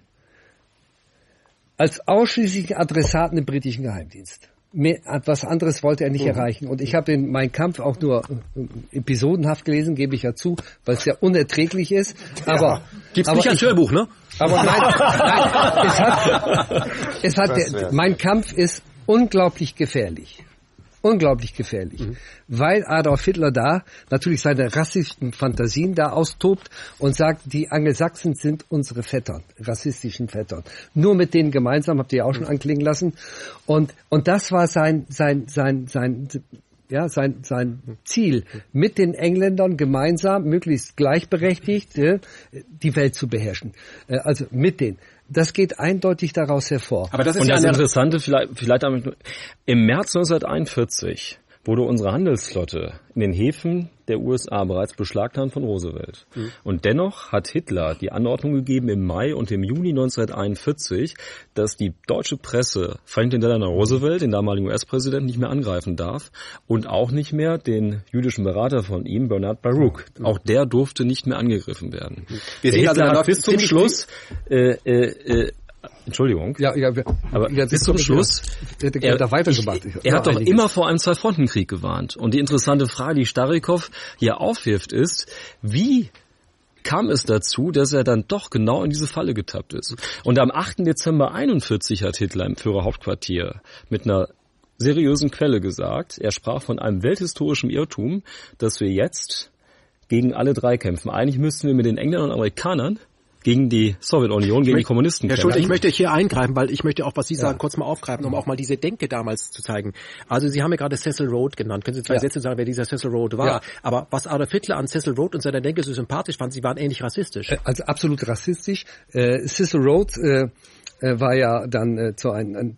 als ausschließlichen Adressaten im britischen Geheimdienst. Mehr, etwas anderes wollte er nicht mhm. erreichen. Und ich habe den Mein Kampf auch nur äh, episodenhaft gelesen, gebe ich ja zu, weil es ja unerträglich ist. Aber ja. Gibt's aber nicht als Hörbuch, ne? Aber nein, nein es hat, es hat der, Mein Kampf ist unglaublich gefährlich. Unglaublich gefährlich, mhm. weil Adolf Hitler da natürlich seine rassistischen Fantasien da austobt und sagt, die Angelsachsen sind unsere Vettern, rassistischen Vettern. Nur mit denen gemeinsam, habt ihr ja auch schon anklingen lassen. Und und das war sein sein sein sein ja sein sein Ziel, mit den Engländern gemeinsam, möglichst gleichberechtigt, äh, die Welt zu beherrschen. Äh, also mit denen. Das geht eindeutig daraus hervor. Aber das ist und ja das Interessante, vielleicht, vielleicht damit, im März neunzehnhunderteinundvierzig wurde unsere Handelsflotte in den Häfen der U S A bereits beschlagnahmt von Roosevelt. Mhm. Und dennoch hat Hitler die Anordnung gegeben im Mai und im Juni neunzehnhunderteinundvierzig, dass die deutsche Presse Franklin Delano Roosevelt, den damaligen U S-Präsidenten, nicht mehr angreifen darf und auch nicht mehr den jüdischen Berater von ihm, Bernard Baruch. Mhm. Auch der durfte nicht mehr angegriffen werden. Wir sehen also hat bis zum Schluss äh, äh, äh, Entschuldigung. Ja, ja, aber ja, bis zum Schluss, ja. er, er, weitergemacht. Ich, er hat doch einiges. immer vor einem Zwei-Fronten-Krieg gewarnt. Und die interessante Frage, die Starrikow hier aufwirft, ist, wie kam es dazu, dass er dann doch genau in diese Falle getappt ist? Und am achten Dezember einundvierzig hat Hitler im Führerhauptquartier mit einer seriösen Quelle gesagt, er sprach von einem welthistorischen Irrtum, dass wir jetzt gegen alle drei kämpfen. Eigentlich müssten wir mit den Engländern und Amerikanern gegen die Sowjetunion, gegen die Kommunisten. Herr Schulte, ich möchte hier eingreifen, weil ich möchte auch, was Sie sagen, ja. kurz mal aufgreifen, um auch mal diese Denke damals zu zeigen. Also Sie haben ja gerade Cecil Rhodes genannt. Können Sie zwei ja. Sätze sagen, wer dieser Cecil Rhodes war? Ja. Aber was Adolf Hitler an Cecil Rhodes und seiner Denke so sympathisch fand, Sie waren ähnlich rassistisch. Also absolut rassistisch. Äh, Cecil Rhodes äh, äh, war ja dann äh, zu einem ein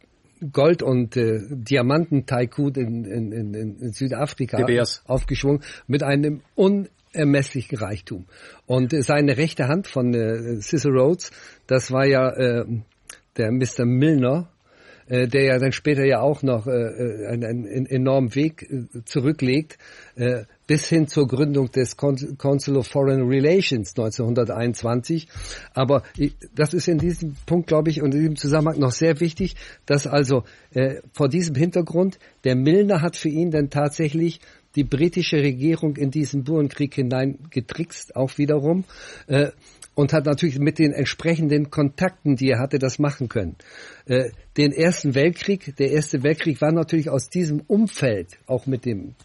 Gold- und äh, Diamanten-Tycoon in, in, in, in Südafrika aufgeschwungen mit einem un ermesslichen Reichtum. Und äh, seine rechte Hand von äh, Cecil Rhodes, das war ja äh, der Mister Milner, äh, der ja dann später ja auch noch äh, einen, einen enormen Weg äh, zurücklegt, äh, bis hin zur Gründung des Council of Foreign Relations neunzehnhunderteinundzwanzig. Aber ich, das ist in diesem Punkt, glaube ich, und in diesem Zusammenhang noch sehr wichtig, dass also äh, vor diesem Hintergrund, der Milner hat für ihn dann tatsächlich die britische Regierung in diesen Burenkrieg hineingetrickst, auch wiederum, äh, und hat natürlich mit den entsprechenden Kontakten, die er hatte, das machen können. Äh, den Ersten Weltkrieg, der Erste Weltkrieg war natürlich aus diesem Umfeld, auch mit dem,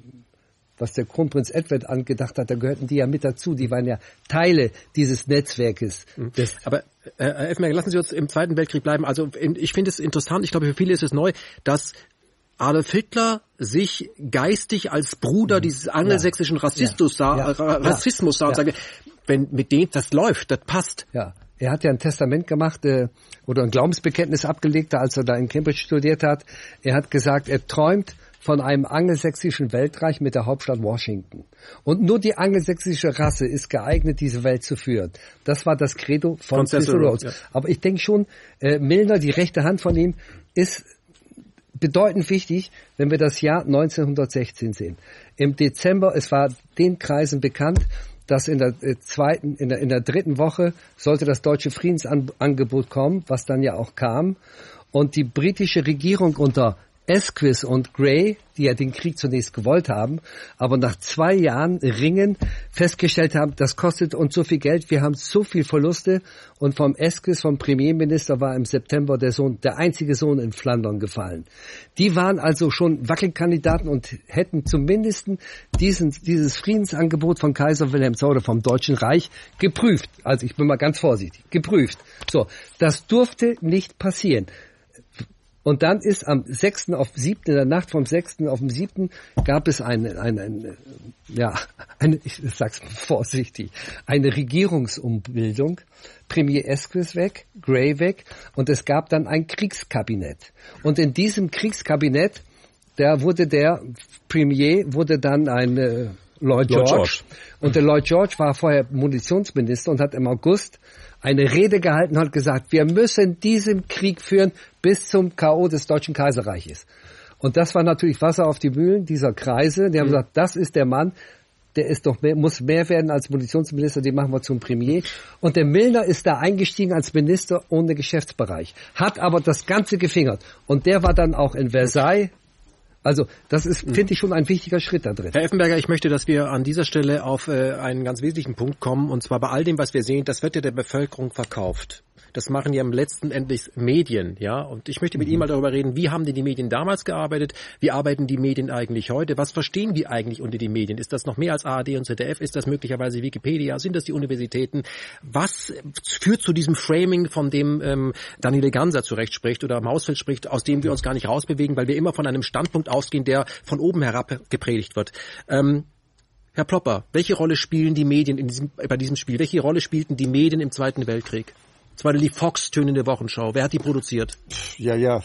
was der Kronprinz Edward angedacht hat, da gehörten die ja mit dazu, die waren ja Teile dieses Netzwerkes. Das Aber Herr Effenberger, lassen Sie uns im Zweiten Weltkrieg bleiben. Also ich finde es interessant, ich glaube für viele ist es neu, dass Adolf Hitler sich geistig als Bruder dieses angelsächsischen Rassismus ja. sah, ja. Rassismus sah ja. und sagte, wenn mit dem das läuft, das passt. Ja, er hat ja ein Testament gemacht äh, oder ein Glaubensbekenntnis abgelegt, als er da in Cambridge studiert hat. Er hat gesagt, er träumt von einem angelsächsischen Weltreich mit der Hauptstadt Washington. Und nur die angelsächsische Rasse ist geeignet, diese Welt zu führen. Das war das Credo von, von Cecil Rhodes. Ja. Aber ich denke schon, äh, Milner, die rechte Hand von ihm, ist bedeutend wichtig, wenn wir das Jahr neunzehnhundertsechzehn sehen. Im Dezember, es war den Kreisen bekannt, dass in der zweiten, in der, in der dritten Woche sollte das deutsche Friedensangebot kommen, was dann ja auch kam. Und die britische Regierung unter Asquith und Grey, die ja den Krieg zunächst gewollt haben, aber nach zwei Jahren Ringen festgestellt haben, das kostet uns so viel Geld, wir haben so viel Verluste. Und vom Asquith, vom Premierminister, war im September der Sohn, der einzige Sohn in Flandern gefallen. Die waren also schon Wackelkandidaten und hätten zumindest diesen, dieses Friedensangebot von Kaiser Wilhelm der Zweite. Oder vom Deutschen Reich geprüft. Also ich bin mal ganz vorsichtig, geprüft. So, das durfte nicht passieren. Und dann ist am sechsten auf siebten, in der Nacht vom sechsten auf den siebten gab es eine, eine, eine ja, eine, ich sag's mal vorsichtig, eine Regierungsumbildung. Premier Asquith weg, Grey weg, und es gab dann ein Kriegskabinett. Und in diesem Kriegskabinett, da wurde der Premier, wurde dann ein äh, Lloyd George. George. Und der Lloyd George war vorher Munitionsminister und hat im August eine Rede gehalten und hat gesagt, wir müssen diesen Krieg führen bis zum K O des Deutschen Kaiserreiches. Und das war natürlich Wasser auf die Mühlen dieser Kreise. Die haben mhm. gesagt, das ist der Mann, der ist doch mehr, muss mehr werden als Munitionsminister, den machen wir zum Premier. Und der Milner ist da eingestiegen als Minister ohne Geschäftsbereich, hat aber das Ganze gefingert. Und der war dann auch in Versailles. Also das ist, finde ich, schon ein wichtiger Schritt da drin. Herr Effenberger, ich möchte, dass wir an dieser Stelle auf äh, einen ganz wesentlichen Punkt kommen. Und zwar bei all dem, was wir sehen, das wird ja der Bevölkerung verkauft. Das machen ja im letzten Endlich Medien, ja. Und ich möchte mit mhm. Ihnen mal darüber reden, wie haben denn die Medien damals gearbeitet? Wie arbeiten die Medien eigentlich heute? Was verstehen wir eigentlich unter die Medien? Ist das noch mehr als A R D und Z D F? Ist das möglicherweise Wikipedia? Sind das die Universitäten? Was führt zu diesem Framing, von dem ähm, Daniele Ganser zurecht spricht oder Mausfeld spricht, aus dem wir uns gar nicht rausbewegen, weil wir immer von einem Standpunkt ausgehen, der von oben herab gepredigt wird? Ähm, Herr Plopper, welche Rolle spielen die Medien in diesem, bei diesem Spiel? Welche Rolle spielten die Medien im Zweiten Weltkrieg? Es war die Fox-tönende Wochenschau. Wer hat die produziert? Ja, ja,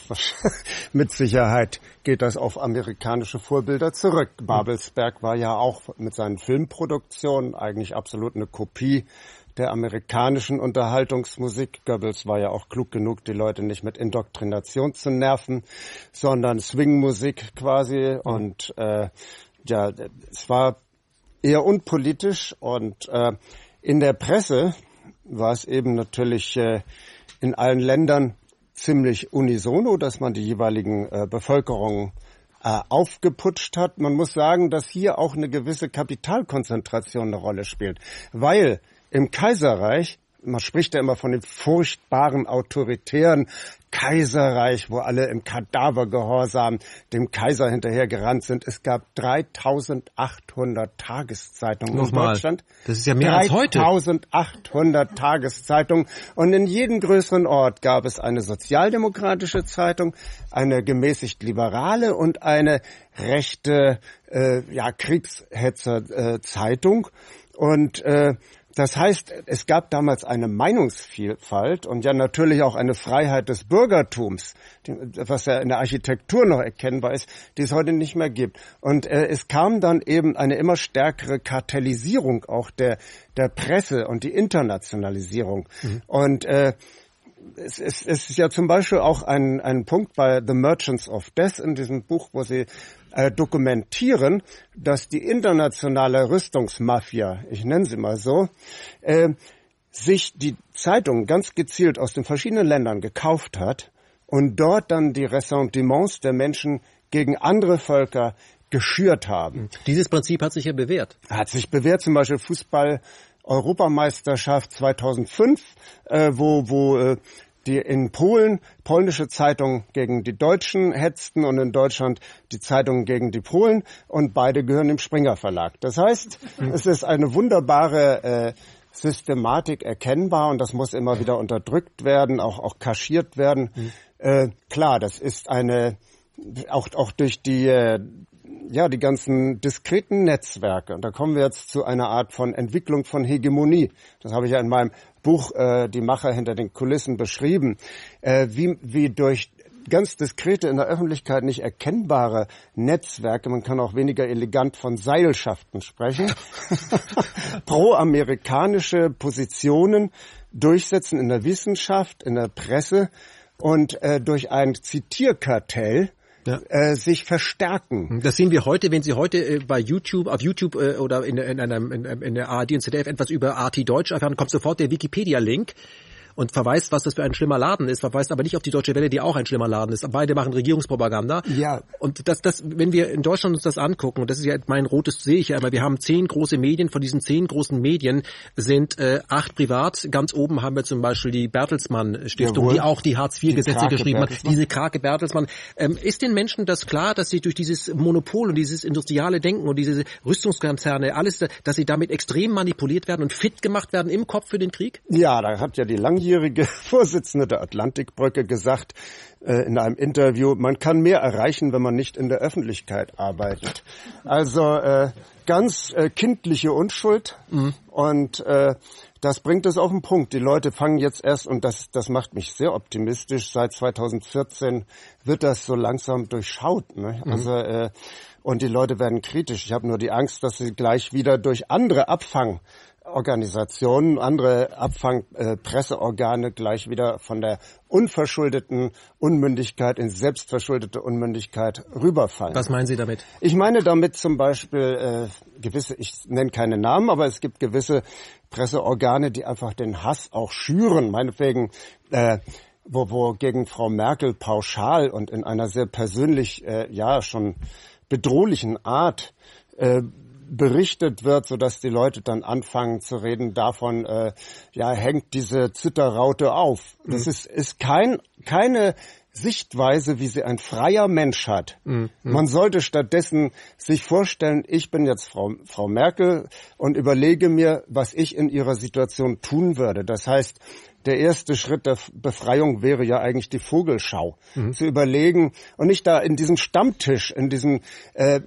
mit Sicherheit geht das auf amerikanische Vorbilder zurück. Babelsberg war ja auch mit seinen Filmproduktionen eigentlich absolut eine Kopie der amerikanischen Unterhaltungsmusik. Goebbels war ja auch klug genug, die Leute nicht mit Indoktrination zu nerven, sondern Swingmusik quasi. Und äh, ja, es war eher unpolitisch und äh, in der Presse war es eben natürlich äh, in allen Ländern ziemlich unisono, dass man die jeweiligen äh, Bevölkerungen äh, aufgeputscht hat. Man muss sagen, dass hier auch eine gewisse Kapitalkonzentration eine Rolle spielt, weil im Kaiserreich, man spricht ja immer von dem furchtbaren, autoritären Kaiserreich, wo alle im Kadavergehorsam dem Kaiser hinterhergerannt sind. Es gab dreitausendachthundert Tageszeitungen Nochmal. in Deutschland. Das ist ja mehr als heute. dreitausendachthundert Tageszeitungen. Und in jedem größeren Ort gab es eine sozialdemokratische Zeitung, eine gemäßigt liberale und eine rechte äh, ja, Kriegshetzer-Zeitung. Und äh, das heißt, es gab damals eine Meinungsvielfalt und ja natürlich auch eine Freiheit des Bürgertums, was ja in der Architektur noch erkennbar ist, die es heute nicht mehr gibt. Und äh, es kam dann eben eine immer stärkere Kartellisierung auch der der Presse und die Internationalisierung. Mhm. Und äh, es, es, es ist ja zum Beispiel auch ein, ein Punkt bei The Merchants of Death in diesem Buch, wo sie äh, dokumentieren, dass die internationale Rüstungsmafia, ich nenne sie mal so, äh, sich die Zeitungen ganz gezielt aus den verschiedenen Ländern gekauft hat und dort dann die Ressentiments der Menschen gegen andere Völker geschürt haben. Dieses Prinzip hat sich ja bewährt. Hat sich bewährt, zum Beispiel Fußball Europameisterschaft zweitausendfünf, äh, wo, wo äh, die in Polen polnische Zeitungen gegen die Deutschen hetzten und in Deutschland die Zeitungen gegen die Polen und beide gehören dem Springer Verlag. Das heißt, mhm. es ist eine wunderbare äh, Systematik erkennbar und das muss immer wieder unterdrückt werden, auch, auch kaschiert werden. Mhm. Äh, klar, das ist eine, auch, auch durch die äh, ja, die ganzen diskreten Netzwerke. Und da kommen wir jetzt zu einer Art von Entwicklung von Hegemonie. Das habe ich ja in meinem Buch äh, Die Macher hinter den Kulissen beschrieben. Äh, wie, wie durch ganz diskrete, in der Öffentlichkeit nicht erkennbare Netzwerke, man kann auch weniger elegant von Seilschaften sprechen, pro-amerikanische Positionen durchsetzen in der Wissenschaft, in der Presse und äh, durch ein Zitierkartell Ja. Äh, sich verstärken. Das sehen wir heute, wenn Sie heute äh, bei YouTube, auf YouTube äh, oder in, in, einem, in, in der A R D und Z D F etwas über A T Deutsch erfahren, kommt sofort der Wikipedia-Link und verweist, was das für ein schlimmer Laden ist, verweist aber nicht auf die Deutsche Welle, die auch ein schlimmer Laden ist. Beide machen Regierungspropaganda. Ja. Und das, das, wenn wir in Deutschland uns das angucken, und das ist ja mein rotes, sehe ich ja immer, wir haben zehn große Medien, von diesen zehn großen Medien sind äh, acht privat. Ganz oben haben wir zum Beispiel die Bertelsmann-Stiftung, Jawohl. die auch die Hartz vier Gesetze Krake geschrieben hat. Bertelsmann. Diese Krake Bertelsmann. Ähm, ist den Menschen das klar, dass sie durch dieses Monopol und dieses industriale Denken und diese Rüstungskonzerne, alles, dass sie damit extrem manipuliert werden und fit gemacht werden im Kopf für den Krieg? Ja, da hat ja die langjährige Vorsitzende der Atlantikbrücke gesagt äh, in einem Interview, man kann mehr erreichen, wenn man nicht in der Öffentlichkeit arbeitet. Also äh, ganz äh, kindliche Unschuld mhm. und äh, das bringt es auf den Punkt. Die Leute fangen jetzt erst, und das, das macht mich sehr optimistisch, seit zweitausendvierzehn wird das so langsam durchschaut. Ne? Mhm. Also äh, und die Leute werden kritisch. Ich habe nur die Angst, dass sie gleich wieder durch andere Abfang Organisationen, andere Abfangpresseorgane äh, gleich wieder von der unverschuldeten Unmündigkeit in selbstverschuldete Unmündigkeit rüberfallen. Was meinen Sie damit? Ich meine damit zum Beispiel äh, gewisse, ich nenne keine Namen, aber es gibt gewisse Presseorgane, die einfach den Hass auch schüren, meinetwegen äh, wo, wo gegen Frau Merkel pauschal und in einer sehr persönlich, äh, ja schon bedrohlichen Art äh, berichtet wird, sodass die Leute dann anfangen zu reden davon, äh, ja, hängt diese Zitterraute auf. Das mhm. ist, ist kein, keine Sichtweise, wie sie ein freier Mensch hat. Mhm. Man sollte stattdessen sich vorstellen, ich bin jetzt Frau, Frau Merkel und überlege mir, was ich in ihrer Situation tun würde. Das heißt, der erste Schritt der Befreiung wäre ja eigentlich die Vogelschau. Mhm. Zu überlegen und nicht da in diesem Stammtisch, in diesem äh,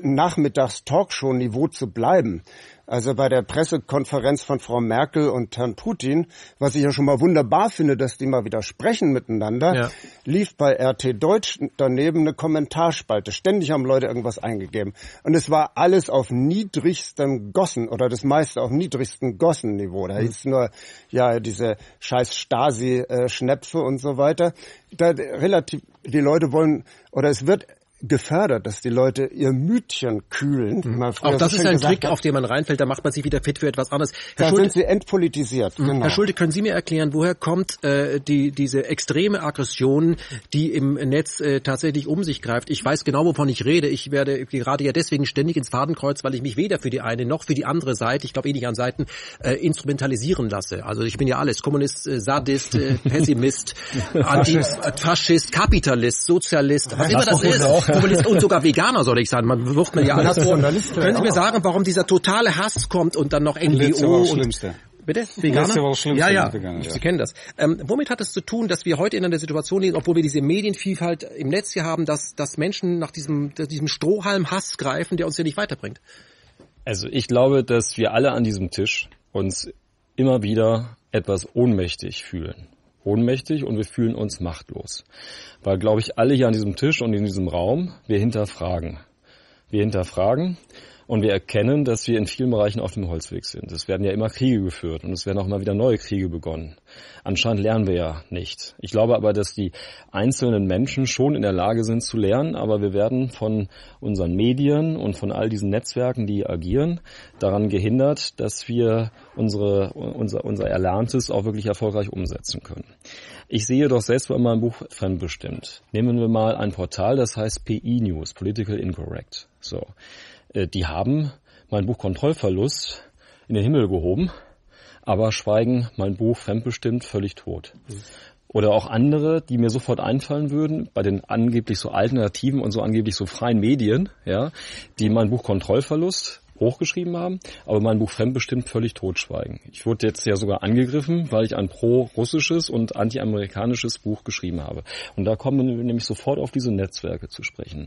Nachmittags-Talkshow-Niveau zu bleiben. Also bei der Pressekonferenz von Frau Merkel und Herrn Putin, was ich ja schon mal wunderbar finde, dass die mal wieder sprechen miteinander, ja. lief bei R T Deutsch daneben eine Kommentarspalte. Ständig haben Leute irgendwas eingegeben. Und es war alles auf niedrigstem Gossen oder das meiste auf niedrigstem Gossenniveau. Da hieß mhm. nur, ja, diese scheiß Stasi-Schnäpfe und so weiter. Da relativ, die Leute wollen, oder es wird gefördert, dass die Leute ihr Mütchen kühlen. Mhm. Auch das ist ein Trick, hat, auf den man reinfällt, da macht man sich wieder fit für etwas anderes. Herr da Schulte, sind sie entpolitisiert. Mhm. Genau. Herr Schulte, können Sie mir erklären, woher kommt äh, die diese extreme Aggression, die im Netz äh, tatsächlich um sich greift? Ich weiß genau, wovon ich rede. Ich werde gerade ja deswegen ständig ins Fadenkreuz, weil ich mich weder für die eine noch für die andere Seite, ich glaube eh nicht an Seiten, äh, instrumentalisieren lasse. Also ich bin ja alles. Kommunist, äh, Sadist, äh, Pessimist, Antifaschist, Kapitalist, Sozialist, was immer das ist. Kommunist und sogar Veganer, soll ich sagen. Man wirft mir ja alles vor. Können Sie mir sagen, warum dieser totale Hass kommt und dann noch N G O und... Schlimmste. Bitte? Veganer? Das ist ja, ja. Veganer, ja. Sie kennen das. Ähm, womit hat es zu tun, dass wir heute in einer Situation sind, obwohl wir diese Medienvielfalt im Netz hier haben, dass, dass Menschen nach diesem, diesem Strohhalm Hass greifen, der uns ja nicht weiterbringt? Also ich glaube, dass wir alle an diesem Tisch uns immer wieder etwas ohnmächtig fühlen. Ohnmächtig und wir fühlen uns machtlos. Weil, glaube ich, alle hier an diesem Tisch und in diesem Raum, wir hinterfragen. Wir hinterfragen und wir erkennen, dass wir in vielen Bereichen auf dem Holzweg sind. Es werden ja immer Kriege geführt und es werden auch immer wieder neue Kriege begonnen. Anscheinend lernen wir ja nicht. Ich glaube aber, dass die einzelnen Menschen schon in der Lage sind zu lernen, aber wir werden von unseren Medien und von all diesen Netzwerken, die agieren, daran gehindert, dass wir unsere, unser, unser Erlerntes auch wirklich erfolgreich umsetzen können. Ich sehe doch selbst bei meinem Buch fremdbestimmt. Nehmen wir mal ein Portal, das heißt P I News, Political Incorrect. So, die haben mein Buch Kontrollverlust in den Himmel gehoben, aber schweigen mein Buch fremdbestimmt völlig tot. Mhm. Oder auch andere, die mir sofort einfallen würden, bei den angeblich so alternativen und so angeblich so freien Medien, ja, die mein Buch Kontrollverlust hochgeschrieben haben, aber mein Buch fremdbestimmt völlig totschweigen. Ich wurde jetzt ja sogar angegriffen, weil ich ein pro-russisches und anti-amerikanisches Buch geschrieben habe. Und da kommen wir nämlich sofort auf diese Netzwerke zu sprechen.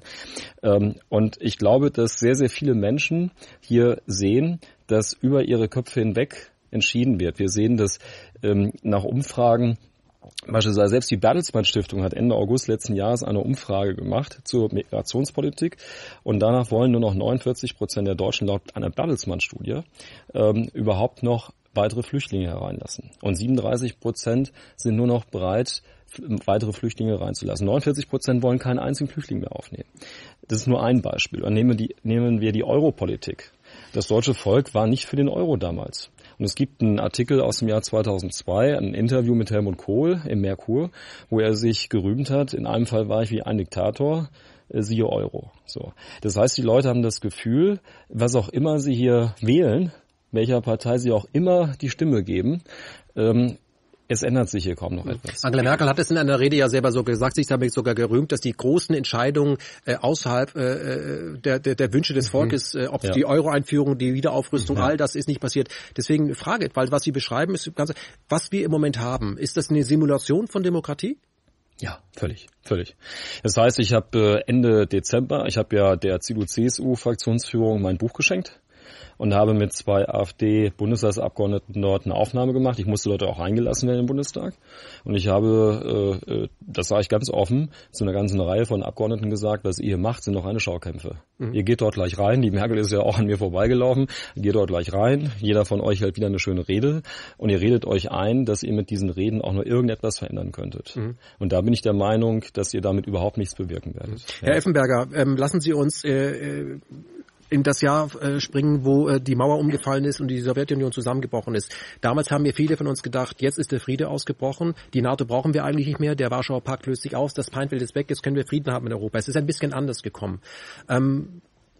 Und ich glaube, dass sehr, sehr viele Menschen hier sehen, dass über ihre Köpfe hinweg entschieden wird. Wir sehen das nach Umfragen. Beispielsweise selbst die Bertelsmann Stiftung hat Ende August letzten Jahres eine Umfrage gemacht zur Migrationspolitik und danach wollen nur noch neunundvierzig Prozent der Deutschen laut einer Bertelsmann-Studie ähm, überhaupt noch weitere Flüchtlinge hereinlassen. Und siebenunddreißig Prozent sind nur noch bereit, weitere Flüchtlinge reinzulassen. neunundvierzig Prozent wollen keinen einzigen Flüchtling mehr aufnehmen. Das ist nur ein Beispiel. Und nehmen wir die, nehmen wir die Europolitik. Das deutsche Volk war nicht für den Euro damals. Und es gibt einen Artikel aus dem Jahr zweitausendzwei, ein Interview mit Helmut Kohl im Merkur, wo er sich gerühmt hat, in einem Fall war ich wie ein Diktator, siehe Euro. So. Das heißt, die Leute haben das Gefühl, was auch immer sie hier wählen, welcher Partei sie auch immer die Stimme geben, ähm, es ändert sich hier kaum noch etwas. Angela Merkel hat es in einer Rede ja selber so gesagt, sich damit sogar gerühmt, dass die großen Entscheidungen äh, außerhalb äh, der, der, der Wünsche des Volkes, äh, ob ja. die Euro-Einführung, die Wiederaufrüstung, ja. all das ist nicht passiert. Deswegen Frage, weil was Sie beschreiben, ist ganz, was wir im Moment haben, ist das eine Simulation von Demokratie? Ja, völlig, völlig. Das heißt, ich habe Ende Dezember, ich habe ja der C D U C S U-Fraktionsführung mein Buch geschenkt. und habe mit zwei AfD-Bundestagsabgeordneten dort eine Aufnahme gemacht. Ich musste dort auch eingelassen werden im Bundestag. Und ich habe, äh, das sage ich ganz offen, zu einer ganzen Reihe von Abgeordneten gesagt, was ihr hier macht, sind doch reine Schaukämpfe. Mhm. Ihr geht dort gleich rein. Die Merkel ist ja auch an mir vorbeigelaufen. Ihr geht dort gleich rein. Jeder von euch hält wieder eine schöne Rede. Und ihr redet euch ein, dass ihr mit diesen Reden auch nur irgendetwas verändern könntet. Mhm. Und da bin ich der Meinung, dass ihr damit überhaupt nichts bewirken werdet. Herr ja. Effenberger, ähm, lassen Sie uns äh, in das Jahr äh, springen, wo äh, die Mauer umgefallen ist und die Sowjetunion zusammengebrochen ist. Damals haben wir viele von uns gedacht, jetzt ist der Friede ausgebrochen, die NATO brauchen wir eigentlich nicht mehr, der Warschauer Pakt löst sich aus, das Feindbild ist weg, jetzt können wir Frieden haben in Europa. Es ist ein bisschen anders gekommen. Ähm,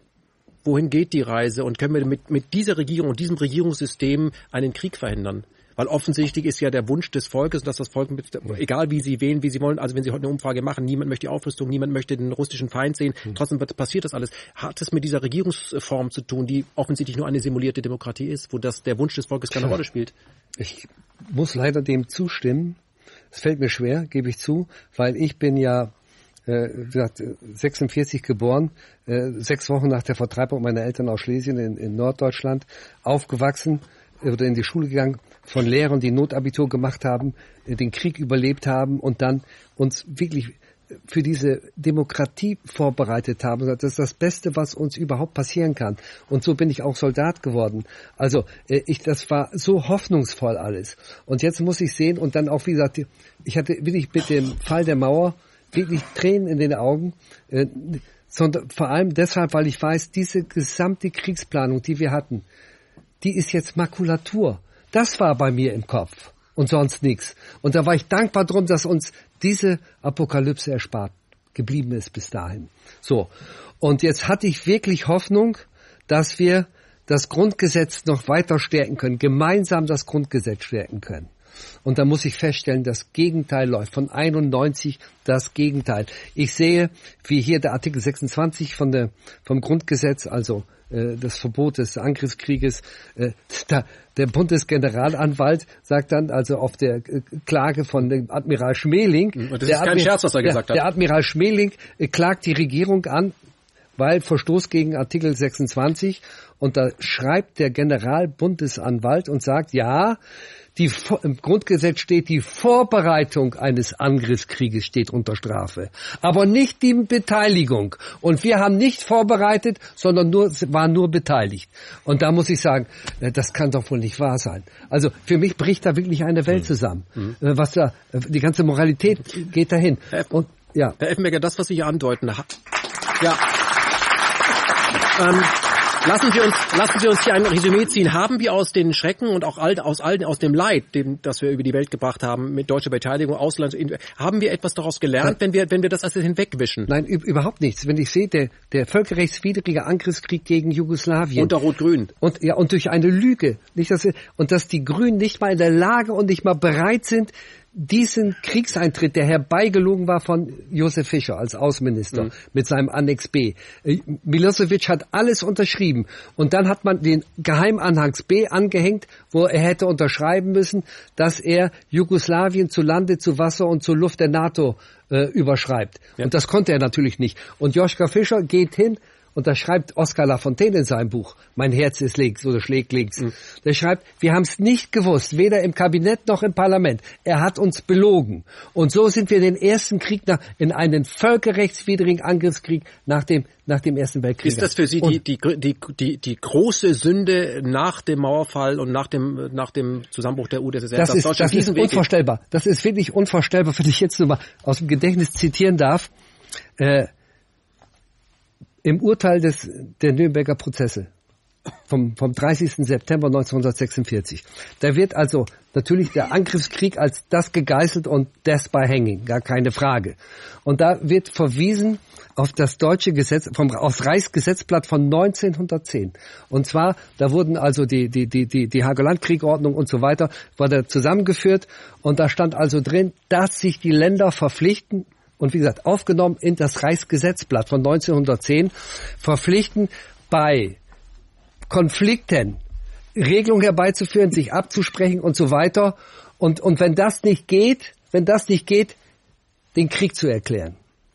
wohin geht die Reise und können wir mit, mit dieser Regierung und diesem Regierungssystem einen Krieg verhindern? Weil offensichtlich ist ja der Wunsch des Volkes, dass das Volk, mit, egal wie sie wählen, wie sie wollen, also wenn sie heute eine Umfrage machen, niemand möchte die Aufrüstung, niemand möchte den russischen Feind sehen, hm. trotzdem passiert das alles. Hat es mit dieser Regierungsform zu tun, die offensichtlich nur eine simulierte Demokratie ist, wo das der Wunsch des Volkes keine Rolle spielt? Ich muss leider dem zustimmen. Es fällt mir schwer, gebe ich zu, weil ich bin ja äh, wie gesagt, sechsundvierzig geboren, äh, sechs Wochen nach der Vertreibung meiner Eltern aus Schlesien in, in Norddeutschland, aufgewachsen oder in die Schule gegangen, von Lehrern, die Notabitur gemacht haben, den Krieg überlebt haben und dann uns wirklich für diese Demokratie vorbereitet haben. Das ist das Beste, was uns überhaupt passieren kann. Und so bin ich auch Soldat geworden. Also ich, das war so hoffnungsvoll alles. Und jetzt muss ich sehen und dann auch, wie gesagt, ich hatte wirklich mit dem Fall der Mauer wirklich Tränen in den Augen, äh, sondern vor allem deshalb, weil ich weiß, diese gesamte Kriegsplanung, die wir hatten, die ist jetzt Makulatur. Das war bei mir im Kopf und sonst nichts. Und da war ich dankbar drum, dass uns diese Apokalypse erspart geblieben ist bis dahin. So. Und jetzt hatte ich wirklich Hoffnung, dass wir das Grundgesetz noch weiter stärken können, gemeinsam das Grundgesetz stärken können. Und da muss ich feststellen, das Gegenteil läuft. Von einundneunzig das Gegenteil. Ich sehe, wie hier der Artikel sechsundzwanzig von der, vom Grundgesetz, also äh, das Verbot des Angriffskrieges, äh, da, der Bundesgeneralanwalt sagt dann also auf der äh, Klage von dem Admiral Schmeling, und das der ist kein Admir- Scherz, was er der, gesagt hat. Der Admiral Schmeling äh, klagt die Regierung an, weil Verstoß gegen Artikel sechsundzwanzig, und da schreibt der Generalbundesanwalt und sagt, ja, die, im Grundgesetz steht, die Vorbereitung eines Angriffskrieges steht unter Strafe, aber nicht die Beteiligung. Und wir haben nicht vorbereitet, sondern nur, waren nur beteiligt. Und da muss ich sagen, das kann doch wohl nicht wahr sein. Also für mich bricht da wirklich eine Welt zusammen. Mhm. Was da, die ganze Moralität geht dahin. Und, ja. Herr Effenberger, das, was Sie hier andeuten, ja. Ähm, lassen Sie uns, lassen Sie uns hier ein Resümee ziehen. Haben wir aus den Schrecken und auch all, aus all, aus dem Leid, dem, das wir über die Welt gebracht haben, mit deutscher Beteiligung, Ausland, haben wir etwas daraus gelernt, wenn wir, wenn wir das alles hinwegwischen? Nein, überhaupt nichts. Wenn ich sehe, der, der völkerrechtswidrige Angriffskrieg gegen Jugoslawien. Unter Rot-Grün. Und, ja, und durch eine Lüge. Nicht, dass, und dass die Grünen nicht mal in der Lage und nicht mal bereit sind, diesen Kriegseintritt, der herbeigelogen war von Josef Fischer als Außenminister, mhm. mit seinem Annex B. Milosevic hat alles unterschrieben. Und dann hat man den Geheimanhangs B angehängt, wo er hätte unterschreiben müssen, dass er Jugoslawien zu Lande, zu Wasser und zur Luft der NATO äh, überschreibt. Ja. Und das konnte er natürlich nicht. Und Joschka Fischer geht hin, und da schreibt Oskar Lafontaine in seinem Buch, Mein Herz ist links oder schlägt links. Mhm. Der schreibt, wir haben es nicht gewusst, weder im Kabinett noch im Parlament. Er hat uns belogen. Und so sind wir den ersten Krieg nach, in einen völkerrechtswidrigen Angriffskrieg nach dem, nach dem Ersten Weltkrieg. Ist das für Sie die, die, die, die, die große Sünde nach dem Mauerfall und nach dem, nach dem Zusammenbruch der U d S S R? Das ist, das ist unvorstellbar. Geht? Das ist wirklich unvorstellbar, wenn ich jetzt nur mal aus dem Gedächtnis zitieren darf. Äh, Im Urteil des, der Nürnberger Prozesse vom, vom dreißigsten September neunzehnhundertsechsundvierzig, da wird also natürlich der Angriffskrieg als das gegeißelt und death by hanging, gar keine Frage. Und da wird verwiesen auf das deutsche Gesetz, vom, aufs Reichsgesetzblatt von neunzehnhundertzehn. Und zwar, da wurden also die, die, die, die, die Hageland-Kriegordnung und so weiter, war da zusammengeführt, und da stand also drin, dass sich die Länder verpflichten, und wie gesagt, aufgenommen in das Reichsgesetzblatt von neunzehnhundertzehn, verpflichten, bei Konflikten Regelungen herbeizuführen, sich abzusprechen und so weiter. Und, und wenn das nicht geht, wenn das nicht geht, den Krieg zu erklären.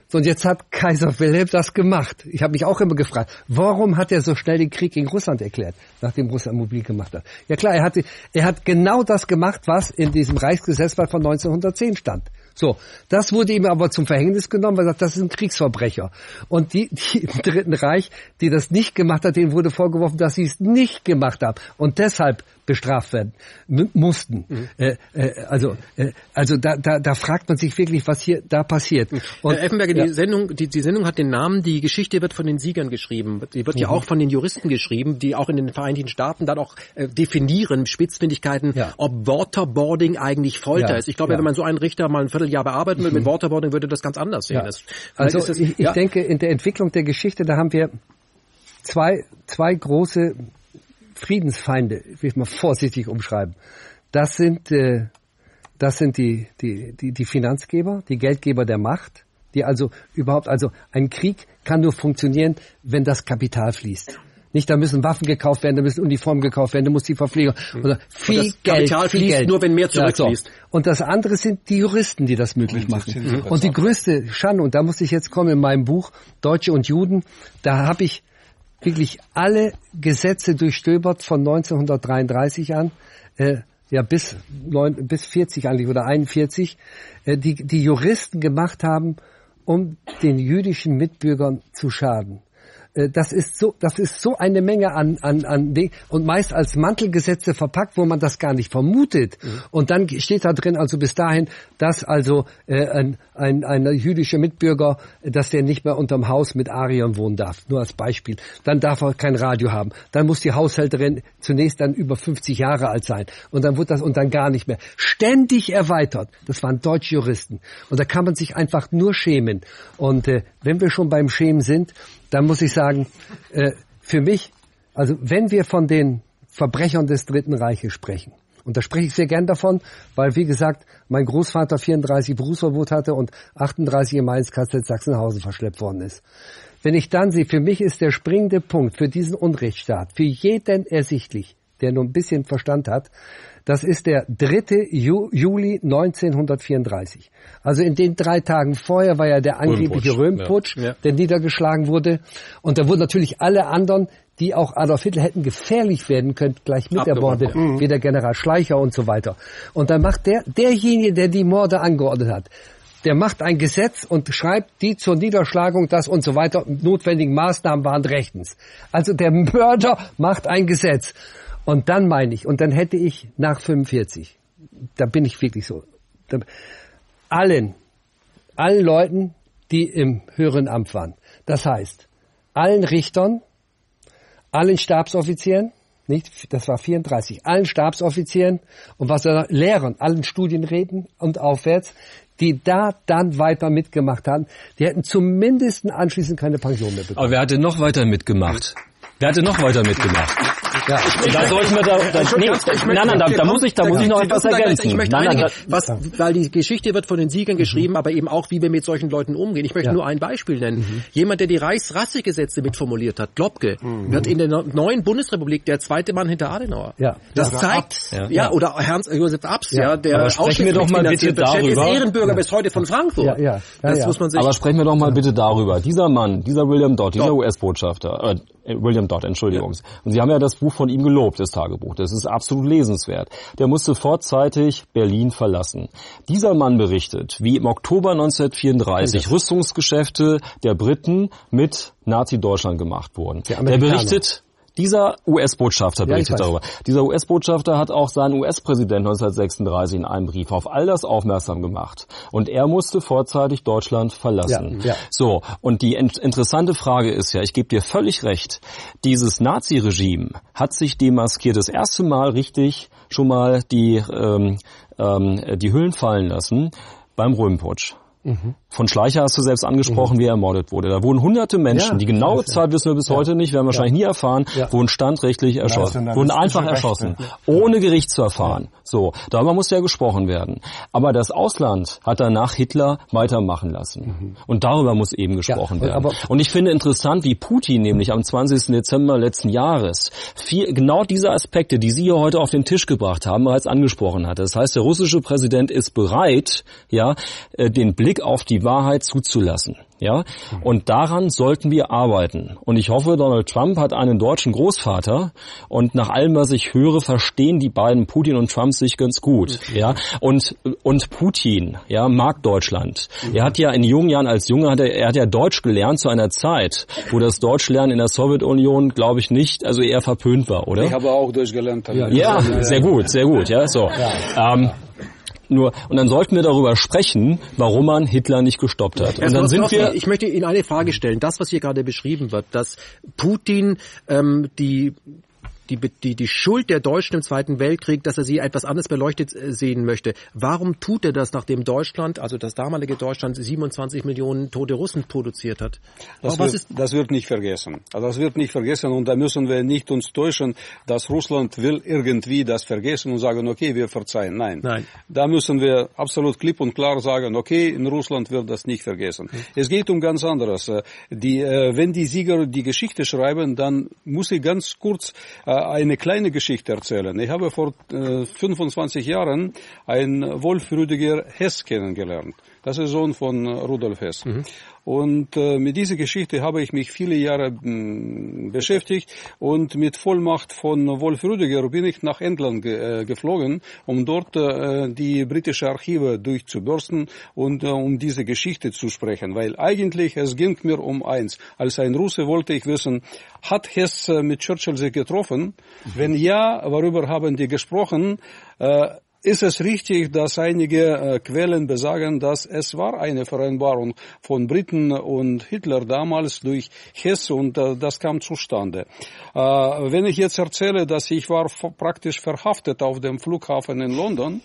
So, und jetzt hat Kaiser Wilhelm das gemacht. Ich habe mich auch immer gefragt, warum hat er so schnell den Krieg gegen Russland erklärt, nachdem Russland mobil gemacht hat? Ja klar, er hat, er hat genau das gemacht, was in diesem Reichsgesetzblatt von neunzehnhundertzehn stand. So, das wurde ihm aber zum Verhängnis genommen, weil er sagt, das ist ein Kriegsverbrecher. Und die, die im Dritten Reich, die das nicht gemacht hat, denen wurde vorgeworfen, dass sie es nicht gemacht haben und deshalb bestraft werden m- mussten. Mhm. Äh, äh, also, äh, also da, da, da fragt man sich wirklich, was hier da passiert. Und, Herr Effenberger, ja. die Sendung, die, die Sendung hat den Namen, die Geschichte wird von den Siegern geschrieben. Die wird mhm. ja auch von den Juristen geschrieben, die auch in den Vereinigten Staaten dann auch äh, definieren, Spitzfindigkeiten, ja. ob Waterboarding eigentlich Folter ja. ist. Ich glaube, ja. wenn man so einen Richter mal ein Vierteljahr bearbeiten würde, mhm. mit Waterboarding würde das ganz anders sehen. Ja. Das, also das, ich, ich ja. denke, in der Entwicklung der Geschichte, da haben wir zwei, zwei große Friedensfeinde, will ich mal vorsichtig umschreiben. Das sind, äh, das sind die, die, die, die Finanzgeber, die Geldgeber der Macht, die also überhaupt, also ein Krieg kann nur funktionieren, wenn das Kapital fließt. Nicht, da müssen Waffen gekauft werden, da müssen Uniformen gekauft werden, da muss die Verpflegung, oder viel und das Geld, Kapital viel fließt Geld. nur, wenn mehr zurückfließt. Ja, so. Und das andere sind die Juristen, die das möglich machen. Und die größte Schande, und da muss ich jetzt kommen in meinem Buch Deutsche und Juden, da habe ich wirklich alle Gesetze durchstöbert von neunzehnhundertdreiunddreißig an, äh, ja bis neun, bis vierzig eigentlich oder einundvierzig, äh, die die Juristen gemacht haben, um den jüdischen Mitbürgern zu schaden. Das ist so, das ist so eine Menge an, an, an Dingen und meist als Mantelgesetze verpackt, wo man das gar nicht vermutet. Mhm. Und dann steht da drin, also bis dahin, dass also äh, ein, ein, ein jüdischer Mitbürger, dass der nicht mehr unterm Haus mit Ariern wohnen darf. Nur als Beispiel. Dann darf er kein Radio haben. Dann muss die Haushälterin zunächst dann über fünfzig Jahre alt sein. Und dann wird das und dann gar nicht mehr. Ständig erweitert. Das waren deutsche Juristen. Und da kann man sich einfach nur schämen. Und äh, wenn wir schon beim Schämen sind, dann muss ich sagen, äh, für mich, also wenn wir von den Verbrechern des Dritten Reiches sprechen, und da spreche ich sehr gern davon, weil, wie gesagt, mein Großvater vierunddreißig Berufsverbot hatte und achtunddreißig in Mainz-K Z Sachsenhausen verschleppt worden ist. Wenn ich dann sehe, für mich ist der springende Punkt für diesen Unrechtsstaat, für jeden ersichtlich, der nur ein bisschen Verstand hat, das ist der dritte Juli neunzehnhundertvierunddreißig. Also in den drei Tagen vorher war ja der angebliche Röhmputsch, ja. der niedergeschlagen wurde. Und da wurden natürlich alle anderen, die auch Adolf Hitler hätten gefährlich werden können, gleich mit ermordet, ja. wie der General Schleicher und so weiter. Und dann macht der derjenige, der die Morde angeordnet hat, der macht ein Gesetz und schreibt die zur Niederschlagung, das und so weiter, notwendigen Maßnahmen waren rechtens. Also der Mörder macht ein Gesetz. Und dann meine ich, und dann hätte ich nach fünfundvierzig, da bin ich wirklich so, da, allen, allen Leuten, die im höheren Amt waren, das heißt, allen Richtern, allen Stabsoffizieren, nicht, das war vierunddreißig, allen Stabsoffizieren und was er Lehrern, allen Studienräten und aufwärts, die da dann weiter mitgemacht haben, die hätten zumindest anschließend keine Pension mehr bekommen. Aber wer hatte noch weiter mitgemacht? Wer hatte noch weiter mitgemacht? Ja, ich, da soll ich mir da, da nee, nein, nein, da, da muss ich, da muss ich noch etwas ergänzen. Ich möchte nein, einige, nein, was, weil die Geschichte wird von den Siegern geschrieben, mhm. aber eben auch, wie wir mit solchen Leuten umgehen. Ich möchte ja. nur ein Beispiel nennen. Mhm. Jemand, der die Reichsrassegesetze mitformuliert hat, Globke, mhm. wird in der neuen Bundesrepublik der zweite Mann hinter Adenauer. Ja. Das ja, zeigt, ja, ja, oder Ernst Josef Abs, ja, ja der sprechen wir doch mal bitte darüber. Ist Ehrenbürger ja. bis heute von Frankfurt. Ja, ja. Ja, das ja. muss man sich. Aber sprechen wir doch mal bitte darüber. Dieser Mann, dieser William Dodd, dieser U S-Botschafter, äh, William Dodd, Entschuldigung. Ja. Und Sie haben ja das Buch von ihm gelobt, das Tagebuch. Das ist absolut lesenswert. Der musste vorzeitig Berlin verlassen. Dieser Mann berichtet, wie im Oktober neunzehnhundertvierunddreißig ja. Rüstungsgeschäfte der Briten mit Nazi-Deutschland gemacht wurden. Der berichtet... Dieser U S-Botschafter berichtet ja, darüber. Dieser U S-Botschafter hat auch seinen U S-Präsident neunzehnhundertsechsunddreißig in einem Brief auf all das aufmerksam gemacht. Und er musste vorzeitig Deutschland verlassen. Ja, ja. So, und die in- interessante Frage ist ja, ich gebe dir völlig recht, dieses Nazi-Regime hat sich demaskiert, das erste Mal richtig schon mal die, ähm, ähm, die Hüllen fallen lassen beim Röhmputsch. Mhm. Von Schleicher hast du selbst angesprochen, mhm. wie er ermordet wurde. Da wurden hunderte Menschen, ja, die genaue Zahl wissen wir bis ja. heute nicht, werden wir wahrscheinlich ja. nie erfahren, ja. wurden standrechtlich erschossen, wurden einfach erschossen, Rechte. ohne Gerichtsverfahren. Ja. So, darüber muss ja gesprochen werden. Aber das Ausland hat danach Hitler weitermachen lassen. Mhm. Und darüber muss eben gesprochen ja, werden. Aber und ich finde interessant, wie Putin nämlich am zwanzigsten Dezember letzten Jahres viel, genau diese Aspekte, die Sie hier heute auf den Tisch gebracht haben, bereits angesprochen hatte. Das heißt, der russische Präsident ist bereit, ja, den Blick Blick auf die Wahrheit zuzulassen. Ja, und daran sollten wir arbeiten. Und ich hoffe, Donald Trump hat einen deutschen Großvater und nach allem, was ich höre, verstehen die beiden, Putin und Trump, sich ganz gut. Ja, und und Putin, ja, mag Deutschland. Er hat ja in jungen Jahren als Junge hat er, er hat ja Deutsch gelernt zu einer Zeit, wo das Deutschlernen in der Sowjetunion, glaube ich, nicht, also eher verpönt war, oder? Ich habe auch Deutsch gelernt. Ja, ja, sehr gut, sehr gut, ja, so. Ja. Ähm, Nur, und dann sollten wir darüber sprechen, warum man Hitler nicht gestoppt hat. Und dann sind wir. Ich möchte Ihnen eine Frage stellen. Das, was hier gerade beschrieben wird, dass Putin ähm, die Die, die, die Schuld der Deutschen im Zweiten Weltkrieg, dass er sie etwas anders beleuchtet sehen möchte. Warum tut er das, nachdem Deutschland, also das damalige Deutschland, siebenundzwanzig Millionen tote Russen produziert hat? Das, wird, ist das wird nicht vergessen. Also das wird nicht vergessen und da müssen wir nicht uns täuschen, dass Russland will irgendwie das vergessen und sagen, okay, wir verzeihen. Nein. Nein. Da müssen wir absolut klipp und klar sagen, okay, in Russland wird das nicht vergessen. Mhm. Es geht um ganz anderes. Die, wenn die Sieger die Geschichte schreiben, dann muss ich ganz kurz eine kleine Geschichte erzählen. Ich habe vor äh, fünfundzwanzig Jahren einen Wolf Rüdiger Hess kennengelernt. Das ist Sohn von Rudolf Hess. Mhm. Und äh, mit dieser Geschichte habe ich mich viele Jahre mh, beschäftigt und mit Vollmacht von Wolf Rüdiger bin ich nach England ge äh, geflogen, um dort äh, die britische Archive durchzubürsten und äh, um diese Geschichte zu sprechen. Weil eigentlich, es ging mir um eins. Als ein Russe wollte ich wissen, hat Hess äh, mit Churchill sich getroffen? Mhm. Wenn ja, worüber haben die gesprochen? Äh, Ist es richtig, dass einige äh, Quellen besagen, dass es war eine Vereinbarung von Briten und Hitler damals durch Hess und äh, das kam zustande. Äh, wenn ich jetzt erzähle, dass ich war praktisch verhaftet auf dem Flughafen in London,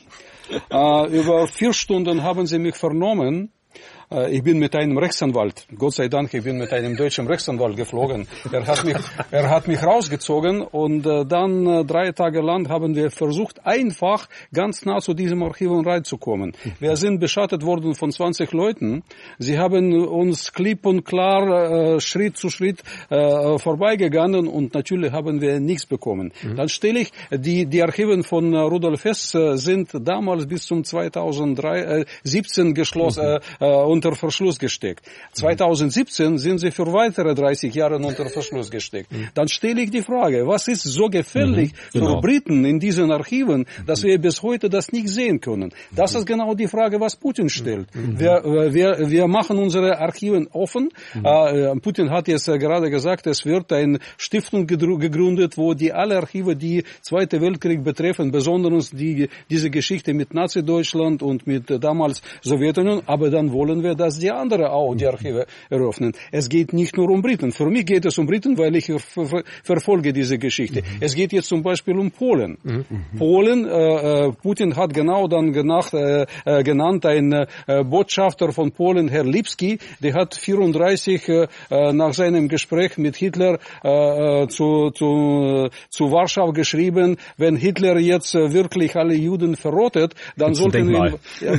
äh, über vier Stunden haben sie mich vernommen. Ich bin mit einem Rechtsanwalt, Gott sei Dank, ich bin mit einem deutschen Rechtsanwalt geflogen. Er hat mich, er hat mich rausgezogen und äh, dann äh, drei Tage lang haben wir versucht, einfach ganz nah zu diesem Archiv reinzukommen. Wir sind beschattet worden von zwanzig Leuten. Sie haben uns klipp und klar äh, Schritt zu Schritt äh, vorbeigegangen und natürlich haben wir nichts bekommen. Mhm. Dann stelle ich, die, die Archiven von äh, Rudolf Hess äh, sind damals bis zum zweitausendsiebzehn geschlossen, mhm. äh, und unter Verschluss gesteckt. zweitausendsiebzehn sind sie für weitere dreißig Jahre unter Verschluss gesteckt. Dann stelle ich die Frage, was ist so gefährlich mhm, genau. für Briten in diesen Archiven, dass wir bis heute das nicht sehen können? Das ist genau die Frage, was Putin stellt. Mhm. Wir, wir, wir machen unsere Archiven offen. Mhm. Uh, Putin hat jetzt gerade gesagt, es wird eine Stiftung gegründet, wo die alle Archive, die Zweite Weltkrieg betreffen, besonders die, diese Geschichte mit Nazi-Deutschland und mit damals Sowjetunion, aber dann wollen wir, dass die anderen auch die Archive eröffnen. Es geht nicht nur um Briten. Für mich geht es um Briten, weil ich ver verfolge diese Geschichte. Mhm. Es geht jetzt zum Beispiel um Polen. Mhm. Polen, äh, Putin hat genau dann genacht, äh, genannt, ein äh, Botschafter von Polen, Herr Lipski, der hat vierunddreißig äh, nach seinem Gespräch mit Hitler äh, zu, zu, zu Warschau geschrieben, wenn Hitler jetzt äh, wirklich alle Juden verrottet, dann sollten wir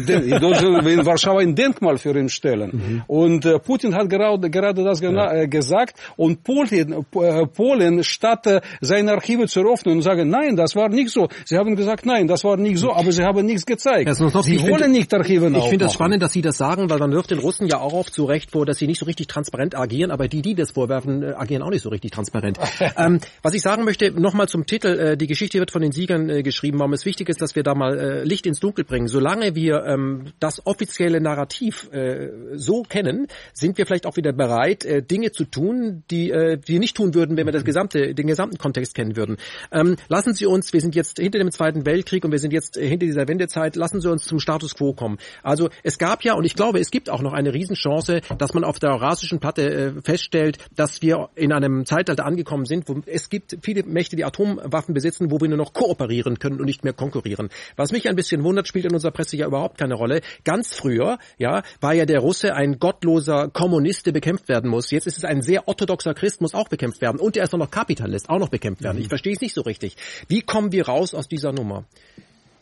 in, in Warschau ein Denkmal für ihn stellen. Mhm. Und äh, Putin hat gerade, gerade das ja. äh, gesagt und Polen, äh, Polen statt äh, seine Archive zu öffnen und sagen, nein, das war nicht so. Sie haben gesagt, nein, das war nicht so, aber sie haben nichts gezeigt. Ja, noch, sie wollen find, nicht Archive Ich finde das spannend, dass Sie das sagen, weil man wirft den Russen ja auch oft zu Recht vor, dass sie nicht so richtig transparent agieren, aber die, die das vorwerfen, äh, agieren auch nicht so richtig transparent. ähm, was ich sagen möchte, nochmal zum Titel, äh, die Geschichte wird von den Siegern äh, geschrieben, warum es wichtig ist, dass wir da mal äh, Licht ins Dunkel bringen. Solange wir ähm, das offizielle Narrativ äh, so kennen, sind wir vielleicht auch wieder bereit, äh, Dinge zu tun, die äh, wir nicht tun würden, wenn wir das gesamte, den gesamten Kontext kennen würden. Ähm, lassen Sie uns, wir sind jetzt hinter dem Zweiten Weltkrieg und wir sind jetzt äh, hinter dieser Wendezeit, lassen Sie uns zum Status quo kommen. Also es gab ja, und ich glaube, es gibt auch noch eine Riesenchance, dass man auf der eurasischen Platte äh, feststellt, dass wir in einem Zeitalter angekommen sind, wo es gibt viele Mächte, die Atomwaffen besitzen, wo wir nur noch kooperieren können und nicht mehr konkurrieren. Was mich ein bisschen wundert, spielt in unserer Presse ja überhaupt keine Rolle. Ganz früher, ja, war ja der Russe ein gottloser Kommunist, der bekämpft werden muss. Jetzt ist es ein sehr orthodoxer Christ, muss auch bekämpft werden. Und er ist noch Kapitalist, auch noch bekämpft werden. Ich verstehe es nicht so richtig. Wie kommen wir raus aus dieser Nummer?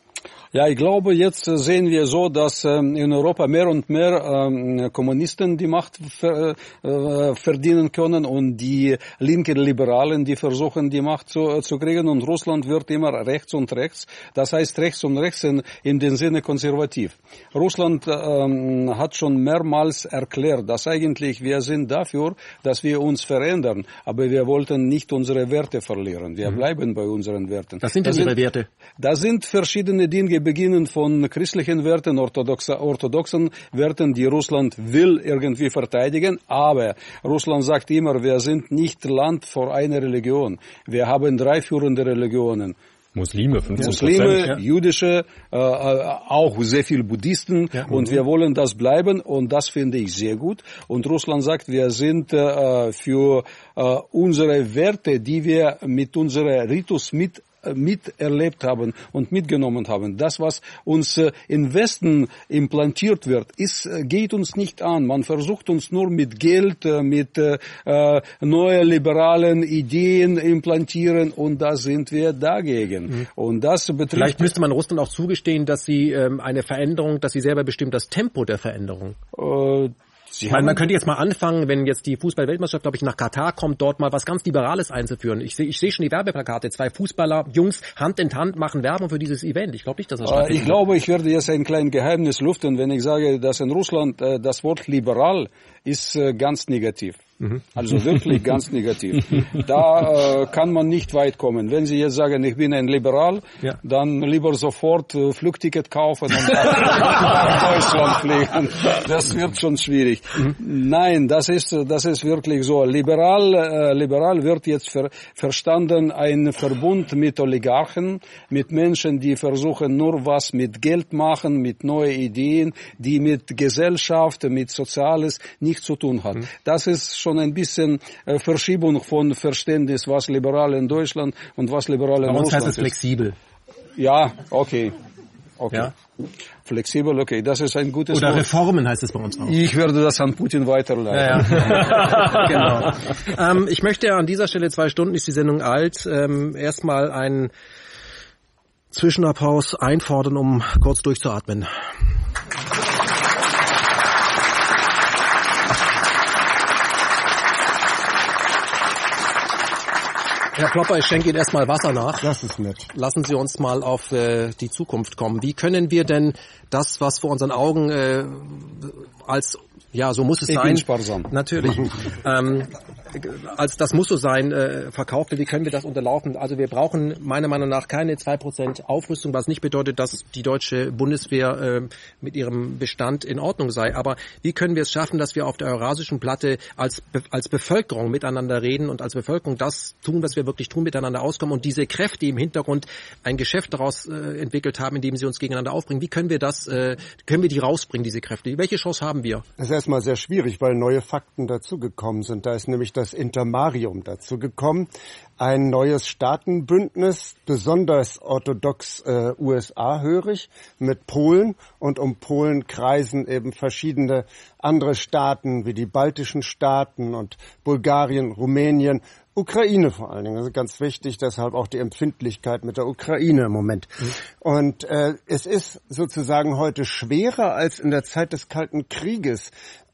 Ja, ich glaube, jetzt sehen wir so, dass ähm, in Europa mehr und mehr ähm, Kommunisten die Macht ver, äh, verdienen können und die linken Liberalen, die versuchen, die Macht zu, äh, zu kriegen. Und Russland wird immer rechts und rechts. Das heißt rechts und rechts in, in dem Sinne konservativ. Russland ähm, hat schon mehrmals erklärt, dass eigentlich wir sind dafür, dass wir uns verändern. Aber wir wollten nicht unsere Werte verlieren. Wir mhm. bleiben bei unseren Werten. Was sind denn Ihre Werte? Da sind verschiedene Dinge, beginnen von christlichen Werten, orthodoxen, orthodoxen Werten, die Russland will irgendwie verteidigen. Aber Russland sagt immer, wir sind nicht Land vor einer Religion. Wir haben drei führende Religionen. Muslime, fünfzehn Prozent. Muslime, ja. jüdische, äh, auch sehr viel Buddhisten. Ja. Und wir wollen das bleiben. Und das finde ich sehr gut. Und Russland sagt, wir sind äh, für äh, unsere Werte, die wir mit unserer Ritus mit miterlebt haben und mitgenommen haben. Das, was uns äh, im Westen implantiert wird, ist, äh, geht uns nicht an. Man versucht uns nur mit Geld, äh, mit äh, neuen liberalen Ideen implantieren und da sind wir dagegen. Mhm. Und das betrifft... Vielleicht müsste man Russland auch zugestehen, dass sie ähm, eine Veränderung, dass sie selber bestimmt das Tempo der Veränderung. Äh, Ich meine, man könnte jetzt mal anfangen, wenn jetzt die Fußball-Weltmeisterschaft, glaube ich, nach Katar kommt, dort mal was ganz Liberales einzuführen. Ich sehe ich sehe schon die Werbeplakate. Zwei Fußballer, Jungs, Hand in Hand machen Werbung für dieses Event. Ich glaube nicht, dass das stattfindet. Ich glaube, ich werde jetzt ein kleines Geheimnis lüften, wenn ich sage, dass in Russland äh, das Wort liberal ist äh, ganz negativ. Also wirklich ganz negativ. Da äh, kann man nicht weit kommen. Wenn Sie jetzt sagen, ich bin ein Liberal, ja. dann lieber sofort äh, Flugticket kaufen und nach Deutschland fliegen. Das wird schon schwierig. Mhm. Nein, das ist das ist wirklich so. Liberal, äh, liberal wird jetzt ver, verstanden ein Verbund mit Oligarchen, mit Menschen, die versuchen nur was mit Geld machen, mit neuen Ideen, die mit Gesellschaft, mit Soziales nichts zu tun hat. Mhm. Das ist schon ein bisschen äh, Verschiebung von Verständnis, was liberal in Deutschland und was liberal in Russland ist. Bei uns heißt es flexibel. Ja, okay. Okay. Ja. Flexibel, okay, das ist ein gutes Oder Wort. Reformen heißt es bei uns auch. Ich werde das an Putin weiterleiten. Ja, ja. Genau. ähm, ich möchte an dieser Stelle, zwei Stunden ist die Sendung alt, ähm, erstmal einen Zwischenapplaus einfordern, um kurz durchzuatmen. Herr Klopper, ich schenke Ihnen erstmal Wasser nach. Das ist nett. Lassen Sie uns mal auf äh, die Zukunft kommen. Wie können wir denn das, was vor unseren Augen äh, als, ja, so muss es ich sein. Bin sparsam. Natürlich. ähm, als das muss so sein, äh, verkauft wird, wie können wir das unterlaufen? Also wir brauchen meiner Meinung nach keine zwei Prozent Aufrüstung, was nicht bedeutet, dass die deutsche Bundeswehr äh, mit ihrem Bestand in Ordnung sei. Aber wie können wir es schaffen, dass wir auf der eurasischen Platte als, Be- als Bevölkerung miteinander reden und als Bevölkerung das tun, was wir wirklich tun, miteinander auskommen und diese Kräfte, die im Hintergrund ein Geschäft daraus äh, entwickelt haben, indem sie uns gegeneinander aufbringen, wie können wir das, äh, können wir die rausbringen, diese Kräfte? Welche Chance haben wir? Das ist erstmal sehr schwierig, weil neue Fakten dazugekommen sind. Da ist nämlich das Intermarium dazugekommen. Ein neues Staatenbündnis, besonders orthodox äh, U S A-hörig, mit Polen. Und um Polen kreisen eben verschiedene andere Staaten, wie die baltischen Staaten und Bulgarien, Rumänien, Ukraine vor allen Dingen. Das ist ganz wichtig, deshalb auch die Empfindlichkeit mit der Ukraine im Moment. Mhm. Und äh, es ist sozusagen heute schwerer als in der Zeit des Kalten Krieges,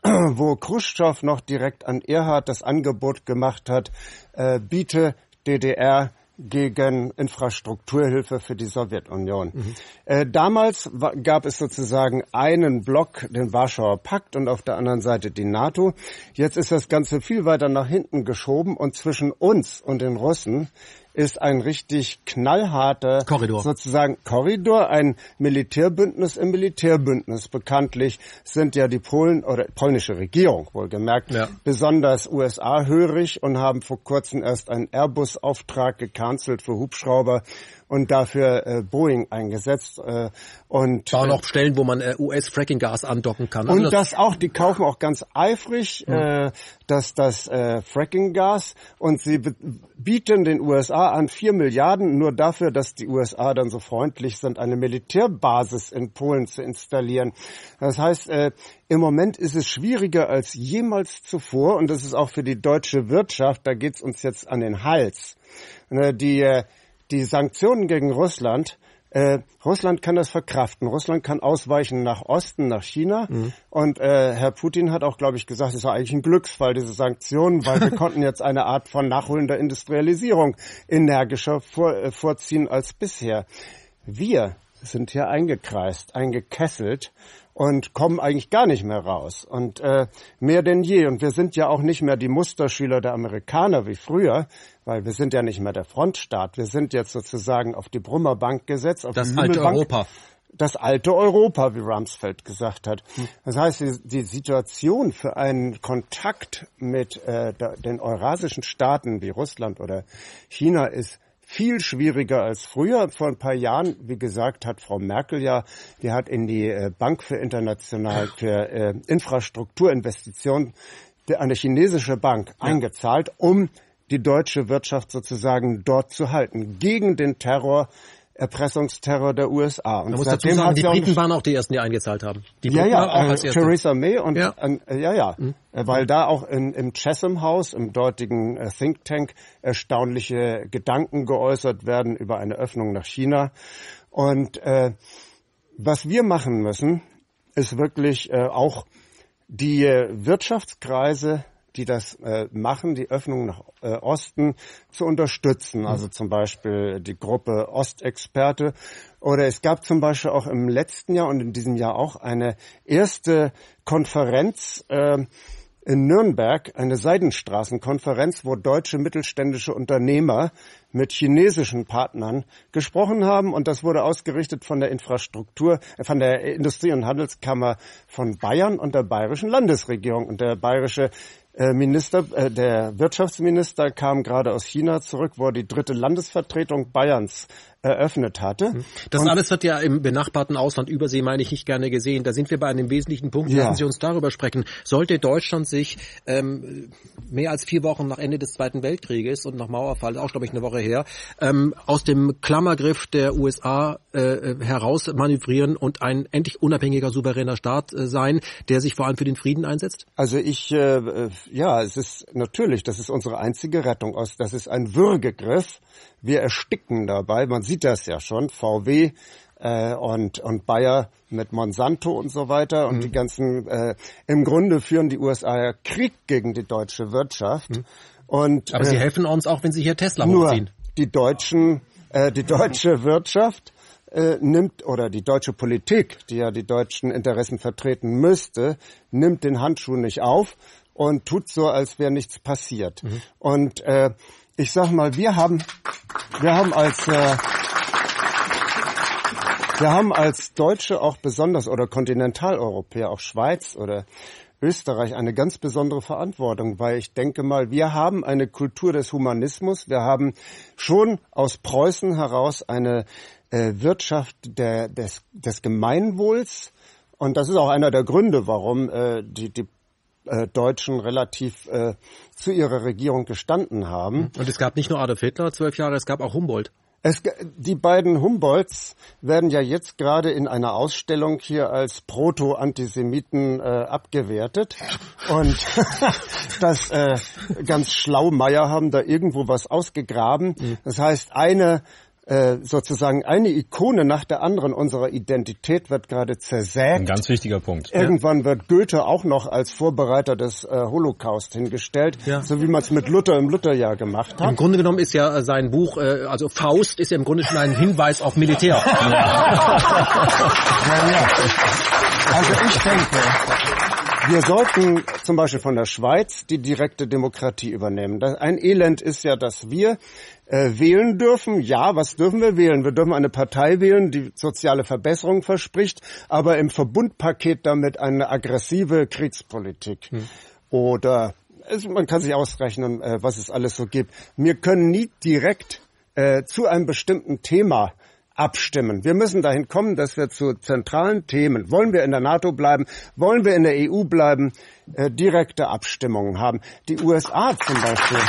wo Chruschtschow noch direkt an Erhard das Angebot gemacht hat, äh, biete D D R gegen Infrastrukturhilfe für die Sowjetunion. Mhm. Äh, damals wa- gab es sozusagen einen Block, den Warschauer Pakt, und auf der anderen Seite die NATO. Jetzt ist das Ganze viel weiter nach hinten geschoben und zwischen uns und den Russen ist ein richtig knallharter Korridor. sozusagen Korridor, ein Militärbündnis im Militärbündnis. Bekanntlich sind ja die Polen oder polnische Regierung wohlgemerkt ja. besonders U S A-hörig und haben vor kurzem erst einen Airbus-Auftrag gecancelt für Hubschrauber und dafür äh, Boeing eingesetzt. Äh, und da noch Stellen, wo man äh, U S-Fracking-Gas andocken kann. Und also das, das auch, die kaufen auch ganz eifrig mhm. äh, das, das äh, Fracking-Gas und sie be- bieten den U S A an vier Milliarden nur dafür, dass die U S A dann so freundlich sind, eine Militärbasis in Polen zu installieren. Das heißt, äh, im Moment ist es schwieriger als jemals zuvor und das ist auch für die deutsche Wirtschaft, da geht's uns jetzt an den Hals. Äh, die äh, Die Sanktionen gegen Russland Äh, Russland kann das verkraften. Russland kann ausweichen nach Osten, nach China. Mhm. Und äh, Herr Putin hat auch, glaube ich, gesagt, es war eigentlich ein Glücksfall, diese Sanktionen, weil wir konnten jetzt eine Art von nachholender Industrialisierung energischer vor, äh, vorziehen als bisher. Wir sind hier eingekreist, eingekesselt und kommen eigentlich gar nicht mehr raus. Und äh, mehr denn je. Und wir sind ja auch nicht mehr die Musterschüler der Amerikaner wie früher, weil wir sind ja nicht mehr der Frontstaat. Wir sind jetzt sozusagen auf die Brummerbank gesetzt. Auf das die alte Europa. Das alte Europa, wie Rumsfeld gesagt hat. Das heißt, die, die Situation für einen Kontakt mit äh, den eurasischen Staaten wie Russland oder China ist viel schwieriger als früher. Vor ein paar Jahren, wie gesagt, hat Frau Merkel ja, die hat in die äh, Bank für international für äh, Infrastrukturinvestitionen, eine chinesische Bank, ja. eingezahlt, um die deutsche Wirtschaft sozusagen dort zu halten, gegen den Terror, Erpressungsterror der U S A. Und man muss dazu sagen, die Briten waren auch die Ersten, die eingezahlt haben. Die ja, ja, auch als äh, Theresa May und ja, äh, ja, ja, mhm. weil da auch in, im Chatham House, im dortigen äh, Think Tank, erstaunliche Gedanken geäußert werden über eine Öffnung nach China. Und äh, was wir machen müssen, ist wirklich äh, auch die äh, Wirtschaftskreise, die das äh, machen, die Öffnung nach äh, Osten zu unterstützen. Also zum Beispiel die Gruppe Ostexperte. Oder es gab zum Beispiel auch im letzten Jahr und in diesem Jahr auch eine erste Konferenz äh, in Nürnberg, eine Seidenstraßenkonferenz, wo deutsche mittelständische Unternehmer mit chinesischen Partnern gesprochen haben. Und das wurde ausgerichtet von der Infrastruktur, von der Industrie- und Handelskammer von Bayern und der bayerischen Landesregierung. Und der bayerische Minister, äh, der Wirtschaftsminister kam gerade aus China zurück, wo er die dritte Landesvertretung Bayerns eröffnet hatte. Das und alles wird ja im benachbarten Ausland, Übersee, meine ich, nicht gerne gesehen. Da sind wir bei einem wesentlichen Punkt. Ja. Lassen Sie uns darüber sprechen. Sollte Deutschland sich ähm, mehr als vier Wochen nach Ende des Zweiten Weltkrieges und nach Mauerfall, auch glaube ich eine Woche her, ähm, aus dem Klammergriff der U S A äh, heraus manövrieren und ein endlich unabhängiger, souveräner Staat äh, sein, der sich vor allem für den Frieden einsetzt? Also ich, äh, ja, es ist natürlich, das ist unsere einzige Rettung. Das ist ein Würgegriff. Wir ersticken dabei. Man sieht das ja schon. V W äh, und und Bayer mit Monsanto und so weiter und mhm. die ganzen. Äh, Im Grunde führen die U S A ja Krieg gegen die deutsche Wirtschaft. Mhm. Und aber äh, sie helfen uns auch, wenn sie hier Tesla nur hochziehen. Die deutschen, äh, die deutsche Wirtschaft äh, nimmt oder die deutsche Politik, die ja die deutschen Interessen vertreten müsste, nimmt den Handschuh nicht auf und tut so, als wäre nichts passiert. Mhm. Und äh, ich sag mal, wir haben, wir haben als, äh, wir haben als Deutsche auch besonders oder Kontinentaleuropäer, auch Schweiz oder Österreich eine ganz besondere Verantwortung, weil ich denke mal, wir haben eine Kultur des Humanismus. Wir haben schon aus Preußen heraus eine äh, Wirtschaft der, des, des Gemeinwohls. Und das ist auch einer der Gründe, warum äh, die, die Deutschen relativ äh, zu ihrer Regierung gestanden haben. Und es gab nicht nur Adolf Hitler, zwölf Jahre, es gab auch Humboldt. Es, die beiden Humboldts werden ja jetzt gerade in einer Ausstellung hier als Proto-Antisemiten äh, abgewertet. Und das äh, ganz Schlaumeier haben da irgendwo was ausgegraben. Mhm. Das heißt, eine sozusagen eine Ikone nach der anderen unserer Identität wird gerade zersägt. Ein ganz wichtiger Punkt. Irgendwann ja. wird Goethe auch noch als Vorbereiter des äh, Holocaust hingestellt, ja. so wie man es mit Luther im Lutherjahr gemacht hat. Im Grunde genommen ist ja sein Buch, äh, also Faust, ist ja im Grunde schon ein Hinweis auf Militär. Ja. ja, ja. Also ich denke, wir sollten zum Beispiel von der Schweiz die direkte Demokratie übernehmen. Das, ein Elend ist ja, dass wir äh, wählen dürfen. Ja, was dürfen wir wählen? Wir dürfen eine Partei wählen, die soziale Verbesserung verspricht, aber im Verbundpaket damit eine aggressive Kriegspolitik. Hm. Oder es, man kann sich ausrechnen, äh, was es alles so gibt. Wir können nie direkt äh, zu einem bestimmten Thema abstimmen. Wir müssen dahin kommen, dass wir zu zentralen Themen, wollen wir in der NATO bleiben, wollen wir in der E U bleiben, äh, direkte Abstimmungen haben. Die U S A zum Beispiel.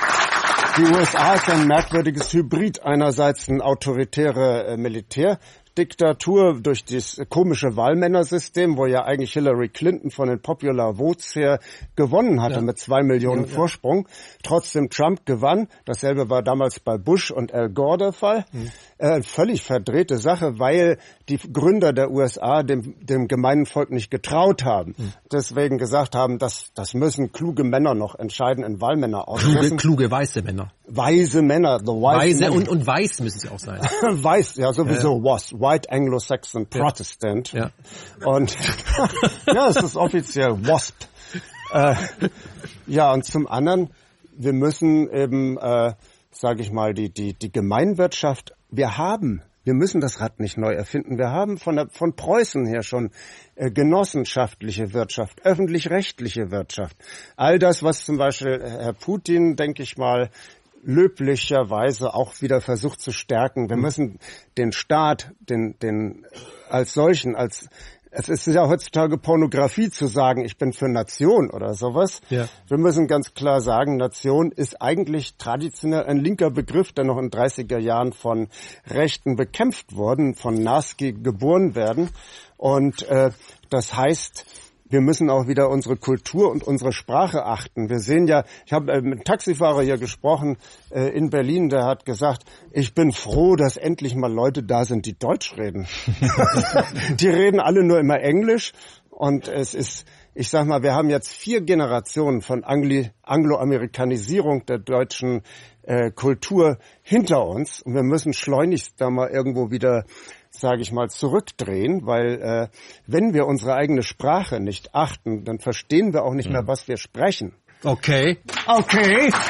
Die U S A ist ein merkwürdiges Hybrid. Einerseits ein autoritäre äh, Militär, Diktatur, durch das komische Wahlmännersystem, wo ja eigentlich Hillary Clinton von den Popular Votes her gewonnen hatte, ja, mit zwei Millionen ja, Vorsprung. Ja. Trotzdem Trump gewann. Dasselbe war damals bei Bush und Al Gore der Fall. Mhm. Äh, völlig verdrehte Sache, weil die Gründer der U S A dem, dem gemeinen Volk nicht getraut haben. Mhm. Deswegen gesagt haben, das, das müssen kluge Männer noch entscheiden in Wahlmänner aussetzen. Kluge, kluge weiße Männer. Weise Männer. The weise Weise und, und weiß müssen sie auch sein. Weiß, ja sowieso, ja. Was. White Anglo-Saxon Protestant. Ja. Und ja, es ist offiziell W A S P. Äh, ja, und zum anderen, wir müssen eben, äh, sage ich mal, die, die, die Gemeinwirtschaft, wir haben, wir müssen das Rad nicht neu erfinden. Wir haben von, der, von Preußen her schon äh, genossenschaftliche Wirtschaft, öffentlich-rechtliche Wirtschaft. All das, was zum Beispiel Herr Putin, denke ich mal, löblicherweise auch wieder versucht zu stärken. Wir müssen den Staat, den, den als solchen, als es ist ja heutzutage Pornografie zu sagen, ich bin für Nation oder sowas. Ja. Wir müssen ganz klar sagen, Nation ist eigentlich traditionell ein linker Begriff, der noch in den dreißiger Jahren von Rechten bekämpft worden, von Narski geboren werden. Und äh, das heißt, wir müssen auch wieder unsere Kultur und unsere Sprache achten. Wir sehen ja, ich habe mit einem Taxifahrer hier gesprochen äh, in Berlin, der hat gesagt, ich bin froh, dass endlich mal Leute da sind, die Deutsch reden. Die reden alle nur immer Englisch und es ist, ich sag mal, wir haben jetzt vier Generationen von Angli- Angloamerikanisierung der deutschen äh, Kultur hinter uns und wir müssen schleunigst da mal irgendwo wieder, sage ich mal, zurückdrehen, weil äh, wenn wir unsere eigene Sprache nicht achten, dann verstehen wir auch nicht mehr, was wir sprechen. Okay. Okay. ähm,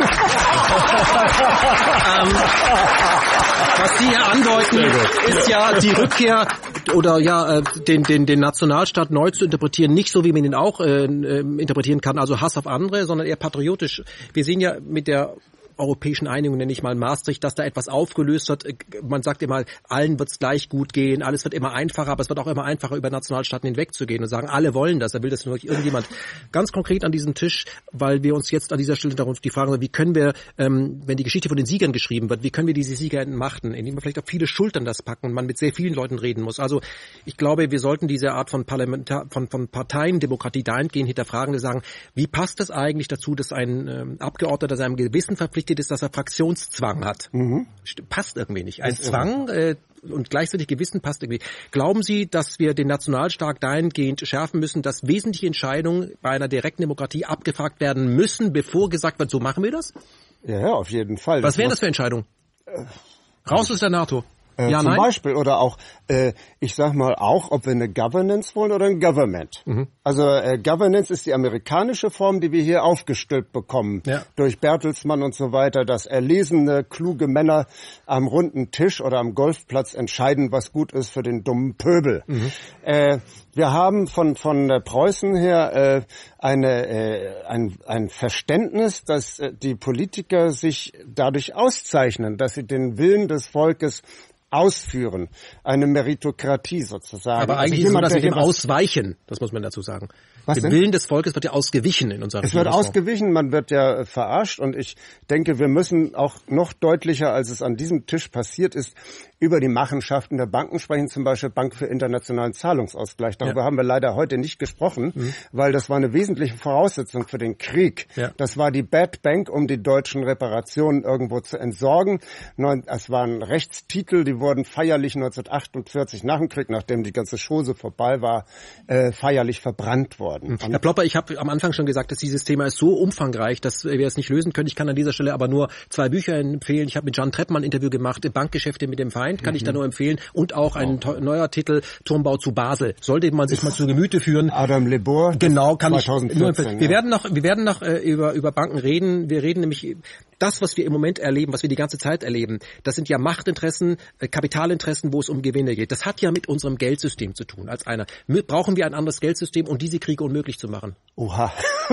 was Sie hier andeuten, ist ja die Rückkehr oder ja den den den Nationalstaat neu zu interpretieren, nicht so wie man ihn auch äh, interpretieren kann, also Hass auf andere, sondern eher patriotisch. Wir sehen ja mit der europäischen Einigung, nenne ich mal Maastricht, dass da etwas aufgelöst wird. Man sagt immer, allen wird es gleich gut gehen, alles wird immer einfacher, aber es wird auch immer einfacher, über Nationalstaaten hinwegzugehen und sagen, alle wollen das, da will das nur irgendjemand. Ganz konkret an diesem Tisch, weil wir uns jetzt an dieser Stelle darum die Frage, wie können wir, ähm, wenn die Geschichte von den Siegern geschrieben wird, wie können wir diese Sieger entmachten, indem wir vielleicht auf viele Schultern das packen und man mit sehr vielen Leuten reden muss. Also ich glaube, wir sollten diese Art von Parlamentar von, von Parteiendemokratie dahingehend hinterfragen und sagen, wie passt es eigentlich dazu, dass ein ähm, Abgeordneter seinem Gewissen verpflichtet ist, dass er Fraktionszwang hat. Mhm. Passt irgendwie nicht. Ein Zwang äh, und gleichzeitig Gewissen passt irgendwie. Glauben Sie, dass wir den Nationalstaat dahingehend schärfen müssen, dass wesentliche Entscheidungen bei einer direkten Demokratie abgefragt werden müssen, bevor gesagt wird, so machen wir das? Ja, ja, auf jeden Fall. Was wären das für Entscheidungen? Äh, Raus aus der NATO. Äh, ja, zum nein? Beispiel oder auch, äh, ich sag mal auch, ob wir eine Governance wollen oder ein Government. Mhm. Also äh, Governance ist die amerikanische Form, die wir hier aufgestülpt bekommen. Ja. Durch Bertelsmann und so weiter, dass erlesene, kluge Männer am runden Tisch oder am Golfplatz entscheiden, was gut ist für den dummen Pöbel. Mhm. Äh, wir haben von von äh, Preußen her äh, eine äh, ein ein Verständnis, dass äh, die Politiker sich dadurch auszeichnen, dass sie den Willen des Volkes ausführen. Eine Meritokratie sozusagen. Aber eigentlich also jemand, ist das mit dem Ausweichen, das muss man dazu sagen. Was dem denn? Willen des Volkes wird ja ausgewichen in unserer Es wird ausgewichen, man wird ja verarscht und ich denke, wir müssen auch noch deutlicher, als es an diesem Tisch passiert ist, über die Machenschaften der Banken sprechen, zum Beispiel Bank für internationalen Zahlungsausgleich. Darüber ja. haben wir leider heute nicht gesprochen, mhm. weil das war eine wesentliche Voraussetzung für den Krieg. Ja. Das war die Bad Bank, um die deutschen Reparationen irgendwo zu entsorgen. Es waren Rechtstitel, die wurden feierlich neunzehnhundertachtundvierzig nach dem Krieg, nachdem die ganze Chose vorbei war, äh, feierlich verbrannt worden. Herr Plopper, ich habe am Anfang schon gesagt, dass dieses Thema ist so umfangreich, dass wir es nicht lösen können. Ich kann an dieser Stelle aber nur zwei Bücher empfehlen. Ich habe mit Jan Treppmann ein Interview gemacht, Bankgeschäfte mit dem Feind, kann mhm. ich da nur empfehlen. Und auch ein to- neuer Titel, Turmbau zu Basel. Sollte man sich mal zu Gemüte führen. Adam Lebor. Genau, kann zweitausendvierzehn, ich nur empfehlen. Ja. Wir werden noch, wir werden noch äh, über, über Banken reden. Wir reden nämlich das, was wir im Moment erleben, was wir die ganze Zeit erleben, das sind ja Machtinteressen, äh, Kapitalinteressen, wo es um Gewinne geht. Das hat ja mit unserem Geldsystem zu tun. Als einer brauchen wir ein anderes Geldsystem, um diese Kriege unmöglich zu machen. Oha,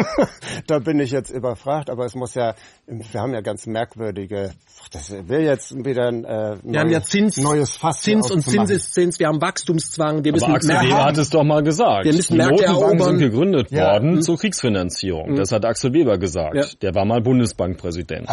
da bin ich jetzt überfragt, aber es muss ja, wir haben ja ganz merkwürdige, das will jetzt wieder ein äh, wir haben ja Zins, neues Fass Zins und Zinseszins, wir haben Wachstumszwang, wir müssen aber Axel Weber hat es doch mal gesagt. Wir müssen die Märkte Notenbanken erobern. sind gegründet ja. worden mhm. zur Kriegsfinanzierung. Mhm. Das hat Axel Weber gesagt. Ja. Der war mal Bundesbankpräsident.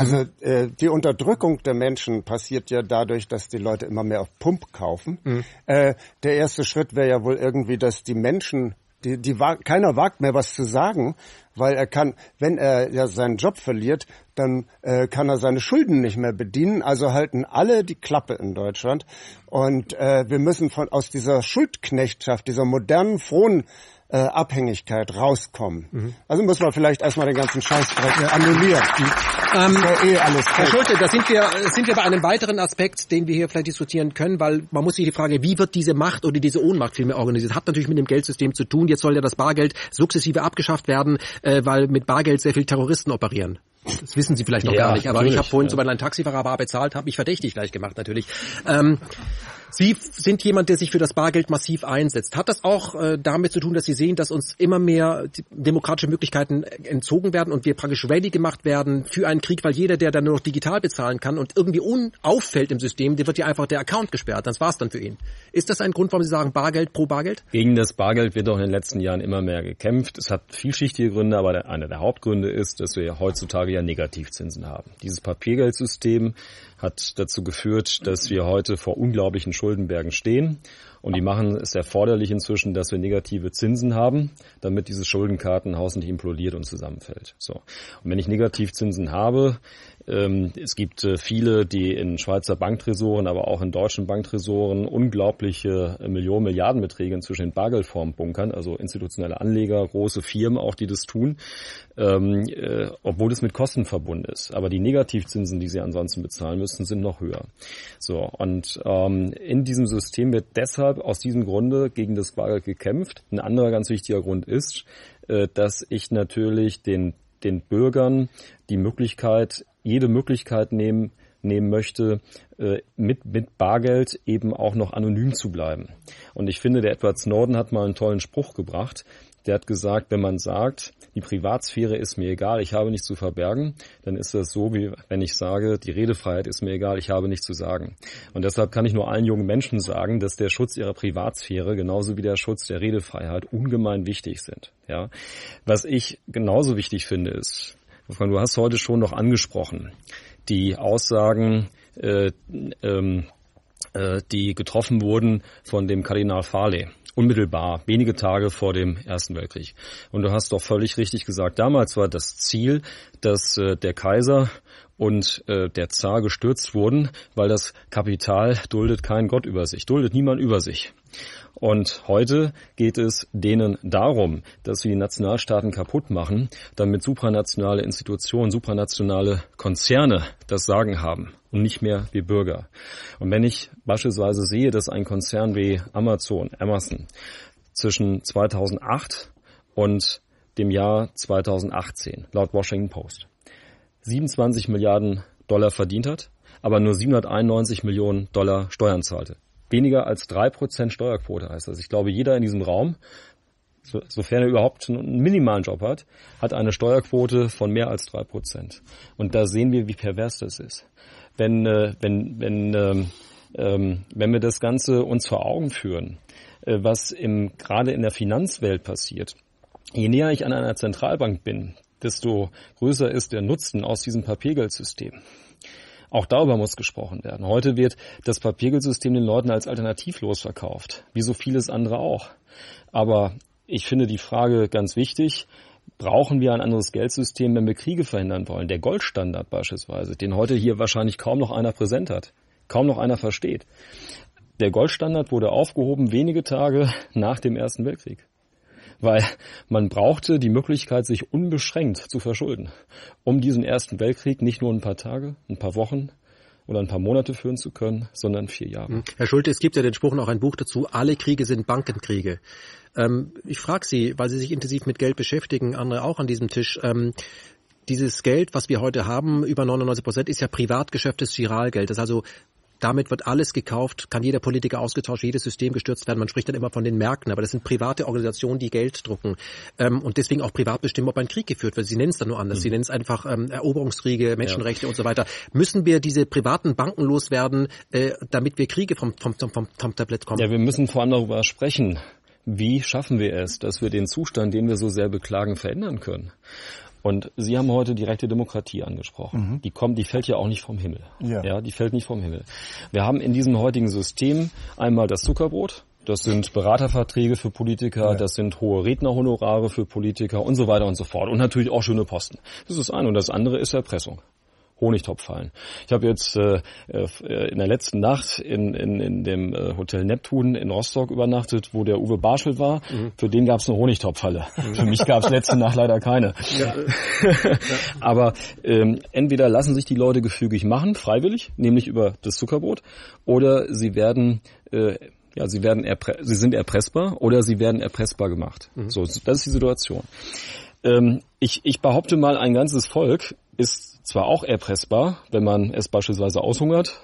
Also äh, die Unterdrückung der Menschen passiert ja dadurch, dass die Leute immer mehr auf Pump kaufen. Mhm. Äh, der erste Schritt wäre ja wohl irgendwie, dass die Menschen, die, die keiner wagt mehr was zu sagen, weil er kann, wenn er ja seinen Job verliert, dann äh, kann er seine Schulden nicht mehr bedienen. Also halten alle die Klappe in Deutschland. Und äh, wir müssen von aus dieser Schuldknechtschaft, dieser modernen, frohen äh, Abhängigkeit rauskommen. Mhm. Also muss man vielleicht erstmal den ganzen Scheißdreck ja. annullieren. Ähm, ja eh alles Herr Schulte, da sind wir, sind wir bei einem weiteren Aspekt, den wir hier vielleicht diskutieren können, weil man muss sich die Frage, wie wird diese Macht oder diese Ohnmacht vielmehr organisiert? Hat natürlich mit dem Geldsystem zu tun. Jetzt soll ja das Bargeld sukzessive abgeschafft werden, äh, weil mit Bargeld sehr viele Terroristen operieren. Das wissen Sie vielleicht noch ja, gar nicht, aber ich habe vorhin ja. zum Beispiel einen Taxifahrer bar bezahlt, habe mich verdächtig gleich gemacht natürlich. Ähm, Sie sind jemand, der sich für das Bargeld massiv einsetzt. Hat das auch äh, damit zu tun, dass Sie sehen, dass uns immer mehr demokratische Möglichkeiten entzogen werden und wir praktisch ready gemacht werden für einen Krieg, weil jeder, der dann nur noch digital bezahlen kann und irgendwie unauffällt im System, der wird ja einfach der Account gesperrt, das war's dann für ihn. Ist das ein Grund, warum Sie sagen Bargeld pro Bargeld? Gegen das Bargeld wird auch in den letzten Jahren immer mehr gekämpft. Es hat vielschichtige Gründe, aber der, einer der Hauptgründe ist, dass wir heutzutage ja Negativzinsen haben. Dieses Papiergeldsystem hat dazu geführt, dass wir heute vor unglaublichen Schuldenbergen stehen. Und die machen es erforderlich inzwischen, dass wir negative Zinsen haben, damit dieses Schuldenkartenhaus nicht implodiert und zusammenfällt. So. Und wenn ich Negativzinsen habe, ähm, es gibt äh, viele, die in Schweizer Banktresoren, aber auch in deutschen Banktresoren unglaubliche äh, Millionen, Milliardenbeträge inzwischen in Bargeldform bunkern, also institutionelle Anleger, große Firmen auch, die das tun, ähm, äh, obwohl es mit Kosten verbunden ist. Aber die Negativzinsen, die sie ansonsten bezahlen müssen, sind noch höher. So. Und ähm, in diesem System wird deshalb aus diesem Grunde gegen das Bargeld gekämpft. Ein anderer ganz wichtiger Grund ist, dass ich natürlich den, den Bürgern die Möglichkeit, jede Möglichkeit nehmen, nehmen möchte, mit, mit Bargeld eben auch noch anonym zu bleiben. Und ich finde, der Edward Snowden hat mal einen tollen Spruch gebracht. Der hat gesagt, wenn man sagt, die Privatsphäre ist mir egal, ich habe nichts zu verbergen, dann ist das so, wie wenn ich sage, die Redefreiheit ist mir egal, ich habe nichts zu sagen. Und deshalb kann ich nur allen jungen Menschen sagen, dass der Schutz ihrer Privatsphäre genauso wie der Schutz der Redefreiheit ungemein wichtig sind. Ja, was ich genauso wichtig finde ist, Wolfgang, du hast heute schon noch angesprochen, die Aussagen, äh, ähm, äh, die getroffen wurden von dem Kardinal Farley. Unmittelbar, wenige Tage vor dem Ersten Weltkrieg. Und du hast doch völlig richtig gesagt, damals war das Ziel, dass äh, der Kaiser und äh, der Zar gestürzt wurden, weil das Kapital duldet keinen Gott über sich, duldet niemand über sich. Und heute geht es denen darum, dass wir die Nationalstaaten kaputt machen, damit supranationale Institutionen, supranationale Konzerne das Sagen haben und nicht mehr wir Bürger. Und wenn ich beispielsweise sehe, dass ein Konzern wie Amazon, Amazon, zwischen zweitausendacht und dem Jahr zweitausendachtzehn, laut Washington Post, siebenundzwanzig Milliarden Dollar verdient hat, aber nur siebenhunderteinundneunzig Millionen Dollar Steuern zahlte. Weniger als drei Prozent Steuerquote heißt das. Ich glaube, jeder in diesem Raum, so, sofern er überhaupt einen minimalen Job hat, hat eine Steuerquote von mehr als drei Prozent. Und da sehen wir, wie pervers das ist. Wenn, äh, wenn, wenn, ähm, ähm, wenn wir das Ganze uns vor Augen führen, äh, was im, gerade in der Finanzwelt passiert, je näher ich an einer Zentralbank bin, desto größer ist der Nutzen aus diesem Papiergeldsystem. Auch darüber muss gesprochen werden. Heute wird das Papiergeldsystem den Leuten als alternativlos verkauft, wie so vieles andere auch. Aber ich finde die Frage ganz wichtig, brauchen wir ein anderes Geldsystem, wenn wir Kriege verhindern wollen? Der Goldstandard beispielsweise, den heute hier wahrscheinlich kaum noch einer präsent hat, kaum noch einer versteht. Der Goldstandard wurde aufgehoben wenige Tage nach dem Ersten Weltkrieg. Weil man brauchte die Möglichkeit, sich unbeschränkt zu verschulden, um diesen Ersten Weltkrieg nicht nur ein paar Tage, ein paar Wochen oder ein paar Monate führen zu können, sondern vier Jahre. Herr Schulte, es gibt ja den Spruch, noch ein Buch dazu, alle Kriege sind Bankenkriege. Ähm, ich frage Sie, weil Sie sich intensiv mit Geld beschäftigen, andere auch an diesem Tisch, ähm, dieses Geld, was wir heute haben, über neunundneunzig Prozent, ist ja Privatgeschäft des Giralgeld. Das ist also damit wird alles gekauft, kann jeder Politiker ausgetauscht, jedes System gestürzt werden. Man spricht dann immer von den Märkten, aber das sind private Organisationen, die Geld drucken ähm, und deswegen auch privat bestimmen, ob ein Krieg geführt wird. Sie nennen es dann nur anders. Mhm. Sie nennen es einfach ähm, Eroberungskriege, Menschenrechte ja. und so weiter. Müssen wir diese privaten Banken loswerden, äh, damit wir Kriege vom, vom, vom, vom Tablett kommen? Ja, wir müssen vor allem darüber sprechen, wie schaffen wir es, dass wir den Zustand, den wir so sehr beklagen, verändern können. Und Sie haben heute direkte Demokratie angesprochen. Mhm. Die kommt, die fällt ja auch nicht vom Himmel. Ja. ja, die fällt nicht vom Himmel. Wir haben in diesem heutigen System einmal das Zuckerbrot. Das sind Beraterverträge für Politiker, ja. das sind hohe Rednerhonorare für Politiker und so weiter und so fort. Und natürlich auch schöne Posten. Das ist das eine. Und das andere ist Erpressung. Honigtopffallen. Ich habe jetzt äh, in der letzten Nacht in, in, in dem äh, Hotel Neptun in Rostock übernachtet, wo der Uwe Barschel war. Mhm. Für den gab es eine Honigtopffalle. Mhm. Für mich gab es letzte Nacht leider keine. Ja. Ja. Aber ähm, entweder lassen sich die Leute gefügig machen, freiwillig, nämlich über das Zuckerbrot, oder sie werden äh, ja, sie werden erpre- sie sind erpressbar oder sie werden erpressbar gemacht. Mhm. So, das ist die Situation. Ähm, ich, ich behaupte mal, ein ganzes Volk ist zwar auch erpressbar, wenn man es beispielsweise aushungert,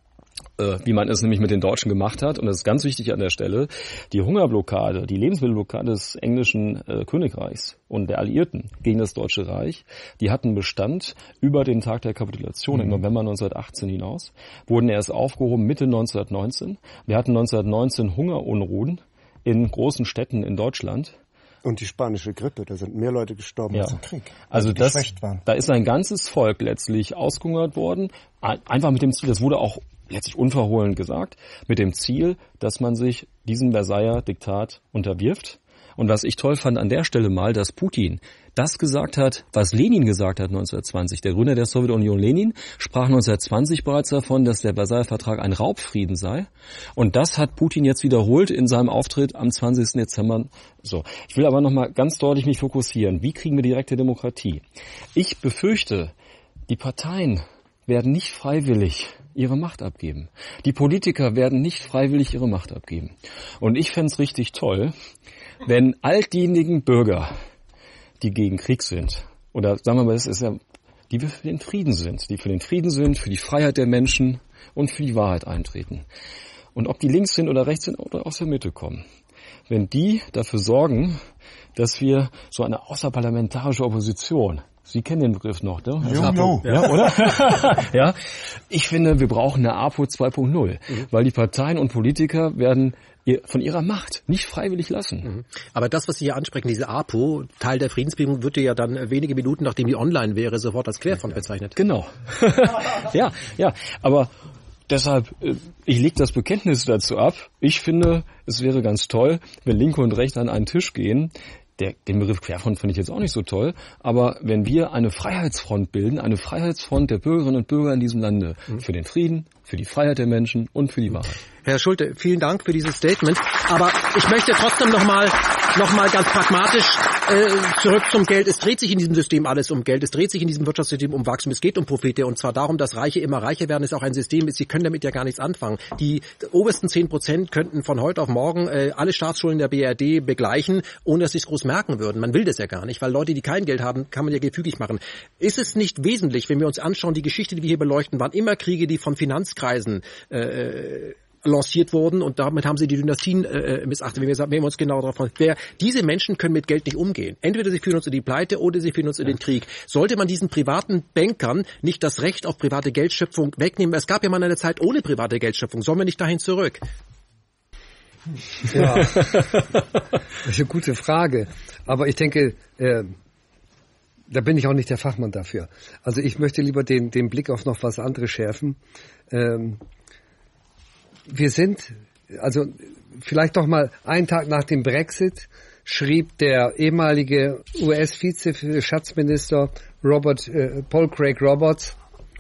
äh, wie man es nämlich mit den Deutschen gemacht hat. Und das ist ganz wichtig an der Stelle, die Hungerblockade, die Lebensmittelblockade des englischen äh, Königreichs und der Alliierten gegen das Deutsche Reich, die hatten Bestand über den Tag der Kapitulation mhm. im November neunzehnhundertachtzehn hinaus, wurden erst aufgehoben Mitte neunzehnhundertneunzehn. Wir hatten neunzehnhundertneunzehn Hungerunruhen in großen Städten in Deutschland. Und die spanische Grippe, da sind mehr Leute gestorben ja. als im Krieg. Also das, waren. Da ist ein ganzes Volk letztlich ausgehungert worden, einfach mit dem Ziel, das wurde auch letztlich unverhohlen gesagt, mit dem Ziel, dass man sich diesem Versailler Diktat unterwirft. Und was ich toll fand an der Stelle mal, dass Putin das gesagt hat, was Lenin gesagt hat neunzehnhundertzwanzig. Der Gründer der Sowjetunion Lenin sprach neunzehnhundertzwanzig bereits davon, dass der Versailler Vertrag ein Raubfrieden sei. Und das hat Putin jetzt wiederholt in seinem Auftritt am zwanzigsten Dezember. So, ich will aber nochmal ganz deutlich mich fokussieren. Wie kriegen wir direkte Demokratie? Ich befürchte, die Parteien werden nicht freiwillig ihre Macht abgeben. Die Politiker werden nicht freiwillig ihre Macht abgeben. Und ich fände es richtig toll, wenn all diejenigen Bürger, die gegen Krieg sind, oder sagen wir mal, das ist ja, die für den Frieden sind, die für den Frieden sind, für die Freiheit der Menschen und für die Wahrheit eintreten. Und ob die links sind oder rechts sind oder aus der Mitte kommen, wenn die dafür sorgen, dass wir so eine außerparlamentarische Opposition, Sie kennen den Begriff noch, ne? Ja, no. ja oder? ja, ich finde, wir brauchen eine APO zwei Punkt null, mhm. weil die Parteien und Politiker werden von ihrer Macht nicht freiwillig lassen. Mhm. Aber das, was Sie hier ansprechen, diese APO, Teil der Friedensbewegung, wird ja dann wenige Minuten, nachdem die online wäre, sofort als Querfront bezeichnet. Genau. ja, ja, aber deshalb, ich lege das Bekenntnis dazu ab. Ich finde, es wäre ganz toll, wenn Linke und Rechte an einen Tisch gehen. Der, den Begriff Querfront finde ich jetzt auch nicht so toll, aber wenn wir eine Freiheitsfront bilden, eine Freiheitsfront der Bürgerinnen und Bürger in diesem Lande, mhm. für den Frieden, für die Freiheit der Menschen und für die Wahrheit. Herr Schulte, vielen Dank für dieses Statement, aber ich möchte trotzdem nochmal noch mal ganz pragmatisch äh, zurück zum Geld. Es dreht sich in diesem System alles um Geld, es dreht sich in diesem Wirtschaftssystem um Wachstum, es geht um Profite und zwar darum, dass Reiche immer reicher werden, ist auch ein System, Sie können damit ja gar nichts anfangen. Die obersten zehn Prozent könnten von heute auf morgen äh, alle Staatsschulden der B R D begleichen, ohne dass sie es groß merken würden. Man will das ja gar nicht, weil Leute, die kein Geld haben, kann man ja gefügig machen. Ist es nicht wesentlich, wenn wir uns anschauen, die Geschichte, die wir hier beleuchten, waren immer Kriege, die von Finanzkreisen äh, lanciert wurden und damit haben sie die Dynastien äh, missachtet. Wenn wir, wenn wir uns genau darauf freuen, wer, diese Menschen können mit Geld nicht umgehen. Entweder sie führen uns in die Pleite oder sie führen uns in den Krieg. Sollte man diesen privaten Bankern nicht das Recht auf private Geldschöpfung wegnehmen? Es gab ja mal eine Zeit ohne private Geldschöpfung. Sollen wir nicht dahin zurück? Ja, das ist eine gute Frage. Aber ich denke, äh, da bin ich auch nicht der Fachmann dafür. Also ich möchte lieber den, den Blick auf noch was anderes schärfen. Ähm, Wir sind, also vielleicht doch mal einen Tag nach dem Brexit schrieb der ehemalige U S-Vize-Schatzminister Robert, äh, Paul Craig Roberts,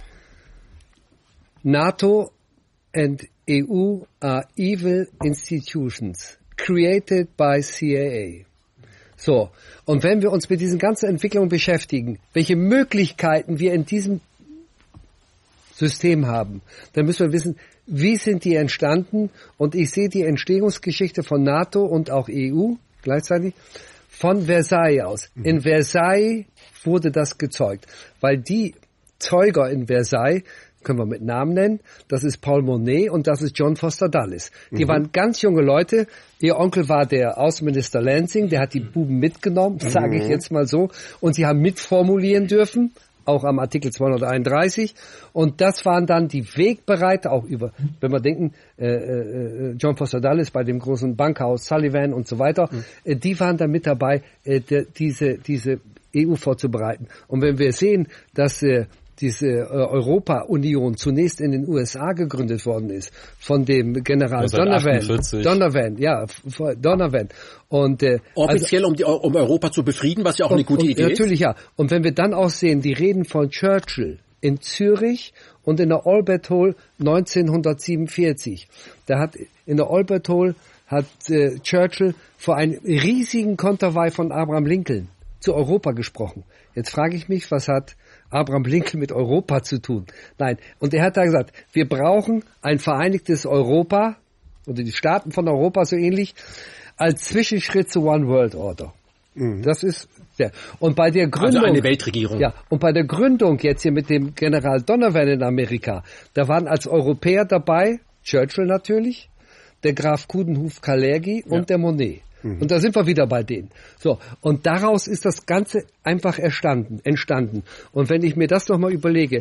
NATO and E U are evil institutions created by C I A. So, und wenn wir uns mit diesen ganzen Entwicklungen beschäftigen, welche Möglichkeiten wir in diesem System haben, dann müssen wir wissen, wie sind die entstanden? Und ich sehe die Entstehungsgeschichte von NATO und auch E U gleichzeitig von Versailles aus. Mhm. In Versailles wurde das gezeugt, weil die Zeuger in Versailles, können wir mit Namen nennen, das ist Paul Monet und das ist John Foster Dulles. Die mhm. waren ganz junge Leute. Ihr Onkel war der Außenminister Lansing, der hat die Buben mitgenommen, mhm. sage ich jetzt mal so, und sie haben mitformulieren dürfen, auch am Artikel zweihunderteinunddreißig. Und das waren dann die Wegbereiter, auch über, wenn wir denken, äh, äh, John Foster Dulles bei dem großen Bankhaus Sullivan und so weiter, mhm. äh, die waren da mit dabei, äh, de, diese, diese E U vorzubereiten. Und wenn wir sehen, dass äh, diese äh, Europa-Union zunächst in den U S A gegründet worden ist, von dem General Donovan, Donovan, ja, Donovan. Und, äh, offiziell, also, um, die, um Europa zu befrieden, was ja auch und, eine gute und, Idee natürlich, ist. Natürlich, ja. Und wenn wir dann auch sehen, die Reden von Churchill in Zürich und in der Albert Hall neunzehnhundertsiebenundvierzig. Da hat, in der Albert Hall hat äh, Churchill vor einem riesigen Konterwei von Abraham Lincoln zu Europa gesprochen. Jetzt frage ich mich, was hat Abraham Lincoln mit Europa zu tun? Nein, und er hat da gesagt, wir brauchen ein vereinigtes Europa, oder die Staaten von Europa so ähnlich, als Zwischenschritt zur One World Order. Mhm. Das ist der. Und bei der Gründung, also eine Weltregierung. Ja, und bei der Gründung jetzt hier mit dem General Donovan in Amerika, da waren als Europäer dabei, Churchill natürlich, der Graf Coudenhove-Kalergi und ja. der Monnet. Mhm. Und da sind wir wieder bei denen. So, und daraus ist das Ganze einfach entstanden, entstanden. Und wenn ich mir das nochmal überlege,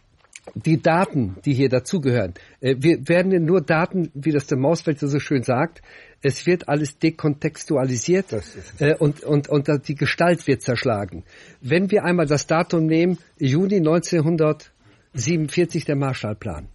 die Daten, die hier dazugehören, äh, wir werden nur Daten, wie das der Mausfeld so schön sagt, es wird alles dekontextualisiert äh, und, und, und die Gestalt wird zerschlagen. Wenn wir einmal das Datum nehmen, Juni neunzehnhundertsiebenundvierzig, der Marshallplan.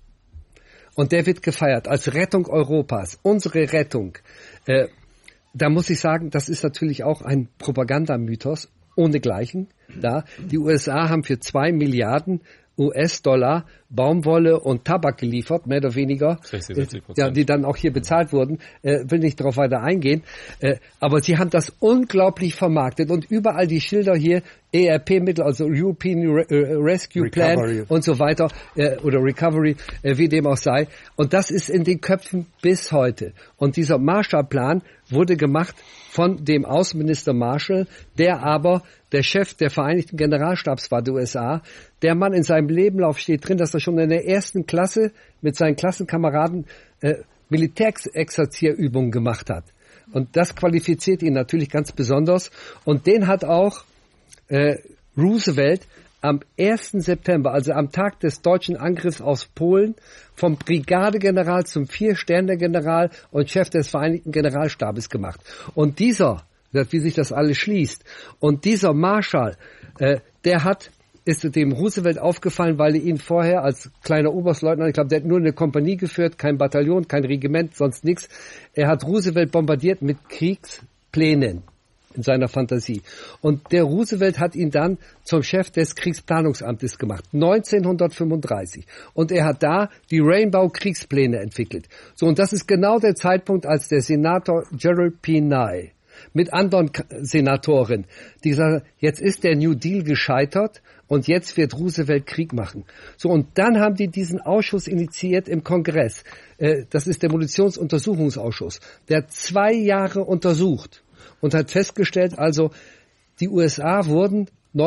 Und der wird gefeiert als Rettung Europas, unsere Rettung. Äh, da muss ich sagen, das ist natürlich auch ein Propagandamythos ohnegleichen. Da. Die U S A haben für zwei Milliarden U S-Dollar Baumwolle und Tabak geliefert, mehr oder weniger, sechzig, siebzig Prozent. Ja, die dann auch hier bezahlt wurden. Äh, will nicht darauf weiter eingehen. Äh, aber sie haben das unglaublich vermarktet und überall die Schilder hier, E R P-Mittel, also European Re- Rescue Plan Recovery. Und so weiter, äh, oder Recovery, äh, wie dem auch sei. Und das ist in den Köpfen bis heute. Und dieser Marshallplan wurde gemacht von dem Außenminister Marshall, der aber der Chef der Vereinigten Generalstabs war, der U S A. Der Mann, in seinem Lebenlauf steht drin, dass er schon in der ersten Klasse mit seinen Klassenkameraden äh, Militärexerzierübungen gemacht hat. Und das qualifiziert ihn natürlich ganz besonders. Und den hat auch äh, Roosevelt am ersten September, also am Tag des deutschen Angriffs aus Polen, vom Brigadegeneral zum Vier-Sterne-General und Chef des Vereinigten Generalstabes gemacht. Und dieser, wie sich das alles schließt, und dieser Marschall, äh, der hat, ist dem Roosevelt aufgefallen, weil er ihn vorher als kleiner Oberstleutnant, ich glaube, der hat nur eine Kompanie geführt, kein Bataillon, kein Regiment, sonst nichts. Er hat Roosevelt bombardiert mit Kriegsplänen in seiner Fantasie. Und der Roosevelt hat ihn dann zum Chef des Kriegsplanungsamtes gemacht, neunzehnhundertfünfunddreißig. Und er hat da die Rainbow-Kriegspläne entwickelt. So, und das ist genau der Zeitpunkt, als der Senator Gerald P. Nye mit anderen Senatoren, die gesagt, jetzt ist der New Deal gescheitert und jetzt wird Roosevelt Krieg machen. So, und dann haben die diesen Ausschuss initiiert im Kongress. Das ist der Munitionsuntersuchungsausschuss. Der hat zwei Jahre untersucht und hat festgestellt, also die U S A wurden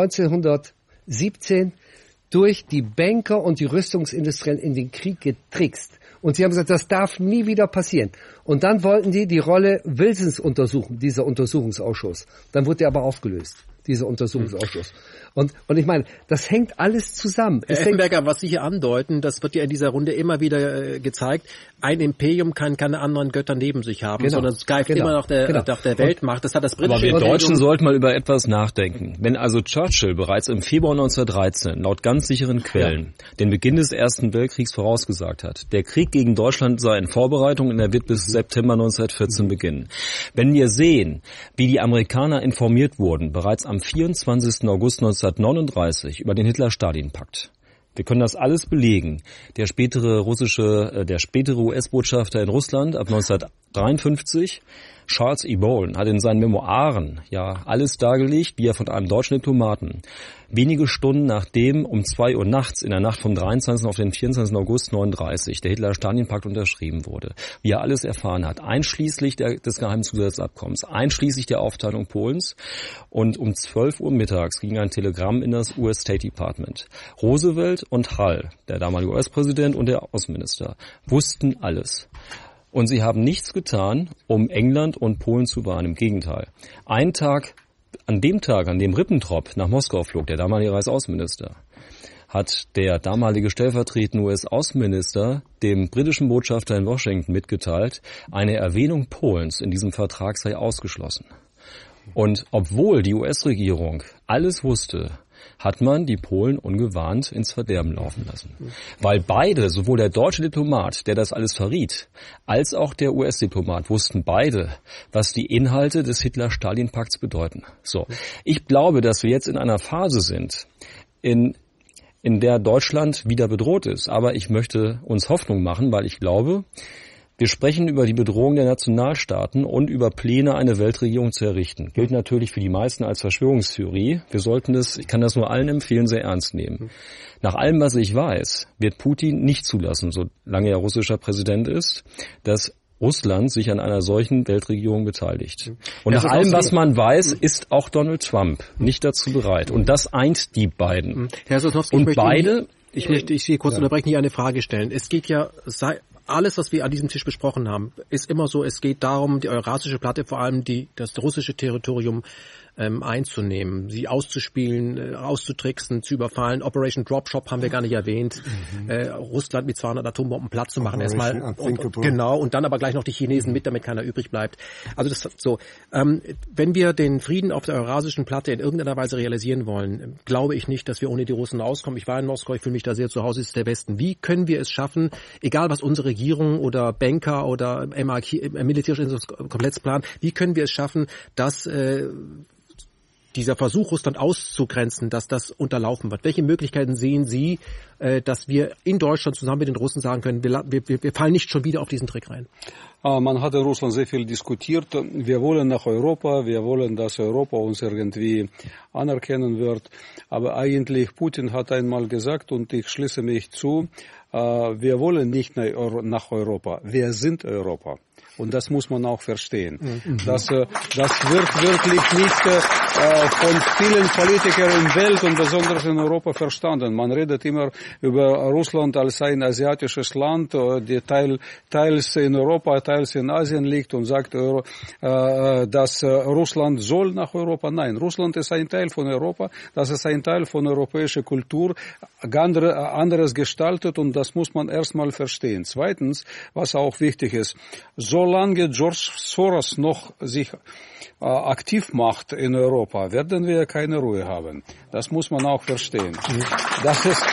neunzehnhundertsiebzehn durch die Banker und die Rüstungsindustriellen in den Krieg getrickst. Und sie haben gesagt, das darf nie wieder passieren. Und dann wollten die die Rolle Wilsons untersuchen, dieser Untersuchungsausschuss. Dann wurde der aber aufgelöst, dieser Untersuchungsausschuss. Und, und ich meine, das hängt alles zusammen. Herr Effenberger, was Sie hier andeuten, das wird ja in dieser Runde immer wieder äh, gezeigt, ein Imperium kann keine anderen Götter neben sich haben, genau. sondern es greift genau. immer nach der, genau. nach der Weltmacht. Das hat das britische Aber wir Deutschen sollten mal über etwas nachdenken. Wenn also Churchill bereits im Februar neunzehnhundertdreizehn laut ganz sicheren Quellen ja. den Beginn des Ersten Weltkriegs vorausgesagt hat, der Krieg gegen Deutschland sei in Vorbereitung und er wird bis September neunzehnhundertvierzehn beginnen. Wenn wir sehen, wie die Amerikaner informiert wurden, bereits am vierundzwanzigsten August neunzehnhundertneununddreißig über den Hitler-Stalin-Pakt. Wir können das alles belegen. Der spätere russische, der spätere U S-Botschafter in Russland ab neunzehnhundertdreiundfünfzig, Charles E. Bowen, hat in seinen Memoiren ja alles dargelegt, wie er von einem deutschen Diplomaten wenige Stunden nachdem um zwei Uhr nachts, in der Nacht vom dreiundzwanzigsten auf den vierundzwanzigsten August neununddreißig, der Hitler-Stalin-Pakt unterschrieben wurde, wie er alles erfahren hat, einschließlich der, des Geheimzusatzabkommens, einschließlich der Aufteilung Polens. Und um zwölf Uhr mittags ging ein Telegramm in das U S State Department. Roosevelt und Hull, der damalige U S-Präsident und der Außenminister, wussten alles. Und sie haben nichts getan, um England und Polen zu warnen. Im Gegenteil. Ein Tag, an dem Tag, an dem Ribbentrop nach Moskau flog, der damalige Reichsaußenminister, hat der damalige stellvertretende U S-Außenminister dem britischen Botschafter in Washington mitgeteilt, eine Erwähnung Polens in diesem Vertrag sei ausgeschlossen. Und obwohl die U S-Regierung alles wusste, hat man die Polen ungewarnt ins Verderben laufen lassen. Weil beide, sowohl der deutsche Diplomat, der das alles verriet, als auch der U S-Diplomat wussten beide, was die Inhalte des Hitler-Stalin-Pakts bedeuten. So, ich glaube, dass wir jetzt in einer Phase sind, in in der Deutschland wieder bedroht ist. Aber ich möchte uns Hoffnung machen, weil ich glaube, wir sprechen über die Bedrohung der Nationalstaaten und über Pläne, eine Weltregierung zu errichten. Gilt natürlich für die meisten als Verschwörungstheorie. Wir sollten das, ich kann das nur allen empfehlen, sehr ernst nehmen. Nach allem, was ich weiß, wird Putin nicht zulassen, solange er russischer Präsident ist, dass Russland sich an einer solchen Weltregierung beteiligt. Und ja, nach allem, was man weiß, ist auch Donald Trump nicht dazu bereit. Und das eint die beiden. Herr Sosnowski, und ich beide... Ihnen, ich möchte ich Sie kurz ja. unterbrechen, hier eine Frage stellen. Es geht ja... Sei, alles, was wir an diesem Tisch besprochen haben, ist immer so, es geht darum, die eurasische Platte, vor allem die, das russische Territorium ähm, einzunehmen, sie auszuspielen, äh, auszutricksen, zu überfallen. Operation Dropshop haben wir gar nicht erwähnt. Mhm. Äh, Russland mit zweihundert Atombomben platt zu machen erstmal. Und, und, genau, und dann aber gleich noch die Chinesen mit, damit keiner übrig bleibt. Also das so. Ähm, wenn wir den Frieden auf der eurasischen Platte in irgendeiner Weise realisieren wollen, glaube ich nicht, dass wir ohne die Russen auskommen. Ich war in Moskau, ich fühle mich da sehr zu Hause, ist der Westen. Wie können wir es schaffen, egal was unsere Regierung oder Banker oder M A K, militärische Komplex planen, wie können wir es schaffen, dass äh, dieser Versuch, Russland auszugrenzen, dass das unterlaufen wird? Welche Möglichkeiten sehen Sie, äh, dass wir in Deutschland zusammen mit den Russen sagen können, wir, wir, wir fallen nicht schon wieder auf diesen Trick rein? Man hat in Russland sehr viel diskutiert. Wir wollen nach Europa, wir wollen, dass Europa uns irgendwie anerkennen wird. Aber eigentlich, Putin hat einmal gesagt, und ich schließe mich zu, wir wollen nicht nach Europa, wir sind Europa. Und das muss man auch verstehen. Mhm. Das, das wird wirklich nicht äh, von vielen Politikern in der Welt und besonders in Europa verstanden. Man redet immer über Russland als ein asiatisches Land, die teil, teils in Europa, teils in Asien liegt und sagt, äh, dass Russland soll nach Europa. Nein, Russland ist ein Teil von Europa, das ist ein Teil von europäischer Kultur, anderes gestaltet, und das muss man erstmal verstehen. Zweitens, was auch wichtig ist, solange George Soros noch sich äh, aktiv macht in Europa, werden wir keine Ruhe haben. Das muss man auch verstehen. Das ist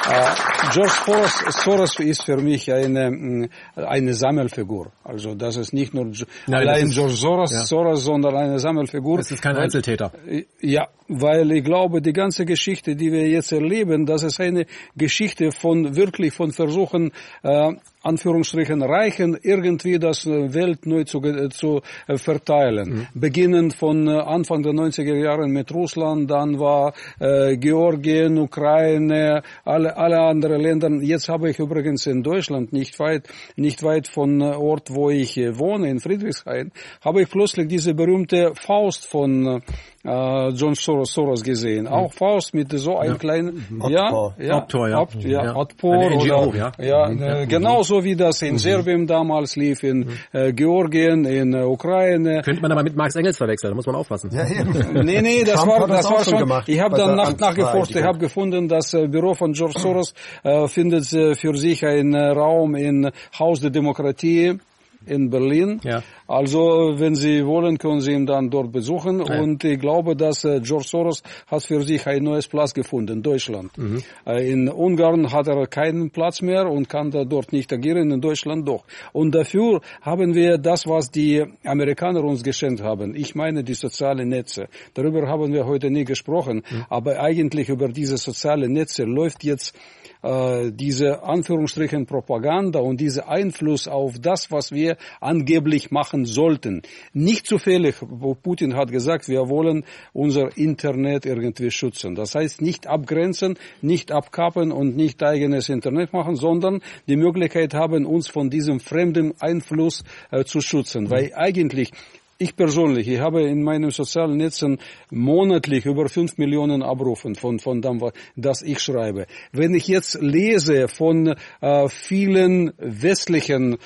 äh, George Soros, Soros ist für mich eine eine Sammelfigur. Also das ist nicht nur Nein, allein ist, George Soros, ja. Soros, sondern eine Sammelfigur. Das ist kein Einzeltäter. Ja, weil ich glaube, die ganze Geschichte, die wir jetzt erleben, das ist eine Geschichte von wirklich von Versuchen, äh, Anführungsstrichen Reichen, irgendwie das Welt neu zu, zu äh, verteilen. Mhm. Beginnend von äh, Anfang der neunziger Jahre mit Russland, dann war äh, Georgien, Ukraine, alle, alle anderen Länder. Jetzt habe ich übrigens in Deutschland, nicht weit, nicht weit von äh, Ort, wo ich äh, wohne, in Friedrichshain, habe ich plötzlich diese berühmte Faust von äh, John Soros, Soros gesehen. Mhm. Auch Faust mit so einem ja. kleinen, mhm. ja, ja, Otpor, ja, Opt, ja, ja. Otpor oder, ja, ja, mhm. äh, genauso wie das in mhm. Serbien damals lief, in mhm. äh, Georgien, in äh, Ukraine. Könnte man aber mit Marx Engels verwechseln, da muss man aufpassen. Ja, nee, nee, das Trump war, das, das war schon, gemacht, ich habe dann nach, nachgeforscht, ich habe gefunden, das äh, Büro von George Soros äh, findet äh, für sich einen äh, Raum in Haus der Demokratie in Berlin. Ja. Also, wenn Sie wollen, können Sie ihn dann dort besuchen. Ja. Und ich glaube, dass äh, George Soros hat für sich ein neues Platz gefunden, Deutschland. Mhm. Äh, in Ungarn hat er keinen Platz mehr und kann da dort nicht agieren, in Deutschland doch. Und dafür haben wir das, was die Amerikaner uns geschenkt haben. Ich meine die sozialen Netze. Darüber haben wir heute nie gesprochen. Mhm. Aber eigentlich über diese sozialen Netze läuft jetzt äh, diese Anführungsstrichen Propaganda und dieser Einfluss auf das, was wir angeblich machen sollten. Nicht zufällig, wo Putin hat gesagt, wir wollen unser Internet irgendwie schützen. Das heißt, nicht abgrenzen, nicht abkappen und nicht eigenes Internet machen, sondern die Möglichkeit haben, uns von diesem fremden Einfluss äh, zu schützen. Weil eigentlich ich persönlich, ich habe in meinen sozialen Netzen monatlich über fünf Millionen Abrufen von, von dem, das ich schreibe. Wenn ich jetzt lese von äh, vielen westlichen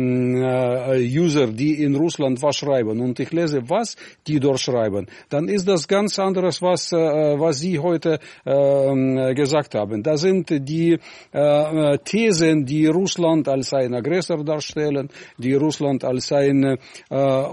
äh, User, die in Russland was schreiben, und ich lese, was die dort schreiben, dann ist das ganz anderes, was, äh, was Sie heute äh, gesagt haben. Da sind die äh, Thesen, die Russland als ein Aggressor darstellen, die Russland als ein äh, Unland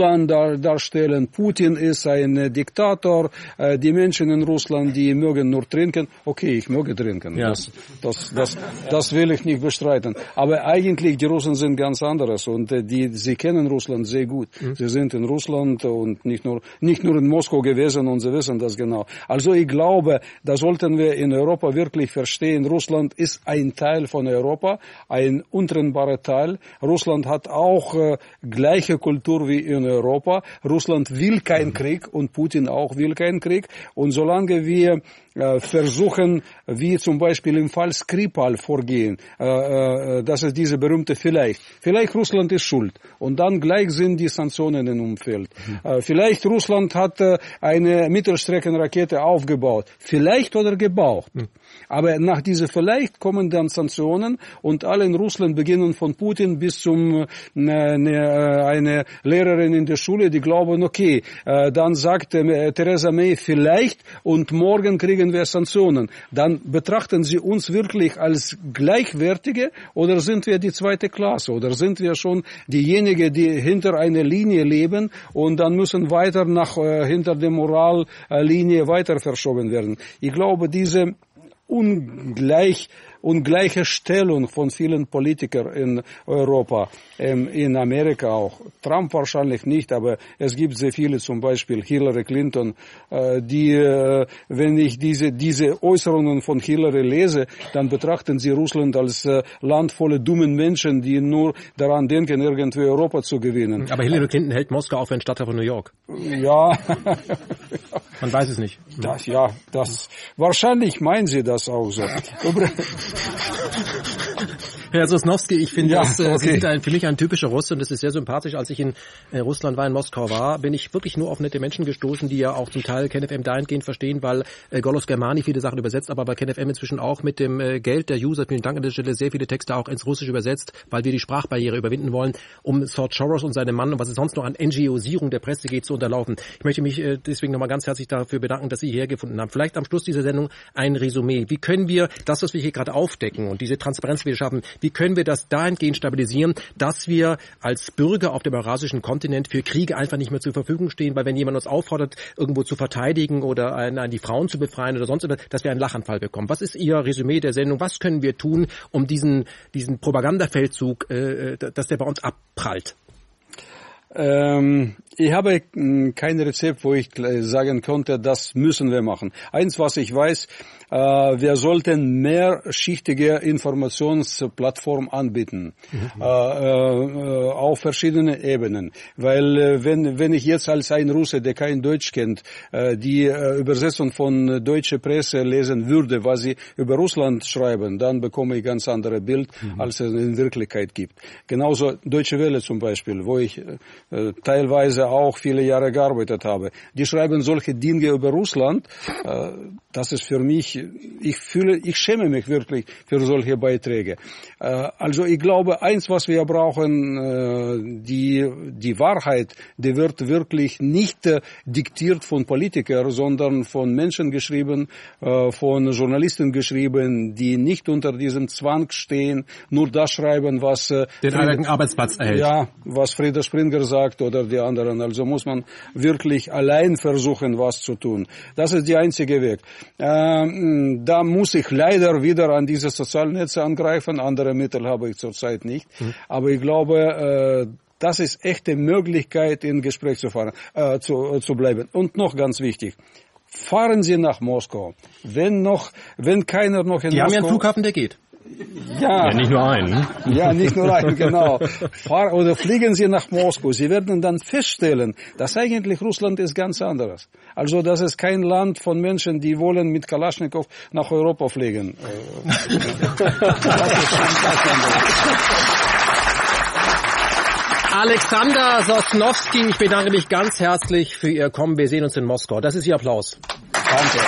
Tyrann dar, darstellen. Putin ist ein Diktator. Äh, die Menschen in Russland, die mögen nur trinken. Okay, ich möge trinken. Ja. Das, das, das, das will ich nicht bestreiten. Aber eigentlich, die Russen sind ganz anderes und äh, die, sie kennen Russland sehr gut. Mhm. Sie sind in Russland und nicht nur, nicht nur in Moskau gewesen und sie wissen das genau. Also ich glaube, da sollten wir in Europa wirklich verstehen, Russland ist ein Teil von Europa, ein untrennbarer Teil. Russland hat auch äh, gleiche Kultur wie in Europa. Russland will keinen Krieg und Putin auch will keinen Krieg. Und solange wir äh, versuchen, wie zum Beispiel im Fall Skripal vorgehen, äh, äh, das ist diese berühmte vielleicht. Vielleicht Russland ist schuld. Und dann gleich sind die Sanktionen im Umfeld. Mhm. Äh, vielleicht Russland hat äh, eine Mittelstreckenrakete aufgebaut. Vielleicht oder gebaut. Mhm. Aber nach dieser vielleicht kommen dann Sanktionen und alle in Russland beginnen von Putin bis zum äh, eine, eine Lehrerin in der Schule, die glauben, okay, äh, dann sagt äh, Theresa May vielleicht und morgen kriegen wir Sanktionen. Dann betrachten sie uns wirklich als Gleichwertige oder sind wir die zweite Klasse oder sind wir schon diejenigen, die hinter einer Linie leben und dann müssen weiter nach äh, hinter der Morallinie weiter verschoben werden. Ich glaube, diese ungleich ungleiche Stellung von vielen Politikern in Europa, ähm, in Amerika auch. Trump wahrscheinlich nicht, aber es gibt sehr viele, zum Beispiel Hillary Clinton, äh, die, äh, wenn ich diese, diese Äußerungen von Hillary lese, dann betrachten sie Russland als äh, Land voller dummen Menschen, die nur daran denken, irgendwie Europa zu gewinnen. Aber Hillary Clinton hält Moskau auf für einen Stadtteil von New York. Ja. Man weiß es nicht. Das, ja, das, wahrscheinlich meinen sie das auch so. Herr Sosnowski, ich finde, ja, dass, äh, okay. Sie sind ein, für mich ein typischer Russe und das ist sehr sympathisch. Als ich in äh, Russland war, in Moskau war, bin ich wirklich nur auf nette Menschen gestoßen, die ja auch zum Teil KenFM dahingehend verstehen, weil äh, Golos Germani viele Sachen übersetzt, aber bei KenFM inzwischen auch mit dem äh, Geld der User, vielen Dank an der Stelle, sehr viele Texte auch ins Russische übersetzt, weil wir die Sprachbarriere überwinden wollen, um George Soros und seinem Mann und was es sonst noch an N G O-Sierung der Presse geht, zu unterlaufen. Ich möchte mich äh, deswegen nochmal ganz herzlich dafür bedanken, dass Sie hierher gefunden haben. Vielleicht am Schluss dieser Sendung ein Resümee. Wie können wir das, was wir hier gerade aufdecken und diese Transparenz, die wir schaffen, wie können wir das dahingehend stabilisieren, dass wir als Bürger auf dem eurasischen Kontinent für Kriege einfach nicht mehr zur Verfügung stehen, weil wenn jemand uns auffordert, irgendwo zu verteidigen oder einen, die Frauen zu befreien oder sonst etwas, dass wir einen Lachanfall bekommen. Was ist Ihr Resümee der Sendung? Was können wir tun, um diesen, diesen Propagandafeldzug, äh, dass der bei uns abprallt? Ähm, ich habe kein Rezept, wo ich sagen konnte, das müssen wir machen. Eins, was ich weiß, äh, wir sollten mehrschichtige Informationsplattformen anbieten, mhm. äh, äh, auf verschiedenen Ebenen. Weil äh, wenn wenn ich jetzt als ein Russe, der kein Deutsch kennt, äh, die äh, Übersetzung von deutscher Presse lesen würde, was sie über Russland schreiben, dann bekomme ich ganz andere Bild, mhm. als es in Wirklichkeit gibt. Genauso Deutsche Welle zum Beispiel, wo ich äh, teilweise auch viele Jahre gearbeitet habe. Die schreiben solche Dinge über Russland. Äh, das ist für mich, ich fühle, ich schäme mich wirklich für solche Beiträge. Äh, also ich glaube, eins, was wir brauchen, äh, die, die Wahrheit, die wird wirklich nicht äh, diktiert von Politikern, sondern von Menschen geschrieben, äh, von Journalisten geschrieben, die nicht unter diesem Zwang stehen, nur das schreiben, was äh, den eigenen Arbeitsplatz erhält. Ja, was Frieder Springer sagt oder die anderen. Also muss man wirklich allein versuchen, was zu tun. Das ist der einzige Weg. Ähm, da muss ich leider wieder an diese sozialen Netze angreifen. Andere Mittel habe ich zurzeit nicht. Mhm. Aber ich glaube, äh, das ist echte Möglichkeit, in Gespräch zu fahren, äh, zu, äh, zu bleiben. Und noch ganz wichtig. Fahren Sie nach Moskau. Wenn noch, wenn keiner noch in Die Moskau... haben ja einen Flughafen, der geht. Ja. ja, nicht nur einen. Ja, nicht nur einen, genau. Fahr oder fliegen Sie nach Moskau. Sie werden dann feststellen, dass eigentlich Russland ist ganz anderes. Also das ist kein Land von Menschen, die wollen mit Kalaschnikow nach Europa fliegen. Das ist ganz anders. Alexander Sosnowski, ich bedanke mich ganz herzlich für Ihr Kommen. Wir sehen uns in Moskau. Das ist Ihr Applaus. Danke.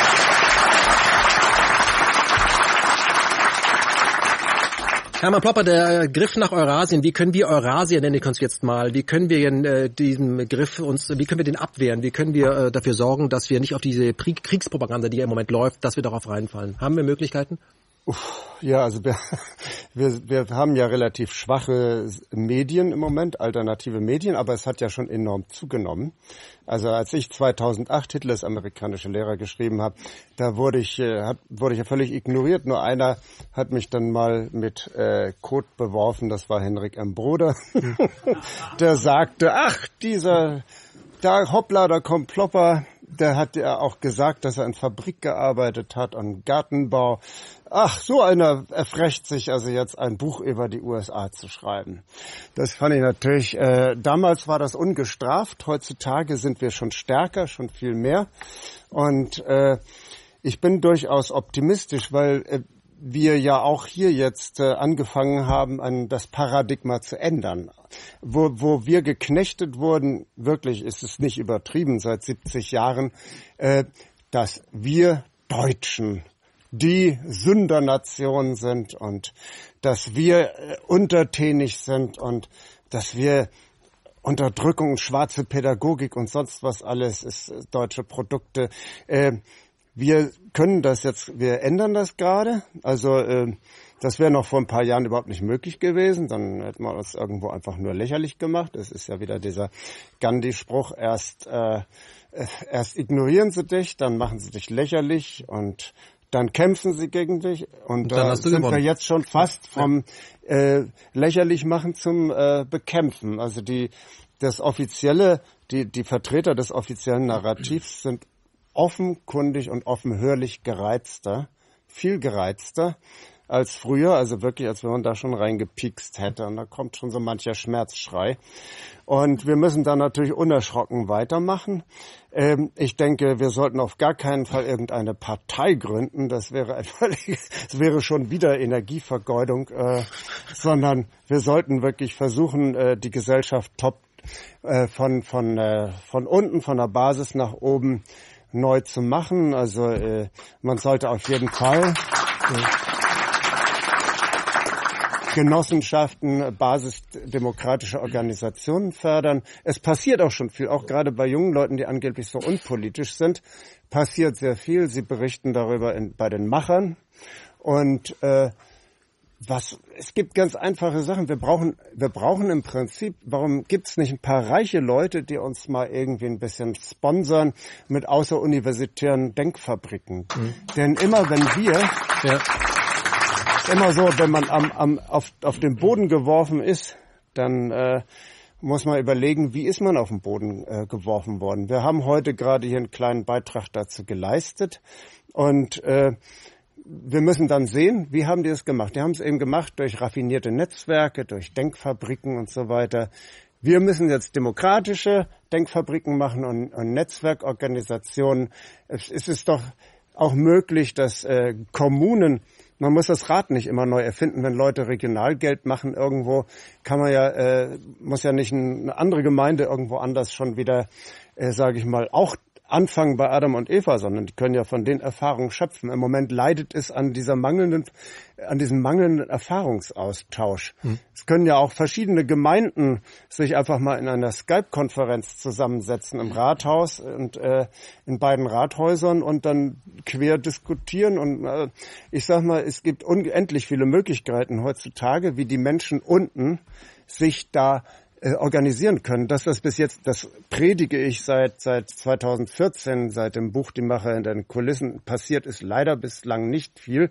Hermann Plopper, der Griff nach Eurasien, wie können wir Eurasien, nenne ich uns jetzt mal, wie können wir äh, diesen Griff uns, wie können wir den abwehren, wie können wir äh, dafür sorgen, dass wir nicht auf diese Kriegspropaganda, die ja im Moment läuft, dass wir darauf reinfallen? Haben wir Möglichkeiten? Ja, also wir, wir, wir haben ja relativ schwache Medien im Moment, alternative Medien, aber es hat ja schon enorm zugenommen. Also als ich zweitausendacht Hitlers amerikanische Lehrer geschrieben habe, da wurde ich, äh, hab, wurde ich ja völlig ignoriert. Nur einer hat mich dann mal mit äh, Code beworfen, das war Henrik M. Broder. Der sagte, ach, dieser, da hoppla, da kommt Plopper. Der hat ja auch gesagt, dass er in Fabrik gearbeitet hat, an Gartenbau. Ach, so einer erfrecht sich also jetzt ein Buch über die U S A zu schreiben. Das fand ich natürlich, äh, damals war das ungestraft, heutzutage sind wir schon stärker, schon viel mehr. Und äh, ich bin durchaus optimistisch, weil äh, wir ja auch hier jetzt äh, angefangen haben, an das Paradigma zu ändern. Wo, wo wir geknechtet wurden, wirklich ist es nicht übertrieben, seit siebzig Jahren, äh, dass wir Deutschen die Sündernation sind und dass wir äh, untertänig sind und dass wir Unterdrückung, schwarze Pädagogik und sonst was alles ist, äh, deutsche Produkte. Äh, Wir können das jetzt, wir ändern das gerade. Also äh, das wäre noch vor ein paar Jahren überhaupt nicht möglich gewesen. Dann hätten wir uns irgendwo einfach nur lächerlich gemacht. Das ist ja wieder dieser Gandhi-Spruch, erst, äh, erst ignorieren sie dich, dann machen sie dich lächerlich und dann kämpfen sie gegen dich. Und, und da sind gewonnen. Wir jetzt schon fast vom äh, lächerlich machen zum äh, Bekämpfen. Also die das offizielle, die, die Vertreter des offiziellen Narrativs sind offenkundig und offenhörlich gereizter, viel gereizter als früher, also wirklich, als wenn man da schon reingepiekst hätte. Und da kommt schon so mancher Schmerzschrei. Und wir müssen da natürlich unerschrocken weitermachen. Ähm, ich denke, wir sollten auf gar keinen Fall irgendeine Partei gründen. Das wäre ein völlig, das wäre schon wieder Energievergeudung, äh, sondern wir sollten wirklich versuchen, äh, die Gesellschaft top äh, von, von, äh, von unten, von der Basis nach oben neu zu machen. Also äh, man sollte auf jeden Fall äh, Genossenschaften, basisdemokratische Organisationen fördern. Es passiert auch schon viel, auch gerade bei jungen Leuten, die angeblich so unpolitisch sind, passiert sehr viel. Sie berichten darüber in, bei den Machern. Und äh, was es gibt ganz einfache Sachen. Wir brauchen, wir brauchen im Prinzip, warum gibt's nicht ein paar reiche Leute, die uns mal irgendwie ein bisschen sponsern mit außeruniversitären Denkfabriken? Mhm. Denn immer wenn wir, ja. immer so, wenn man am, am, auf, auf den Boden geworfen ist, dann äh, muss man überlegen, wie ist man auf den Boden äh, geworfen worden. Wir haben heute gerade hier einen kleinen Beitrag dazu geleistet und äh, wir müssen dann sehen, wie haben die es gemacht. Die haben es eben gemacht durch raffinierte Netzwerke, durch Denkfabriken und so weiter. Wir müssen jetzt demokratische Denkfabriken machen und, und Netzwerkorganisationen. Es, es ist doch auch möglich, dass äh, Kommunen, man muss das Rad nicht immer neu erfinden, wenn Leute Regionalgeld machen irgendwo, kann man ja, äh, muss ja nicht eine andere Gemeinde irgendwo anders schon wieder, äh, sage ich mal, auch anfangen bei Adam und Eva, sondern die können ja von den Erfahrungen schöpfen. Im Moment leidet es an dieser mangelnden, an diesem mangelnden Erfahrungsaustausch. Hm. Es können ja auch verschiedene Gemeinden sich einfach mal in einer Skype-Konferenz zusammensetzen im Rathaus und äh, in beiden Rathäusern und dann quer diskutieren. Und äh, ich sag mal, es gibt unendlich viele Möglichkeiten heutzutage, wie die Menschen unten sich da organisieren können. Das, was bis jetzt, das predige ich seit seit zweitausendvierzehn, seit dem Buch Die Macher in den Kulissen passiert ist, leider bislang nicht viel.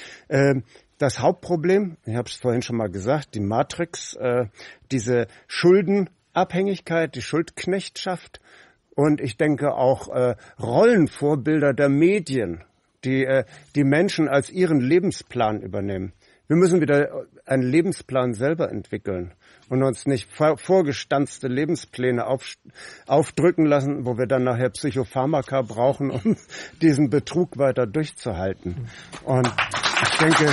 Das Hauptproblem, ich habe es vorhin schon mal gesagt, die Matrix, diese Schuldenabhängigkeit, die Schuldknechtschaft und ich denke auch Rollenvorbilder der Medien, die die Menschen als ihren Lebensplan übernehmen. Wir müssen wieder einen Lebensplan selber entwickeln und uns nicht vorgestanzte Lebenspläne auf, aufdrücken lassen, wo wir dann nachher Psychopharmaka brauchen, um diesen Betrug weiter durchzuhalten. Und ich denke,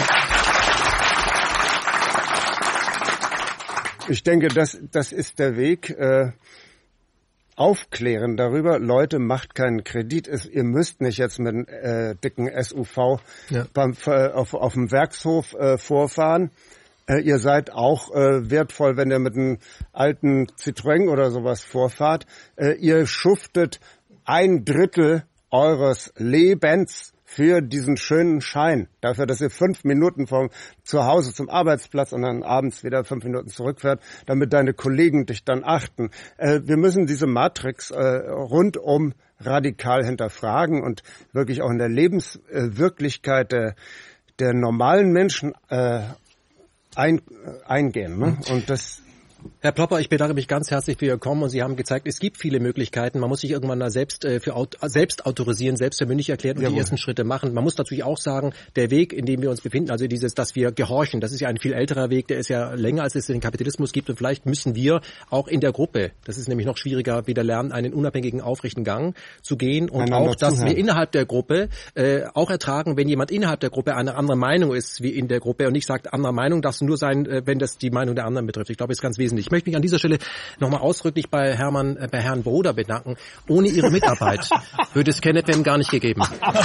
ich denke, das, das ist der Weg. Äh, Aufklären darüber, Leute, macht keinen Kredit. Ihr müsst nicht jetzt mit einem äh, dicken S U V ja. beim, äh, auf, auf dem Werkshof äh, vorfahren. Äh, ihr seid auch äh, wertvoll, wenn ihr mit einem alten Citroën oder sowas vorfahrt. Äh, ihr schuftet ein Drittel eures Lebens für diesen schönen Schein, dafür, dass ihr fünf Minuten vom Zuhause zum Arbeitsplatz und dann abends wieder fünf Minuten zurückfährt, damit deine Kollegen dich dann achten. Äh, wir müssen diese Matrix äh, rundum radikal hinterfragen und wirklich auch in der Lebenswirklichkeit der, der normalen Menschen äh, ein, äh, eingehen. Ne? Und das Herr Plopper, ich bedanke mich ganz herzlich für Ihr Kommen und Sie haben gezeigt, es gibt viele Möglichkeiten. Man muss sich irgendwann da selbst äh, für aut- selbst autorisieren, selbst für mündig erklären und Jawohl. die ersten Schritte machen. Man muss natürlich auch sagen, der Weg, in dem wir uns befinden, also dieses, dass wir gehorchen, das ist ja ein viel älterer Weg, der ist ja länger, als es den Kapitalismus gibt und vielleicht müssen wir auch in der Gruppe, das ist nämlich noch schwieriger, wieder lernen, einen unabhängigen, aufrechten Gang zu gehen und Einander auch, dass zuhören. wir innerhalb der Gruppe äh, auch ertragen, wenn jemand innerhalb der Gruppe eine andere Meinung ist wie in der Gruppe und nicht sagt, andere Meinung darf nur sein, äh, wenn das die Meinung der anderen betrifft. Ich glaube, das ist ganz wesentlich. Ich möchte mich an dieser Stelle nochmal ausdrücklich bei Hermann, äh, bei Herrn Broder bedanken. Ohne Ihre Mitarbeit würde es KenFM gar nicht gegeben.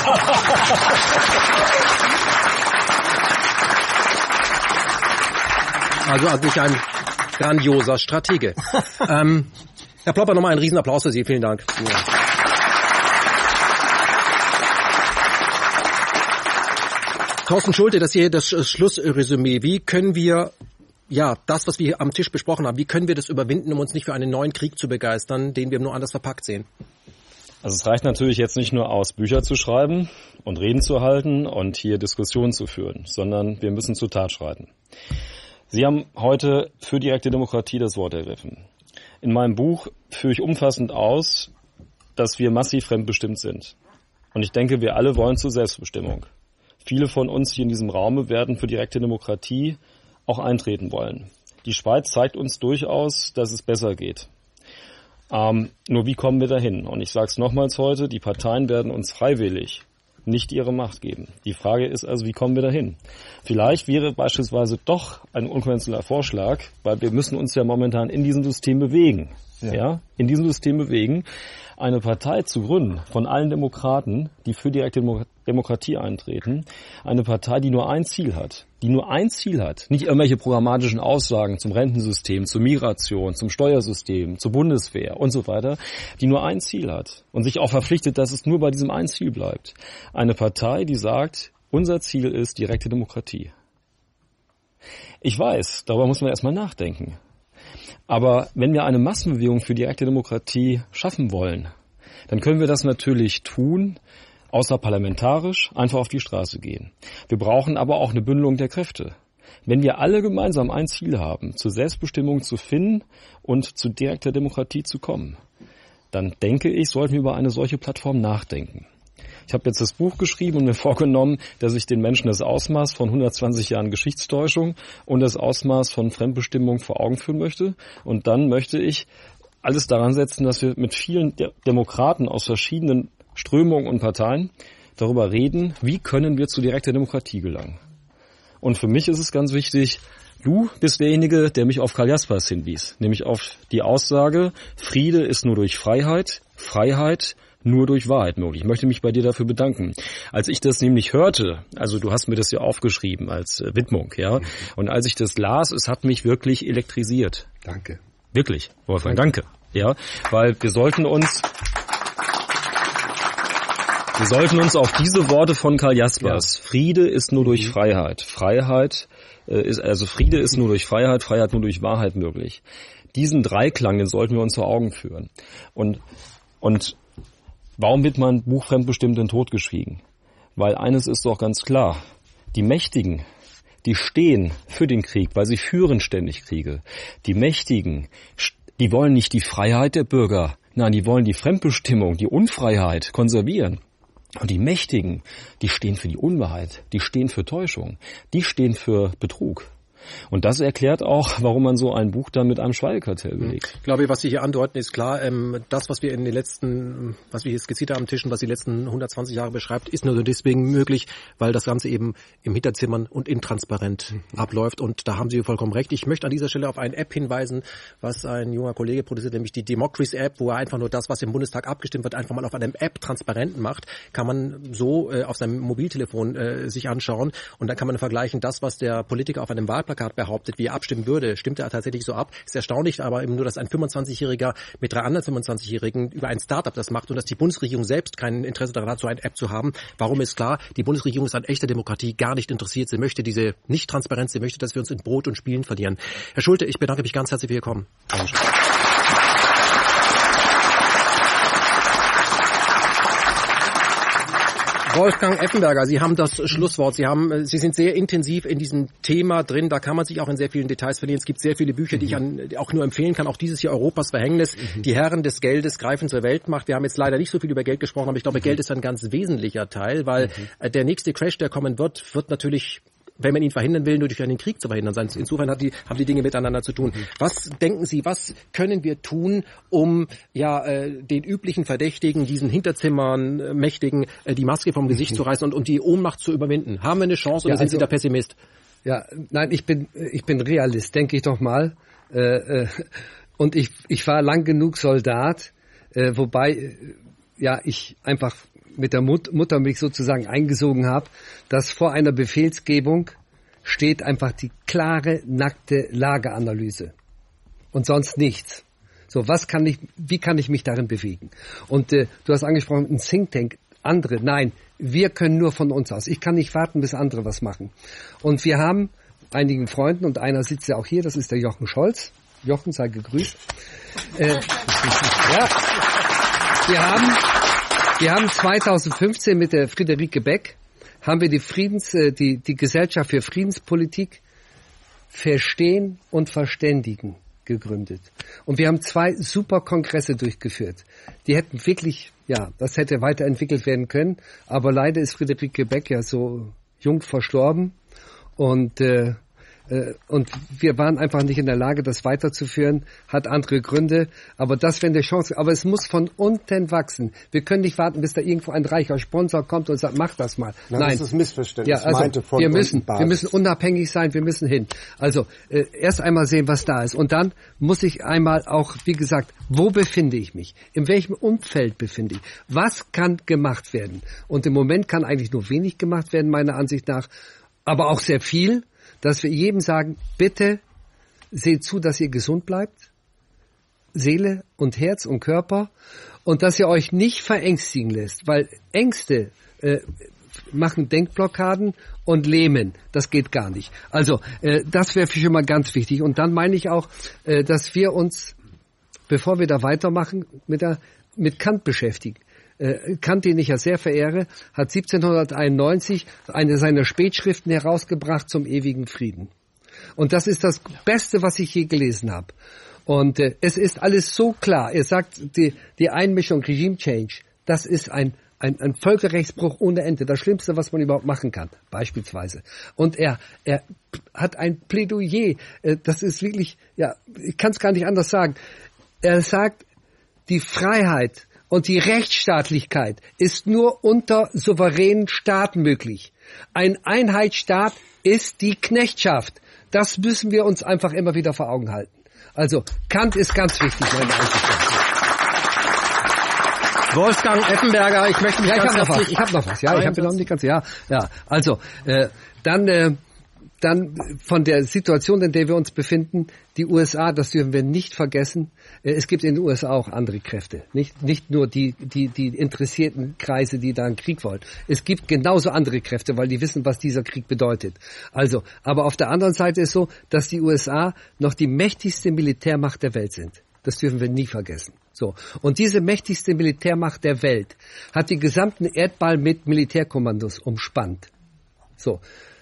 Also wirklich ein grandioser Stratege. ähm, Herr Plopper, nochmal einen Riesenapplaus für Sie. Vielen Dank. Ja. Thorsten Schulte, das hier das Schlussresümee. Wie können wir ja, das, was wir hier am Tisch besprochen haben, wie können wir das überwinden, um uns nicht für einen neuen Krieg zu begeistern, den wir nur anders verpackt sehen? Also es reicht natürlich jetzt nicht nur aus, Bücher zu schreiben und Reden zu halten und hier Diskussionen zu führen, sondern wir müssen zur Tat schreiten. Sie haben heute für direkte Demokratie das Wort ergriffen. In meinem Buch führe ich umfassend aus, dass wir massiv fremdbestimmt sind. Und ich denke, wir alle wollen zur Selbstbestimmung. Viele von uns hier in diesem Raume werden für direkte Demokratie auch eintreten wollen. Die Schweiz zeigt uns durchaus, dass es besser geht. Ähm, nur wie kommen wir dahin? Und ich sage es nochmals heute, die Parteien werden uns freiwillig nicht ihre Macht geben. Die Frage ist also, wie kommen wir dahin? Vielleicht wäre beispielsweise doch ein unkonventioneller Vorschlag, weil wir müssen uns ja momentan in diesem System bewegen. Ja. ja, in diesem System bewegen, eine Partei zu gründen von allen Demokraten, die für direkte Demokratie eintreten, eine Partei, die nur ein Ziel hat, die nur ein Ziel hat, nicht irgendwelche programmatischen Aussagen zum Rentensystem, zur Migration, zum Steuersystem, zur Bundeswehr und so weiter, die nur ein Ziel hat und sich auch verpflichtet, dass es nur bei diesem einen Ziel bleibt. Eine Partei, die sagt, unser Ziel ist direkte Demokratie. Ich weiß, darüber muss man erstmal nachdenken. Aber wenn wir eine Massenbewegung für direkte Demokratie schaffen wollen, dann können wir das natürlich tun, außerparlamentarisch, einfach auf die Straße gehen. Wir brauchen aber auch eine Bündelung der Kräfte. Wenn wir alle gemeinsam ein Ziel haben, zur Selbstbestimmung zu finden und zu direkter Demokratie zu kommen, dann denke ich, sollten wir über eine solche Plattform nachdenken. Ich habe jetzt das Buch geschrieben und mir vorgenommen, dass ich den Menschen das Ausmaß von hundertzwanzig Jahren Geschichtstäuschung und das Ausmaß von Fremdbestimmung vor Augen führen möchte. Und dann möchte ich alles daran setzen, dass wir mit vielen De- Demokraten aus verschiedenen Strömungen und Parteien darüber reden, wie können wir zu direkter Demokratie gelangen. Und für mich ist es ganz wichtig, du bist derjenige, der mich auf Karl Jaspers hinwies, nämlich auf die Aussage, Friede ist nur durch Freiheit, Freiheit nur durch Wahrheit möglich. Ich möchte mich bei dir dafür bedanken. Als ich das nämlich hörte, also du hast mir das ja aufgeschrieben als äh, Widmung, ja, und als ich das las, es hat mich wirklich elektrisiert. Danke. Wirklich, Wolfgang, danke. danke. Ja, weil wir sollten uns wir sollten uns auf diese Worte von Karl Jaspers, ja. Friede ist nur durch Freiheit, Freiheit äh, ist also Friede ist nur durch Freiheit, Freiheit nur durch Wahrheit möglich. Diesen Dreiklang, den sollten wir uns vor Augen führen. Und und warum wird mein Buch Fremdbestimmt in Tod geschwiegen? Weil eines ist doch ganz klar. Die Mächtigen, die stehen für den Krieg, weil sie führen ständig Kriege. Die Mächtigen, die wollen nicht die Freiheit der Bürger. Nein, die wollen die Fremdbestimmung, die Unfreiheit konservieren. Und die Mächtigen, die stehen für die Unwahrheit, die stehen für Täuschung, die stehen für Betrug. Und das erklärt auch, warum man so ein Buch dann mit einem Schweigekartell belegt. Ich glaube, was Sie hier andeuten, ist klar, ähm, das, was wir in den letzten, was wir hier skizziert haben am Tisch und was die letzten hundertzwanzig Jahre beschreibt, ist nur deswegen möglich, weil das Ganze eben im Hinterzimmern und intransparent mhm. abläuft. Und da haben Sie vollkommen recht. Ich möchte an dieser Stelle auf eine App hinweisen, was ein junger Kollege produziert, nämlich die Democracy-App, wo er einfach nur das, was im Bundestag abgestimmt wird, einfach mal auf einer App transparent macht. Kann man so äh, auf seinem Mobiltelefon äh, sich anschauen und dann kann man vergleichen, das, was der Politiker auf einem Wahlplakat Wahlplakat behauptet, wie er abstimmen würde, stimmt er tatsächlich so ab. Ist erstaunlich, aber eben nur, dass ein fünfundzwanzigjähriger mit drei anderen fünfundzwanzigjährigen über ein Startup das macht und dass die Bundesregierung selbst kein Interesse daran hat, so eine App zu haben. Warum ist klar? Die Bundesregierung ist an echter Demokratie gar nicht interessiert. Sie möchte diese Nicht-Transparenz, sie möchte, dass wir uns in Brot und Spielen verlieren. Herr Schulte, ich bedanke mich ganz herzlich für Ihr Kommen. Dankeschön. Wolfgang Effenberger, Sie haben das Schlusswort. Sie haben, Sie sind sehr intensiv in diesem Thema drin. Da kann man sich auch in sehr vielen Details verlieren. Es gibt sehr viele Bücher, die ich an, auch nur empfehlen kann. Auch dieses hier Europas Verhängnis. Mhm. Die Herren des Geldes greifen zur Weltmacht. Wir haben jetzt leider nicht so viel über Geld gesprochen, aber ich glaube, mhm. Geld ist ein ganz wesentlicher Teil, weil mhm. der nächste Crash, der kommen wird, wird natürlich, wenn man ihn verhindern will, nur durch einen Krieg zu verhindern sein. Insofern hat die, haben die Dinge miteinander zu tun. Was denken Sie, was können wir tun, um ja äh, den üblichen Verdächtigen, diesen Hinterzimmern, äh, Mächtigen, äh, die Maske vom Gesicht zu reißen und, und die Ohnmacht zu überwinden? Haben wir eine Chance oder ja, sind also, Sie da Pessimist? Ja, nein, ich bin ich bin Realist, denke ich doch mal. Äh, äh, und ich ich war lang genug Soldat, äh, wobei äh, ja ich einfach mit der Mut- Mutter mich sozusagen eingesogen habe, dass vor einer Befehlsgebung steht einfach die klare, nackte Lageanalyse und sonst nichts. So, was kann ich, wie kann ich mich darin bewegen? Und äh, du hast angesprochen, ein Think Tank, andere, nein, wir können nur von uns aus. Ich kann nicht warten, bis andere was machen. Und wir haben einigen Freunden, und einer sitzt ja auch hier, das ist der Jochen Scholz. Jochen, sei gegrüßt. Äh, ja, wir haben Wir haben zweitausendfünfzehn mit der Friederike Beck haben wir die Friedens, die, die Gesellschaft für Friedenspolitik Verstehen und Verständigen gegründet. Und wir haben zwei super Kongresse durchgeführt. Die hätten wirklich, ja, das hätte weiterentwickelt werden können. Aber leider ist Friederike Beck ja so jung verstorben. Und, äh, Und wir waren einfach nicht in der Lage, das weiterzuführen, hat andere Gründe. Aber das wäre eine Chance. Aber es muss von unten wachsen. Wir können nicht warten, bis da irgendwo ein reicher Sponsor kommt und sagt, mach das mal. Na, Nein, das ist Missverständnis. Ja, also meinte von wir müssen, wir müssen unabhängig sein. Wir müssen hin. Also äh, erst einmal sehen, was da ist, und dann muss ich einmal auch, wie gesagt, wo befinde ich mich? In welchem Umfeld befinde ich? Was kann gemacht werden? Und im Moment kann eigentlich nur wenig gemacht werden, meiner Ansicht nach, aber auch sehr viel. Dass wir jedem sagen, bitte seht zu, dass ihr gesund bleibt, Seele und Herz und Körper, und dass ihr euch nicht verängstigen lässt, weil Ängste äh, machen Denkblockaden und lähmen. Das geht gar nicht. Also äh, das wäre schon mal ganz wichtig. Und dann meine ich auch, äh, dass wir uns, bevor wir da weitermachen, mit, der, mit Kant beschäftigen. Kant, den ich ja sehr verehre, hat siebzehnhunderteinundneunzig eine seiner Spätschriften herausgebracht zum ewigen Frieden. Und das ist das Beste, was ich je gelesen habe. Und äh, es ist alles so klar. Er sagt, die, die Einmischung, Regime Change, das ist ein, ein, ein Völkerrechtsbruch ohne Ende. Das Schlimmste, was man überhaupt machen kann, beispielsweise. Und er, er hat ein Plädoyer. Äh, das ist wirklich, ja, ich kann es gar nicht anders sagen. Er sagt, die Freiheit und die Rechtsstaatlichkeit ist nur unter souveränen Staaten möglich. Ein Einheitsstaat ist die Knechtschaft. Das müssen wir uns einfach immer wieder vor Augen halten. Also Kant ist ganz wichtig, meine Ansicht nach. Wolfgang Effenberger, ich möchte mich ja, ganz ich hab herzlich... Ich habe noch was, ja, ich habe noch nicht ganz... Ja, ja, also, äh, dann... Äh, Dann von der Situation, in der wir uns befinden, die U S A, das dürfen wir nicht vergessen. Es gibt in den U S A auch andere Kräfte, nicht nicht nur die die die interessierten Kreise, die da einen Krieg wollen. Es gibt genauso andere Kräfte, weil die wissen, was dieser Krieg bedeutet. Also, aber auf der anderen Seite ist so, dass die U S A noch die mächtigste Militärmacht der Welt sind. Das dürfen wir nie vergessen. So. Und diese mächtigste Militärmacht der Welt hat den gesamten Erdball mit Militärkommandos umspannt. So.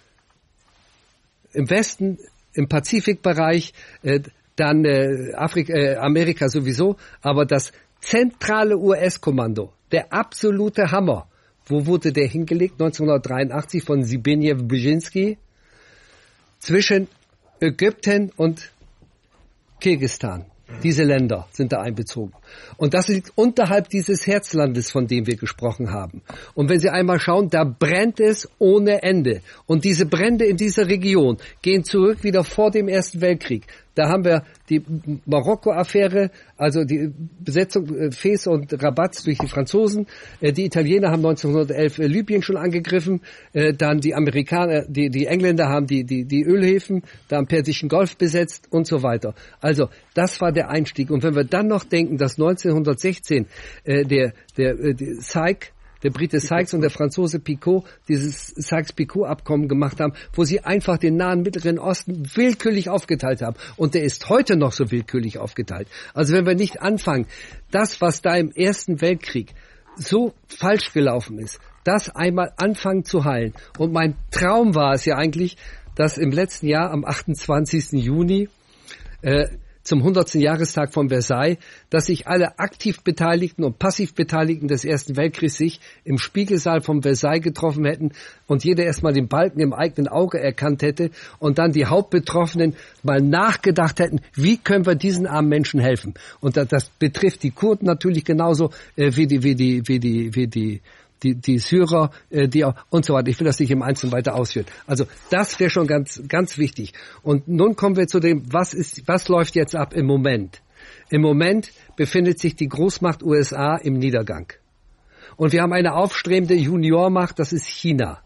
Im Westen, im Pazifikbereich, äh, dann äh, Afrika, äh, Amerika sowieso, aber das zentrale U S-Kommando, der absolute Hammer, wo wurde der hingelegt? neunzehnhundertdreiundachtzig von Zbigniew Brzezinski zwischen Ägypten und Kirgisistan. Diese Länder sind da einbezogen. Und das liegt unterhalb dieses Herzlandes, von dem wir gesprochen haben. Und wenn Sie einmal schauen, da brennt es ohne Ende. Und diese Brände in dieser Region gehen zurück wieder vor dem Ersten Weltkrieg. Da haben wir die Marokko-Affäre, also die Besetzung äh, Fes und Rabat durch die Franzosen. Äh, die Italiener haben neunzehnhundertelf äh, Libyen schon angegriffen. Äh, dann die Amerikaner, die, die Engländer haben die, die, die Ölhäfen da am Persischen Golf besetzt und so weiter. Also das war der Einstieg. Und wenn wir dann noch denken, dass neunzehnhundertsechzehn äh, der, der, äh, der Sykes, der Brite Sykes und der Franzose Picot dieses Sykes-Picot-Abkommen gemacht haben, wo sie einfach den Nahen Mittleren Osten willkürlich aufgeteilt haben. Und der ist heute noch so willkürlich aufgeteilt. Also wenn wir nicht anfangen, das, was da im Ersten Weltkrieg so falsch gelaufen ist, das einmal anfangen zu heilen. Und mein Traum war es ja eigentlich, dass im letzten Jahr am achtundzwanzigsten Juni äh, zum hundertsten Jahrestag von Versailles, dass sich alle aktiv Beteiligten und passiv Beteiligten des Ersten Weltkriegs sich im Spiegelsaal von Versailles getroffen hätten und jeder erstmal den Balken im eigenen Auge erkannt hätte und dann die Hauptbetroffenen mal nachgedacht hätten, wie können wir diesen armen Menschen helfen? Und das, das betrifft die Kurden natürlich genauso äh, wie die, wie die, wie die, wie die Die, die Syrer, äh, die auch, und so weiter. Ich will das nicht im Einzelnen weiter ausführen. Also das wäre schon ganz, ganz wichtig. Und nun kommen wir zu dem, was ist, was läuft jetzt ab im Moment? Im Moment befindet sich die Großmacht U S A im Niedergang. Und wir haben eine aufstrebende Juniormacht, das ist China.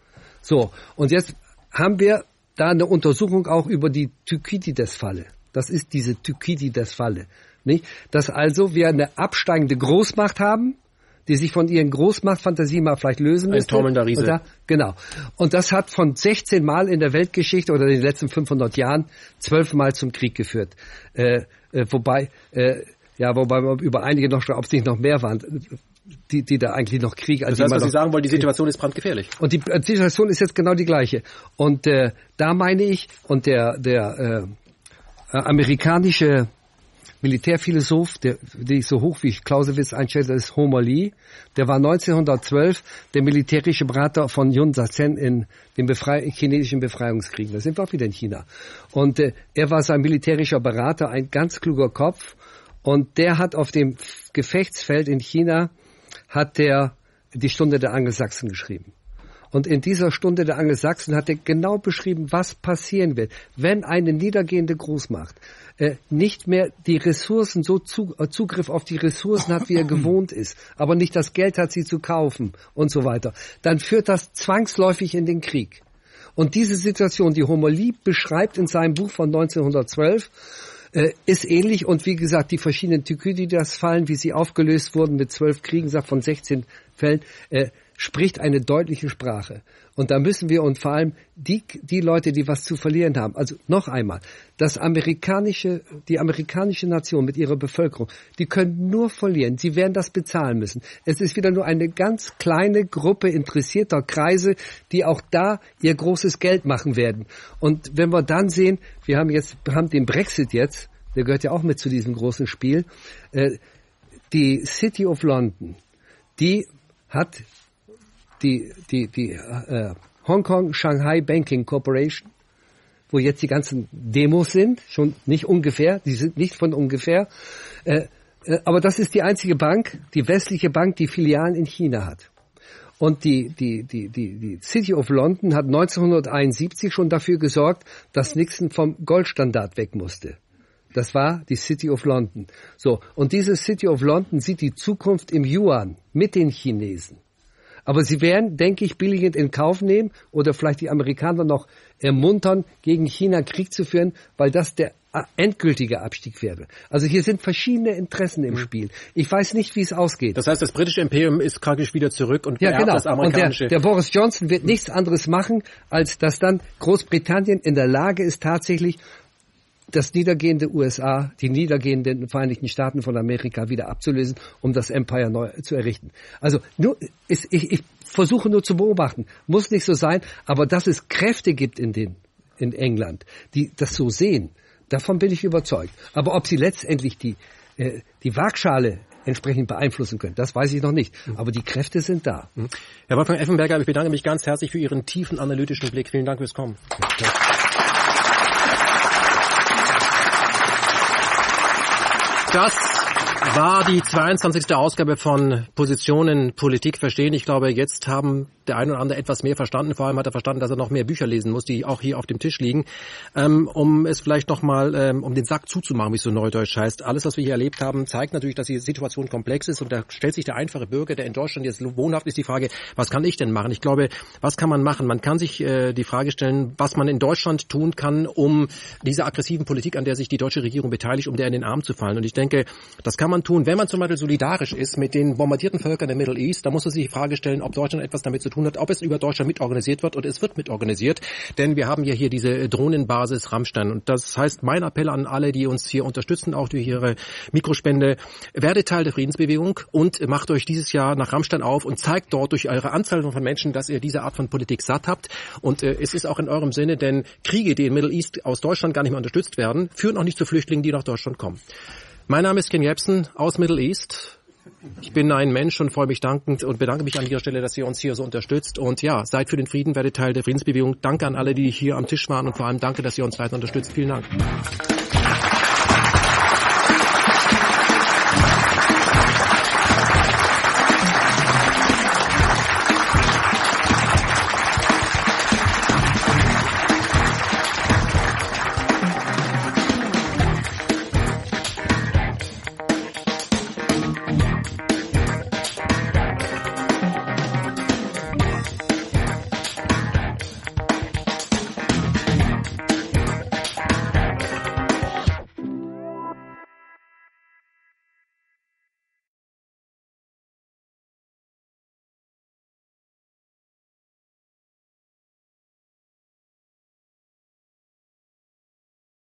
So, und jetzt haben wir da eine Untersuchung auch über die Thukydides-Falle. Das ist diese Thukydides-Falle. Nicht? Dass also wir eine absteigende Großmacht haben, die sich von ihren Großmachtfantasien mal vielleicht lösen müsste. Ein taumelnder Riese. Da, genau. Und das hat von sechzehn Mal in der Weltgeschichte oder in den letzten fünfhundert Jahren zwölf Mal zum Krieg geführt. Äh, äh, wobei, äh, ja, wobei man über einige noch, ob es nicht noch mehr waren, die, die da eigentlich noch Krieg. Also das heißt, was Sie sagen wollen, die Situation ist brandgefährlich. Und die Situation ist jetzt genau die gleiche. Und äh, da meine ich, und der, der äh, amerikanische Militärphilosoph, der, den ich so hoch wie Clausewitz einstelle, das ist Homer Lee. Der war neunzehnhundertzwölf der militärische Berater von Yun Sen in den Befrei- chinesischen Befreiungskriegen. Da sind wir auch wieder in China. Und äh, er war sein militärischer Berater, ein ganz kluger Kopf. Und der hat auf dem Gefechtsfeld in China, hat der die Stunde der Angelsachsen geschrieben. Und in dieser Stunde der Angelsachsen hat er genau beschrieben, was passieren wird, wenn eine niedergehende Großmacht äh, nicht mehr die Ressourcen, so zu, äh, Zugriff auf die Ressourcen hat, wie er gewohnt ist, aber nicht das Geld hat, sie zu kaufen und so weiter. Dann führt das zwangsläufig in den Krieg. Und diese Situation, die Homer Lee beschreibt in seinem Buch von neunzehnhundertzwölf, äh, ist ähnlich. Und wie gesagt, die verschiedenen Thukydides-Fallen, wie sie aufgelöst wurden mit zwölf Kriegen, sagt von sechzehn Fällen, äh, spricht eine deutliche Sprache. Und da müssen wir und vor allem die, die Leute, die was zu verlieren haben, also noch einmal, das amerikanische, die amerikanische Nation mit ihrer Bevölkerung, die können nur verlieren. Sie werden das bezahlen müssen. Es ist wieder nur eine ganz kleine Gruppe interessierter Kreise, die auch da ihr großes Geld machen werden. Und wenn wir dann sehen, wir haben jetzt, wir haben den Brexit jetzt, der gehört ja auch mit zu diesem großen Spiel, äh, die City of London, die hat die die die äh, Hong Kong Shanghai Banking Corporation, wo jetzt die ganzen Demos sind, schon nicht ungefähr, die sind nicht von ungefähr, äh, äh, aber das ist die einzige Bank, die westliche Bank, die Filialen in China hat. Und die die die die die City of London hat neunzehnhunderteinundsiebzig schon dafür gesorgt, dass Nixon vom Goldstandard weg musste. Das war die City of London. So, und diese City of London sieht die Zukunft im Yuan mit den Chinesen. Aber sie werden, denke ich, billigend in Kauf nehmen oder vielleicht die Amerikaner noch ermuntern, gegen China Krieg zu führen, weil das der endgültige Abstieg wäre. Also hier sind verschiedene Interessen im Spiel. Ich weiß nicht, wie es ausgeht. Das heißt, das britische Imperium ist praktisch wieder zurück und ja, genau. das amerikanische. Und der, der Boris Johnson wird nichts anderes machen, als dass dann Großbritannien in der Lage ist, tatsächlich das niedergehende U S A, die niedergehenden Vereinigten Staaten von Amerika wieder abzulösen, um das Empire neu zu errichten. Also nur, ist, ich, ich versuche nur zu beobachten, muss nicht so sein, aber dass es Kräfte gibt in den in England, die das so sehen, davon bin ich überzeugt. Aber ob sie letztendlich die äh, die Waagschale entsprechend beeinflussen können, das weiß ich noch nicht. Aber die Kräfte sind da. Herr Wolfgang Effenberger, ich bedanke mich ganz herzlich für Ihren tiefen analytischen Blick. Vielen Dank fürs Kommen. Ja. Das war die zweiundzwanzigste Ausgabe von Positionen Politik verstehen. Ich glaube, jetzt haben der der eine oder andere etwas mehr verstanden. Vor allem hat er verstanden, dass er noch mehr Bücher lesen muss, die auch hier auf dem Tisch liegen. Ähm, um es vielleicht nochmal, ähm, um den Sack zuzumachen, wie es so neudeutsch heißt. Alles, was wir hier erlebt haben, zeigt natürlich, dass die Situation komplex ist. Und da stellt sich der einfache Bürger, der in Deutschland jetzt wohnhaft ist, die Frage, was kann ich denn machen? Ich glaube, was kann man machen? Man kann sich äh, die Frage stellen, was man in Deutschland tun kann, um diese aggressiven Politik, an der sich die deutsche Regierung beteiligt, um der in den Arm zu fallen. Und ich denke, das kann man tun, wenn man zum Beispiel solidarisch ist mit den bombardierten Völkern der Middle East. Da muss man sich die Frage stellen, ob Deutschland etwas damit zu tun hat, ob es über Deutschland mitorganisiert wird. Und es wird mitorganisiert, denn wir haben ja hier diese Drohnenbasis Rammstein. Und das heißt, mein Appell an alle, die uns hier unterstützen, auch durch ihre Mikrospende, werdet Teil der Friedensbewegung und macht euch dieses Jahr nach Rammstein auf und zeigt dort durch eure Anzahl von Menschen, dass ihr diese Art von Politik satt habt. Und äh, es ist auch in eurem Sinne, denn Kriege, die in Middle East aus Deutschland gar nicht mehr unterstützt werden, führen auch nicht zu Flüchtlingen, die nach Deutschland kommen. Mein Name ist Ken Jebsen aus Middle East. Ich bin ein Mensch und freue mich dankend und bedanke mich an dieser Stelle, dass ihr uns hier so unterstützt. Und ja, seid für den Frieden, werdet Teil der Friedensbewegung. Danke an alle, die hier am Tisch waren und vor allem danke, dass ihr uns weiter unterstützt. Vielen Dank.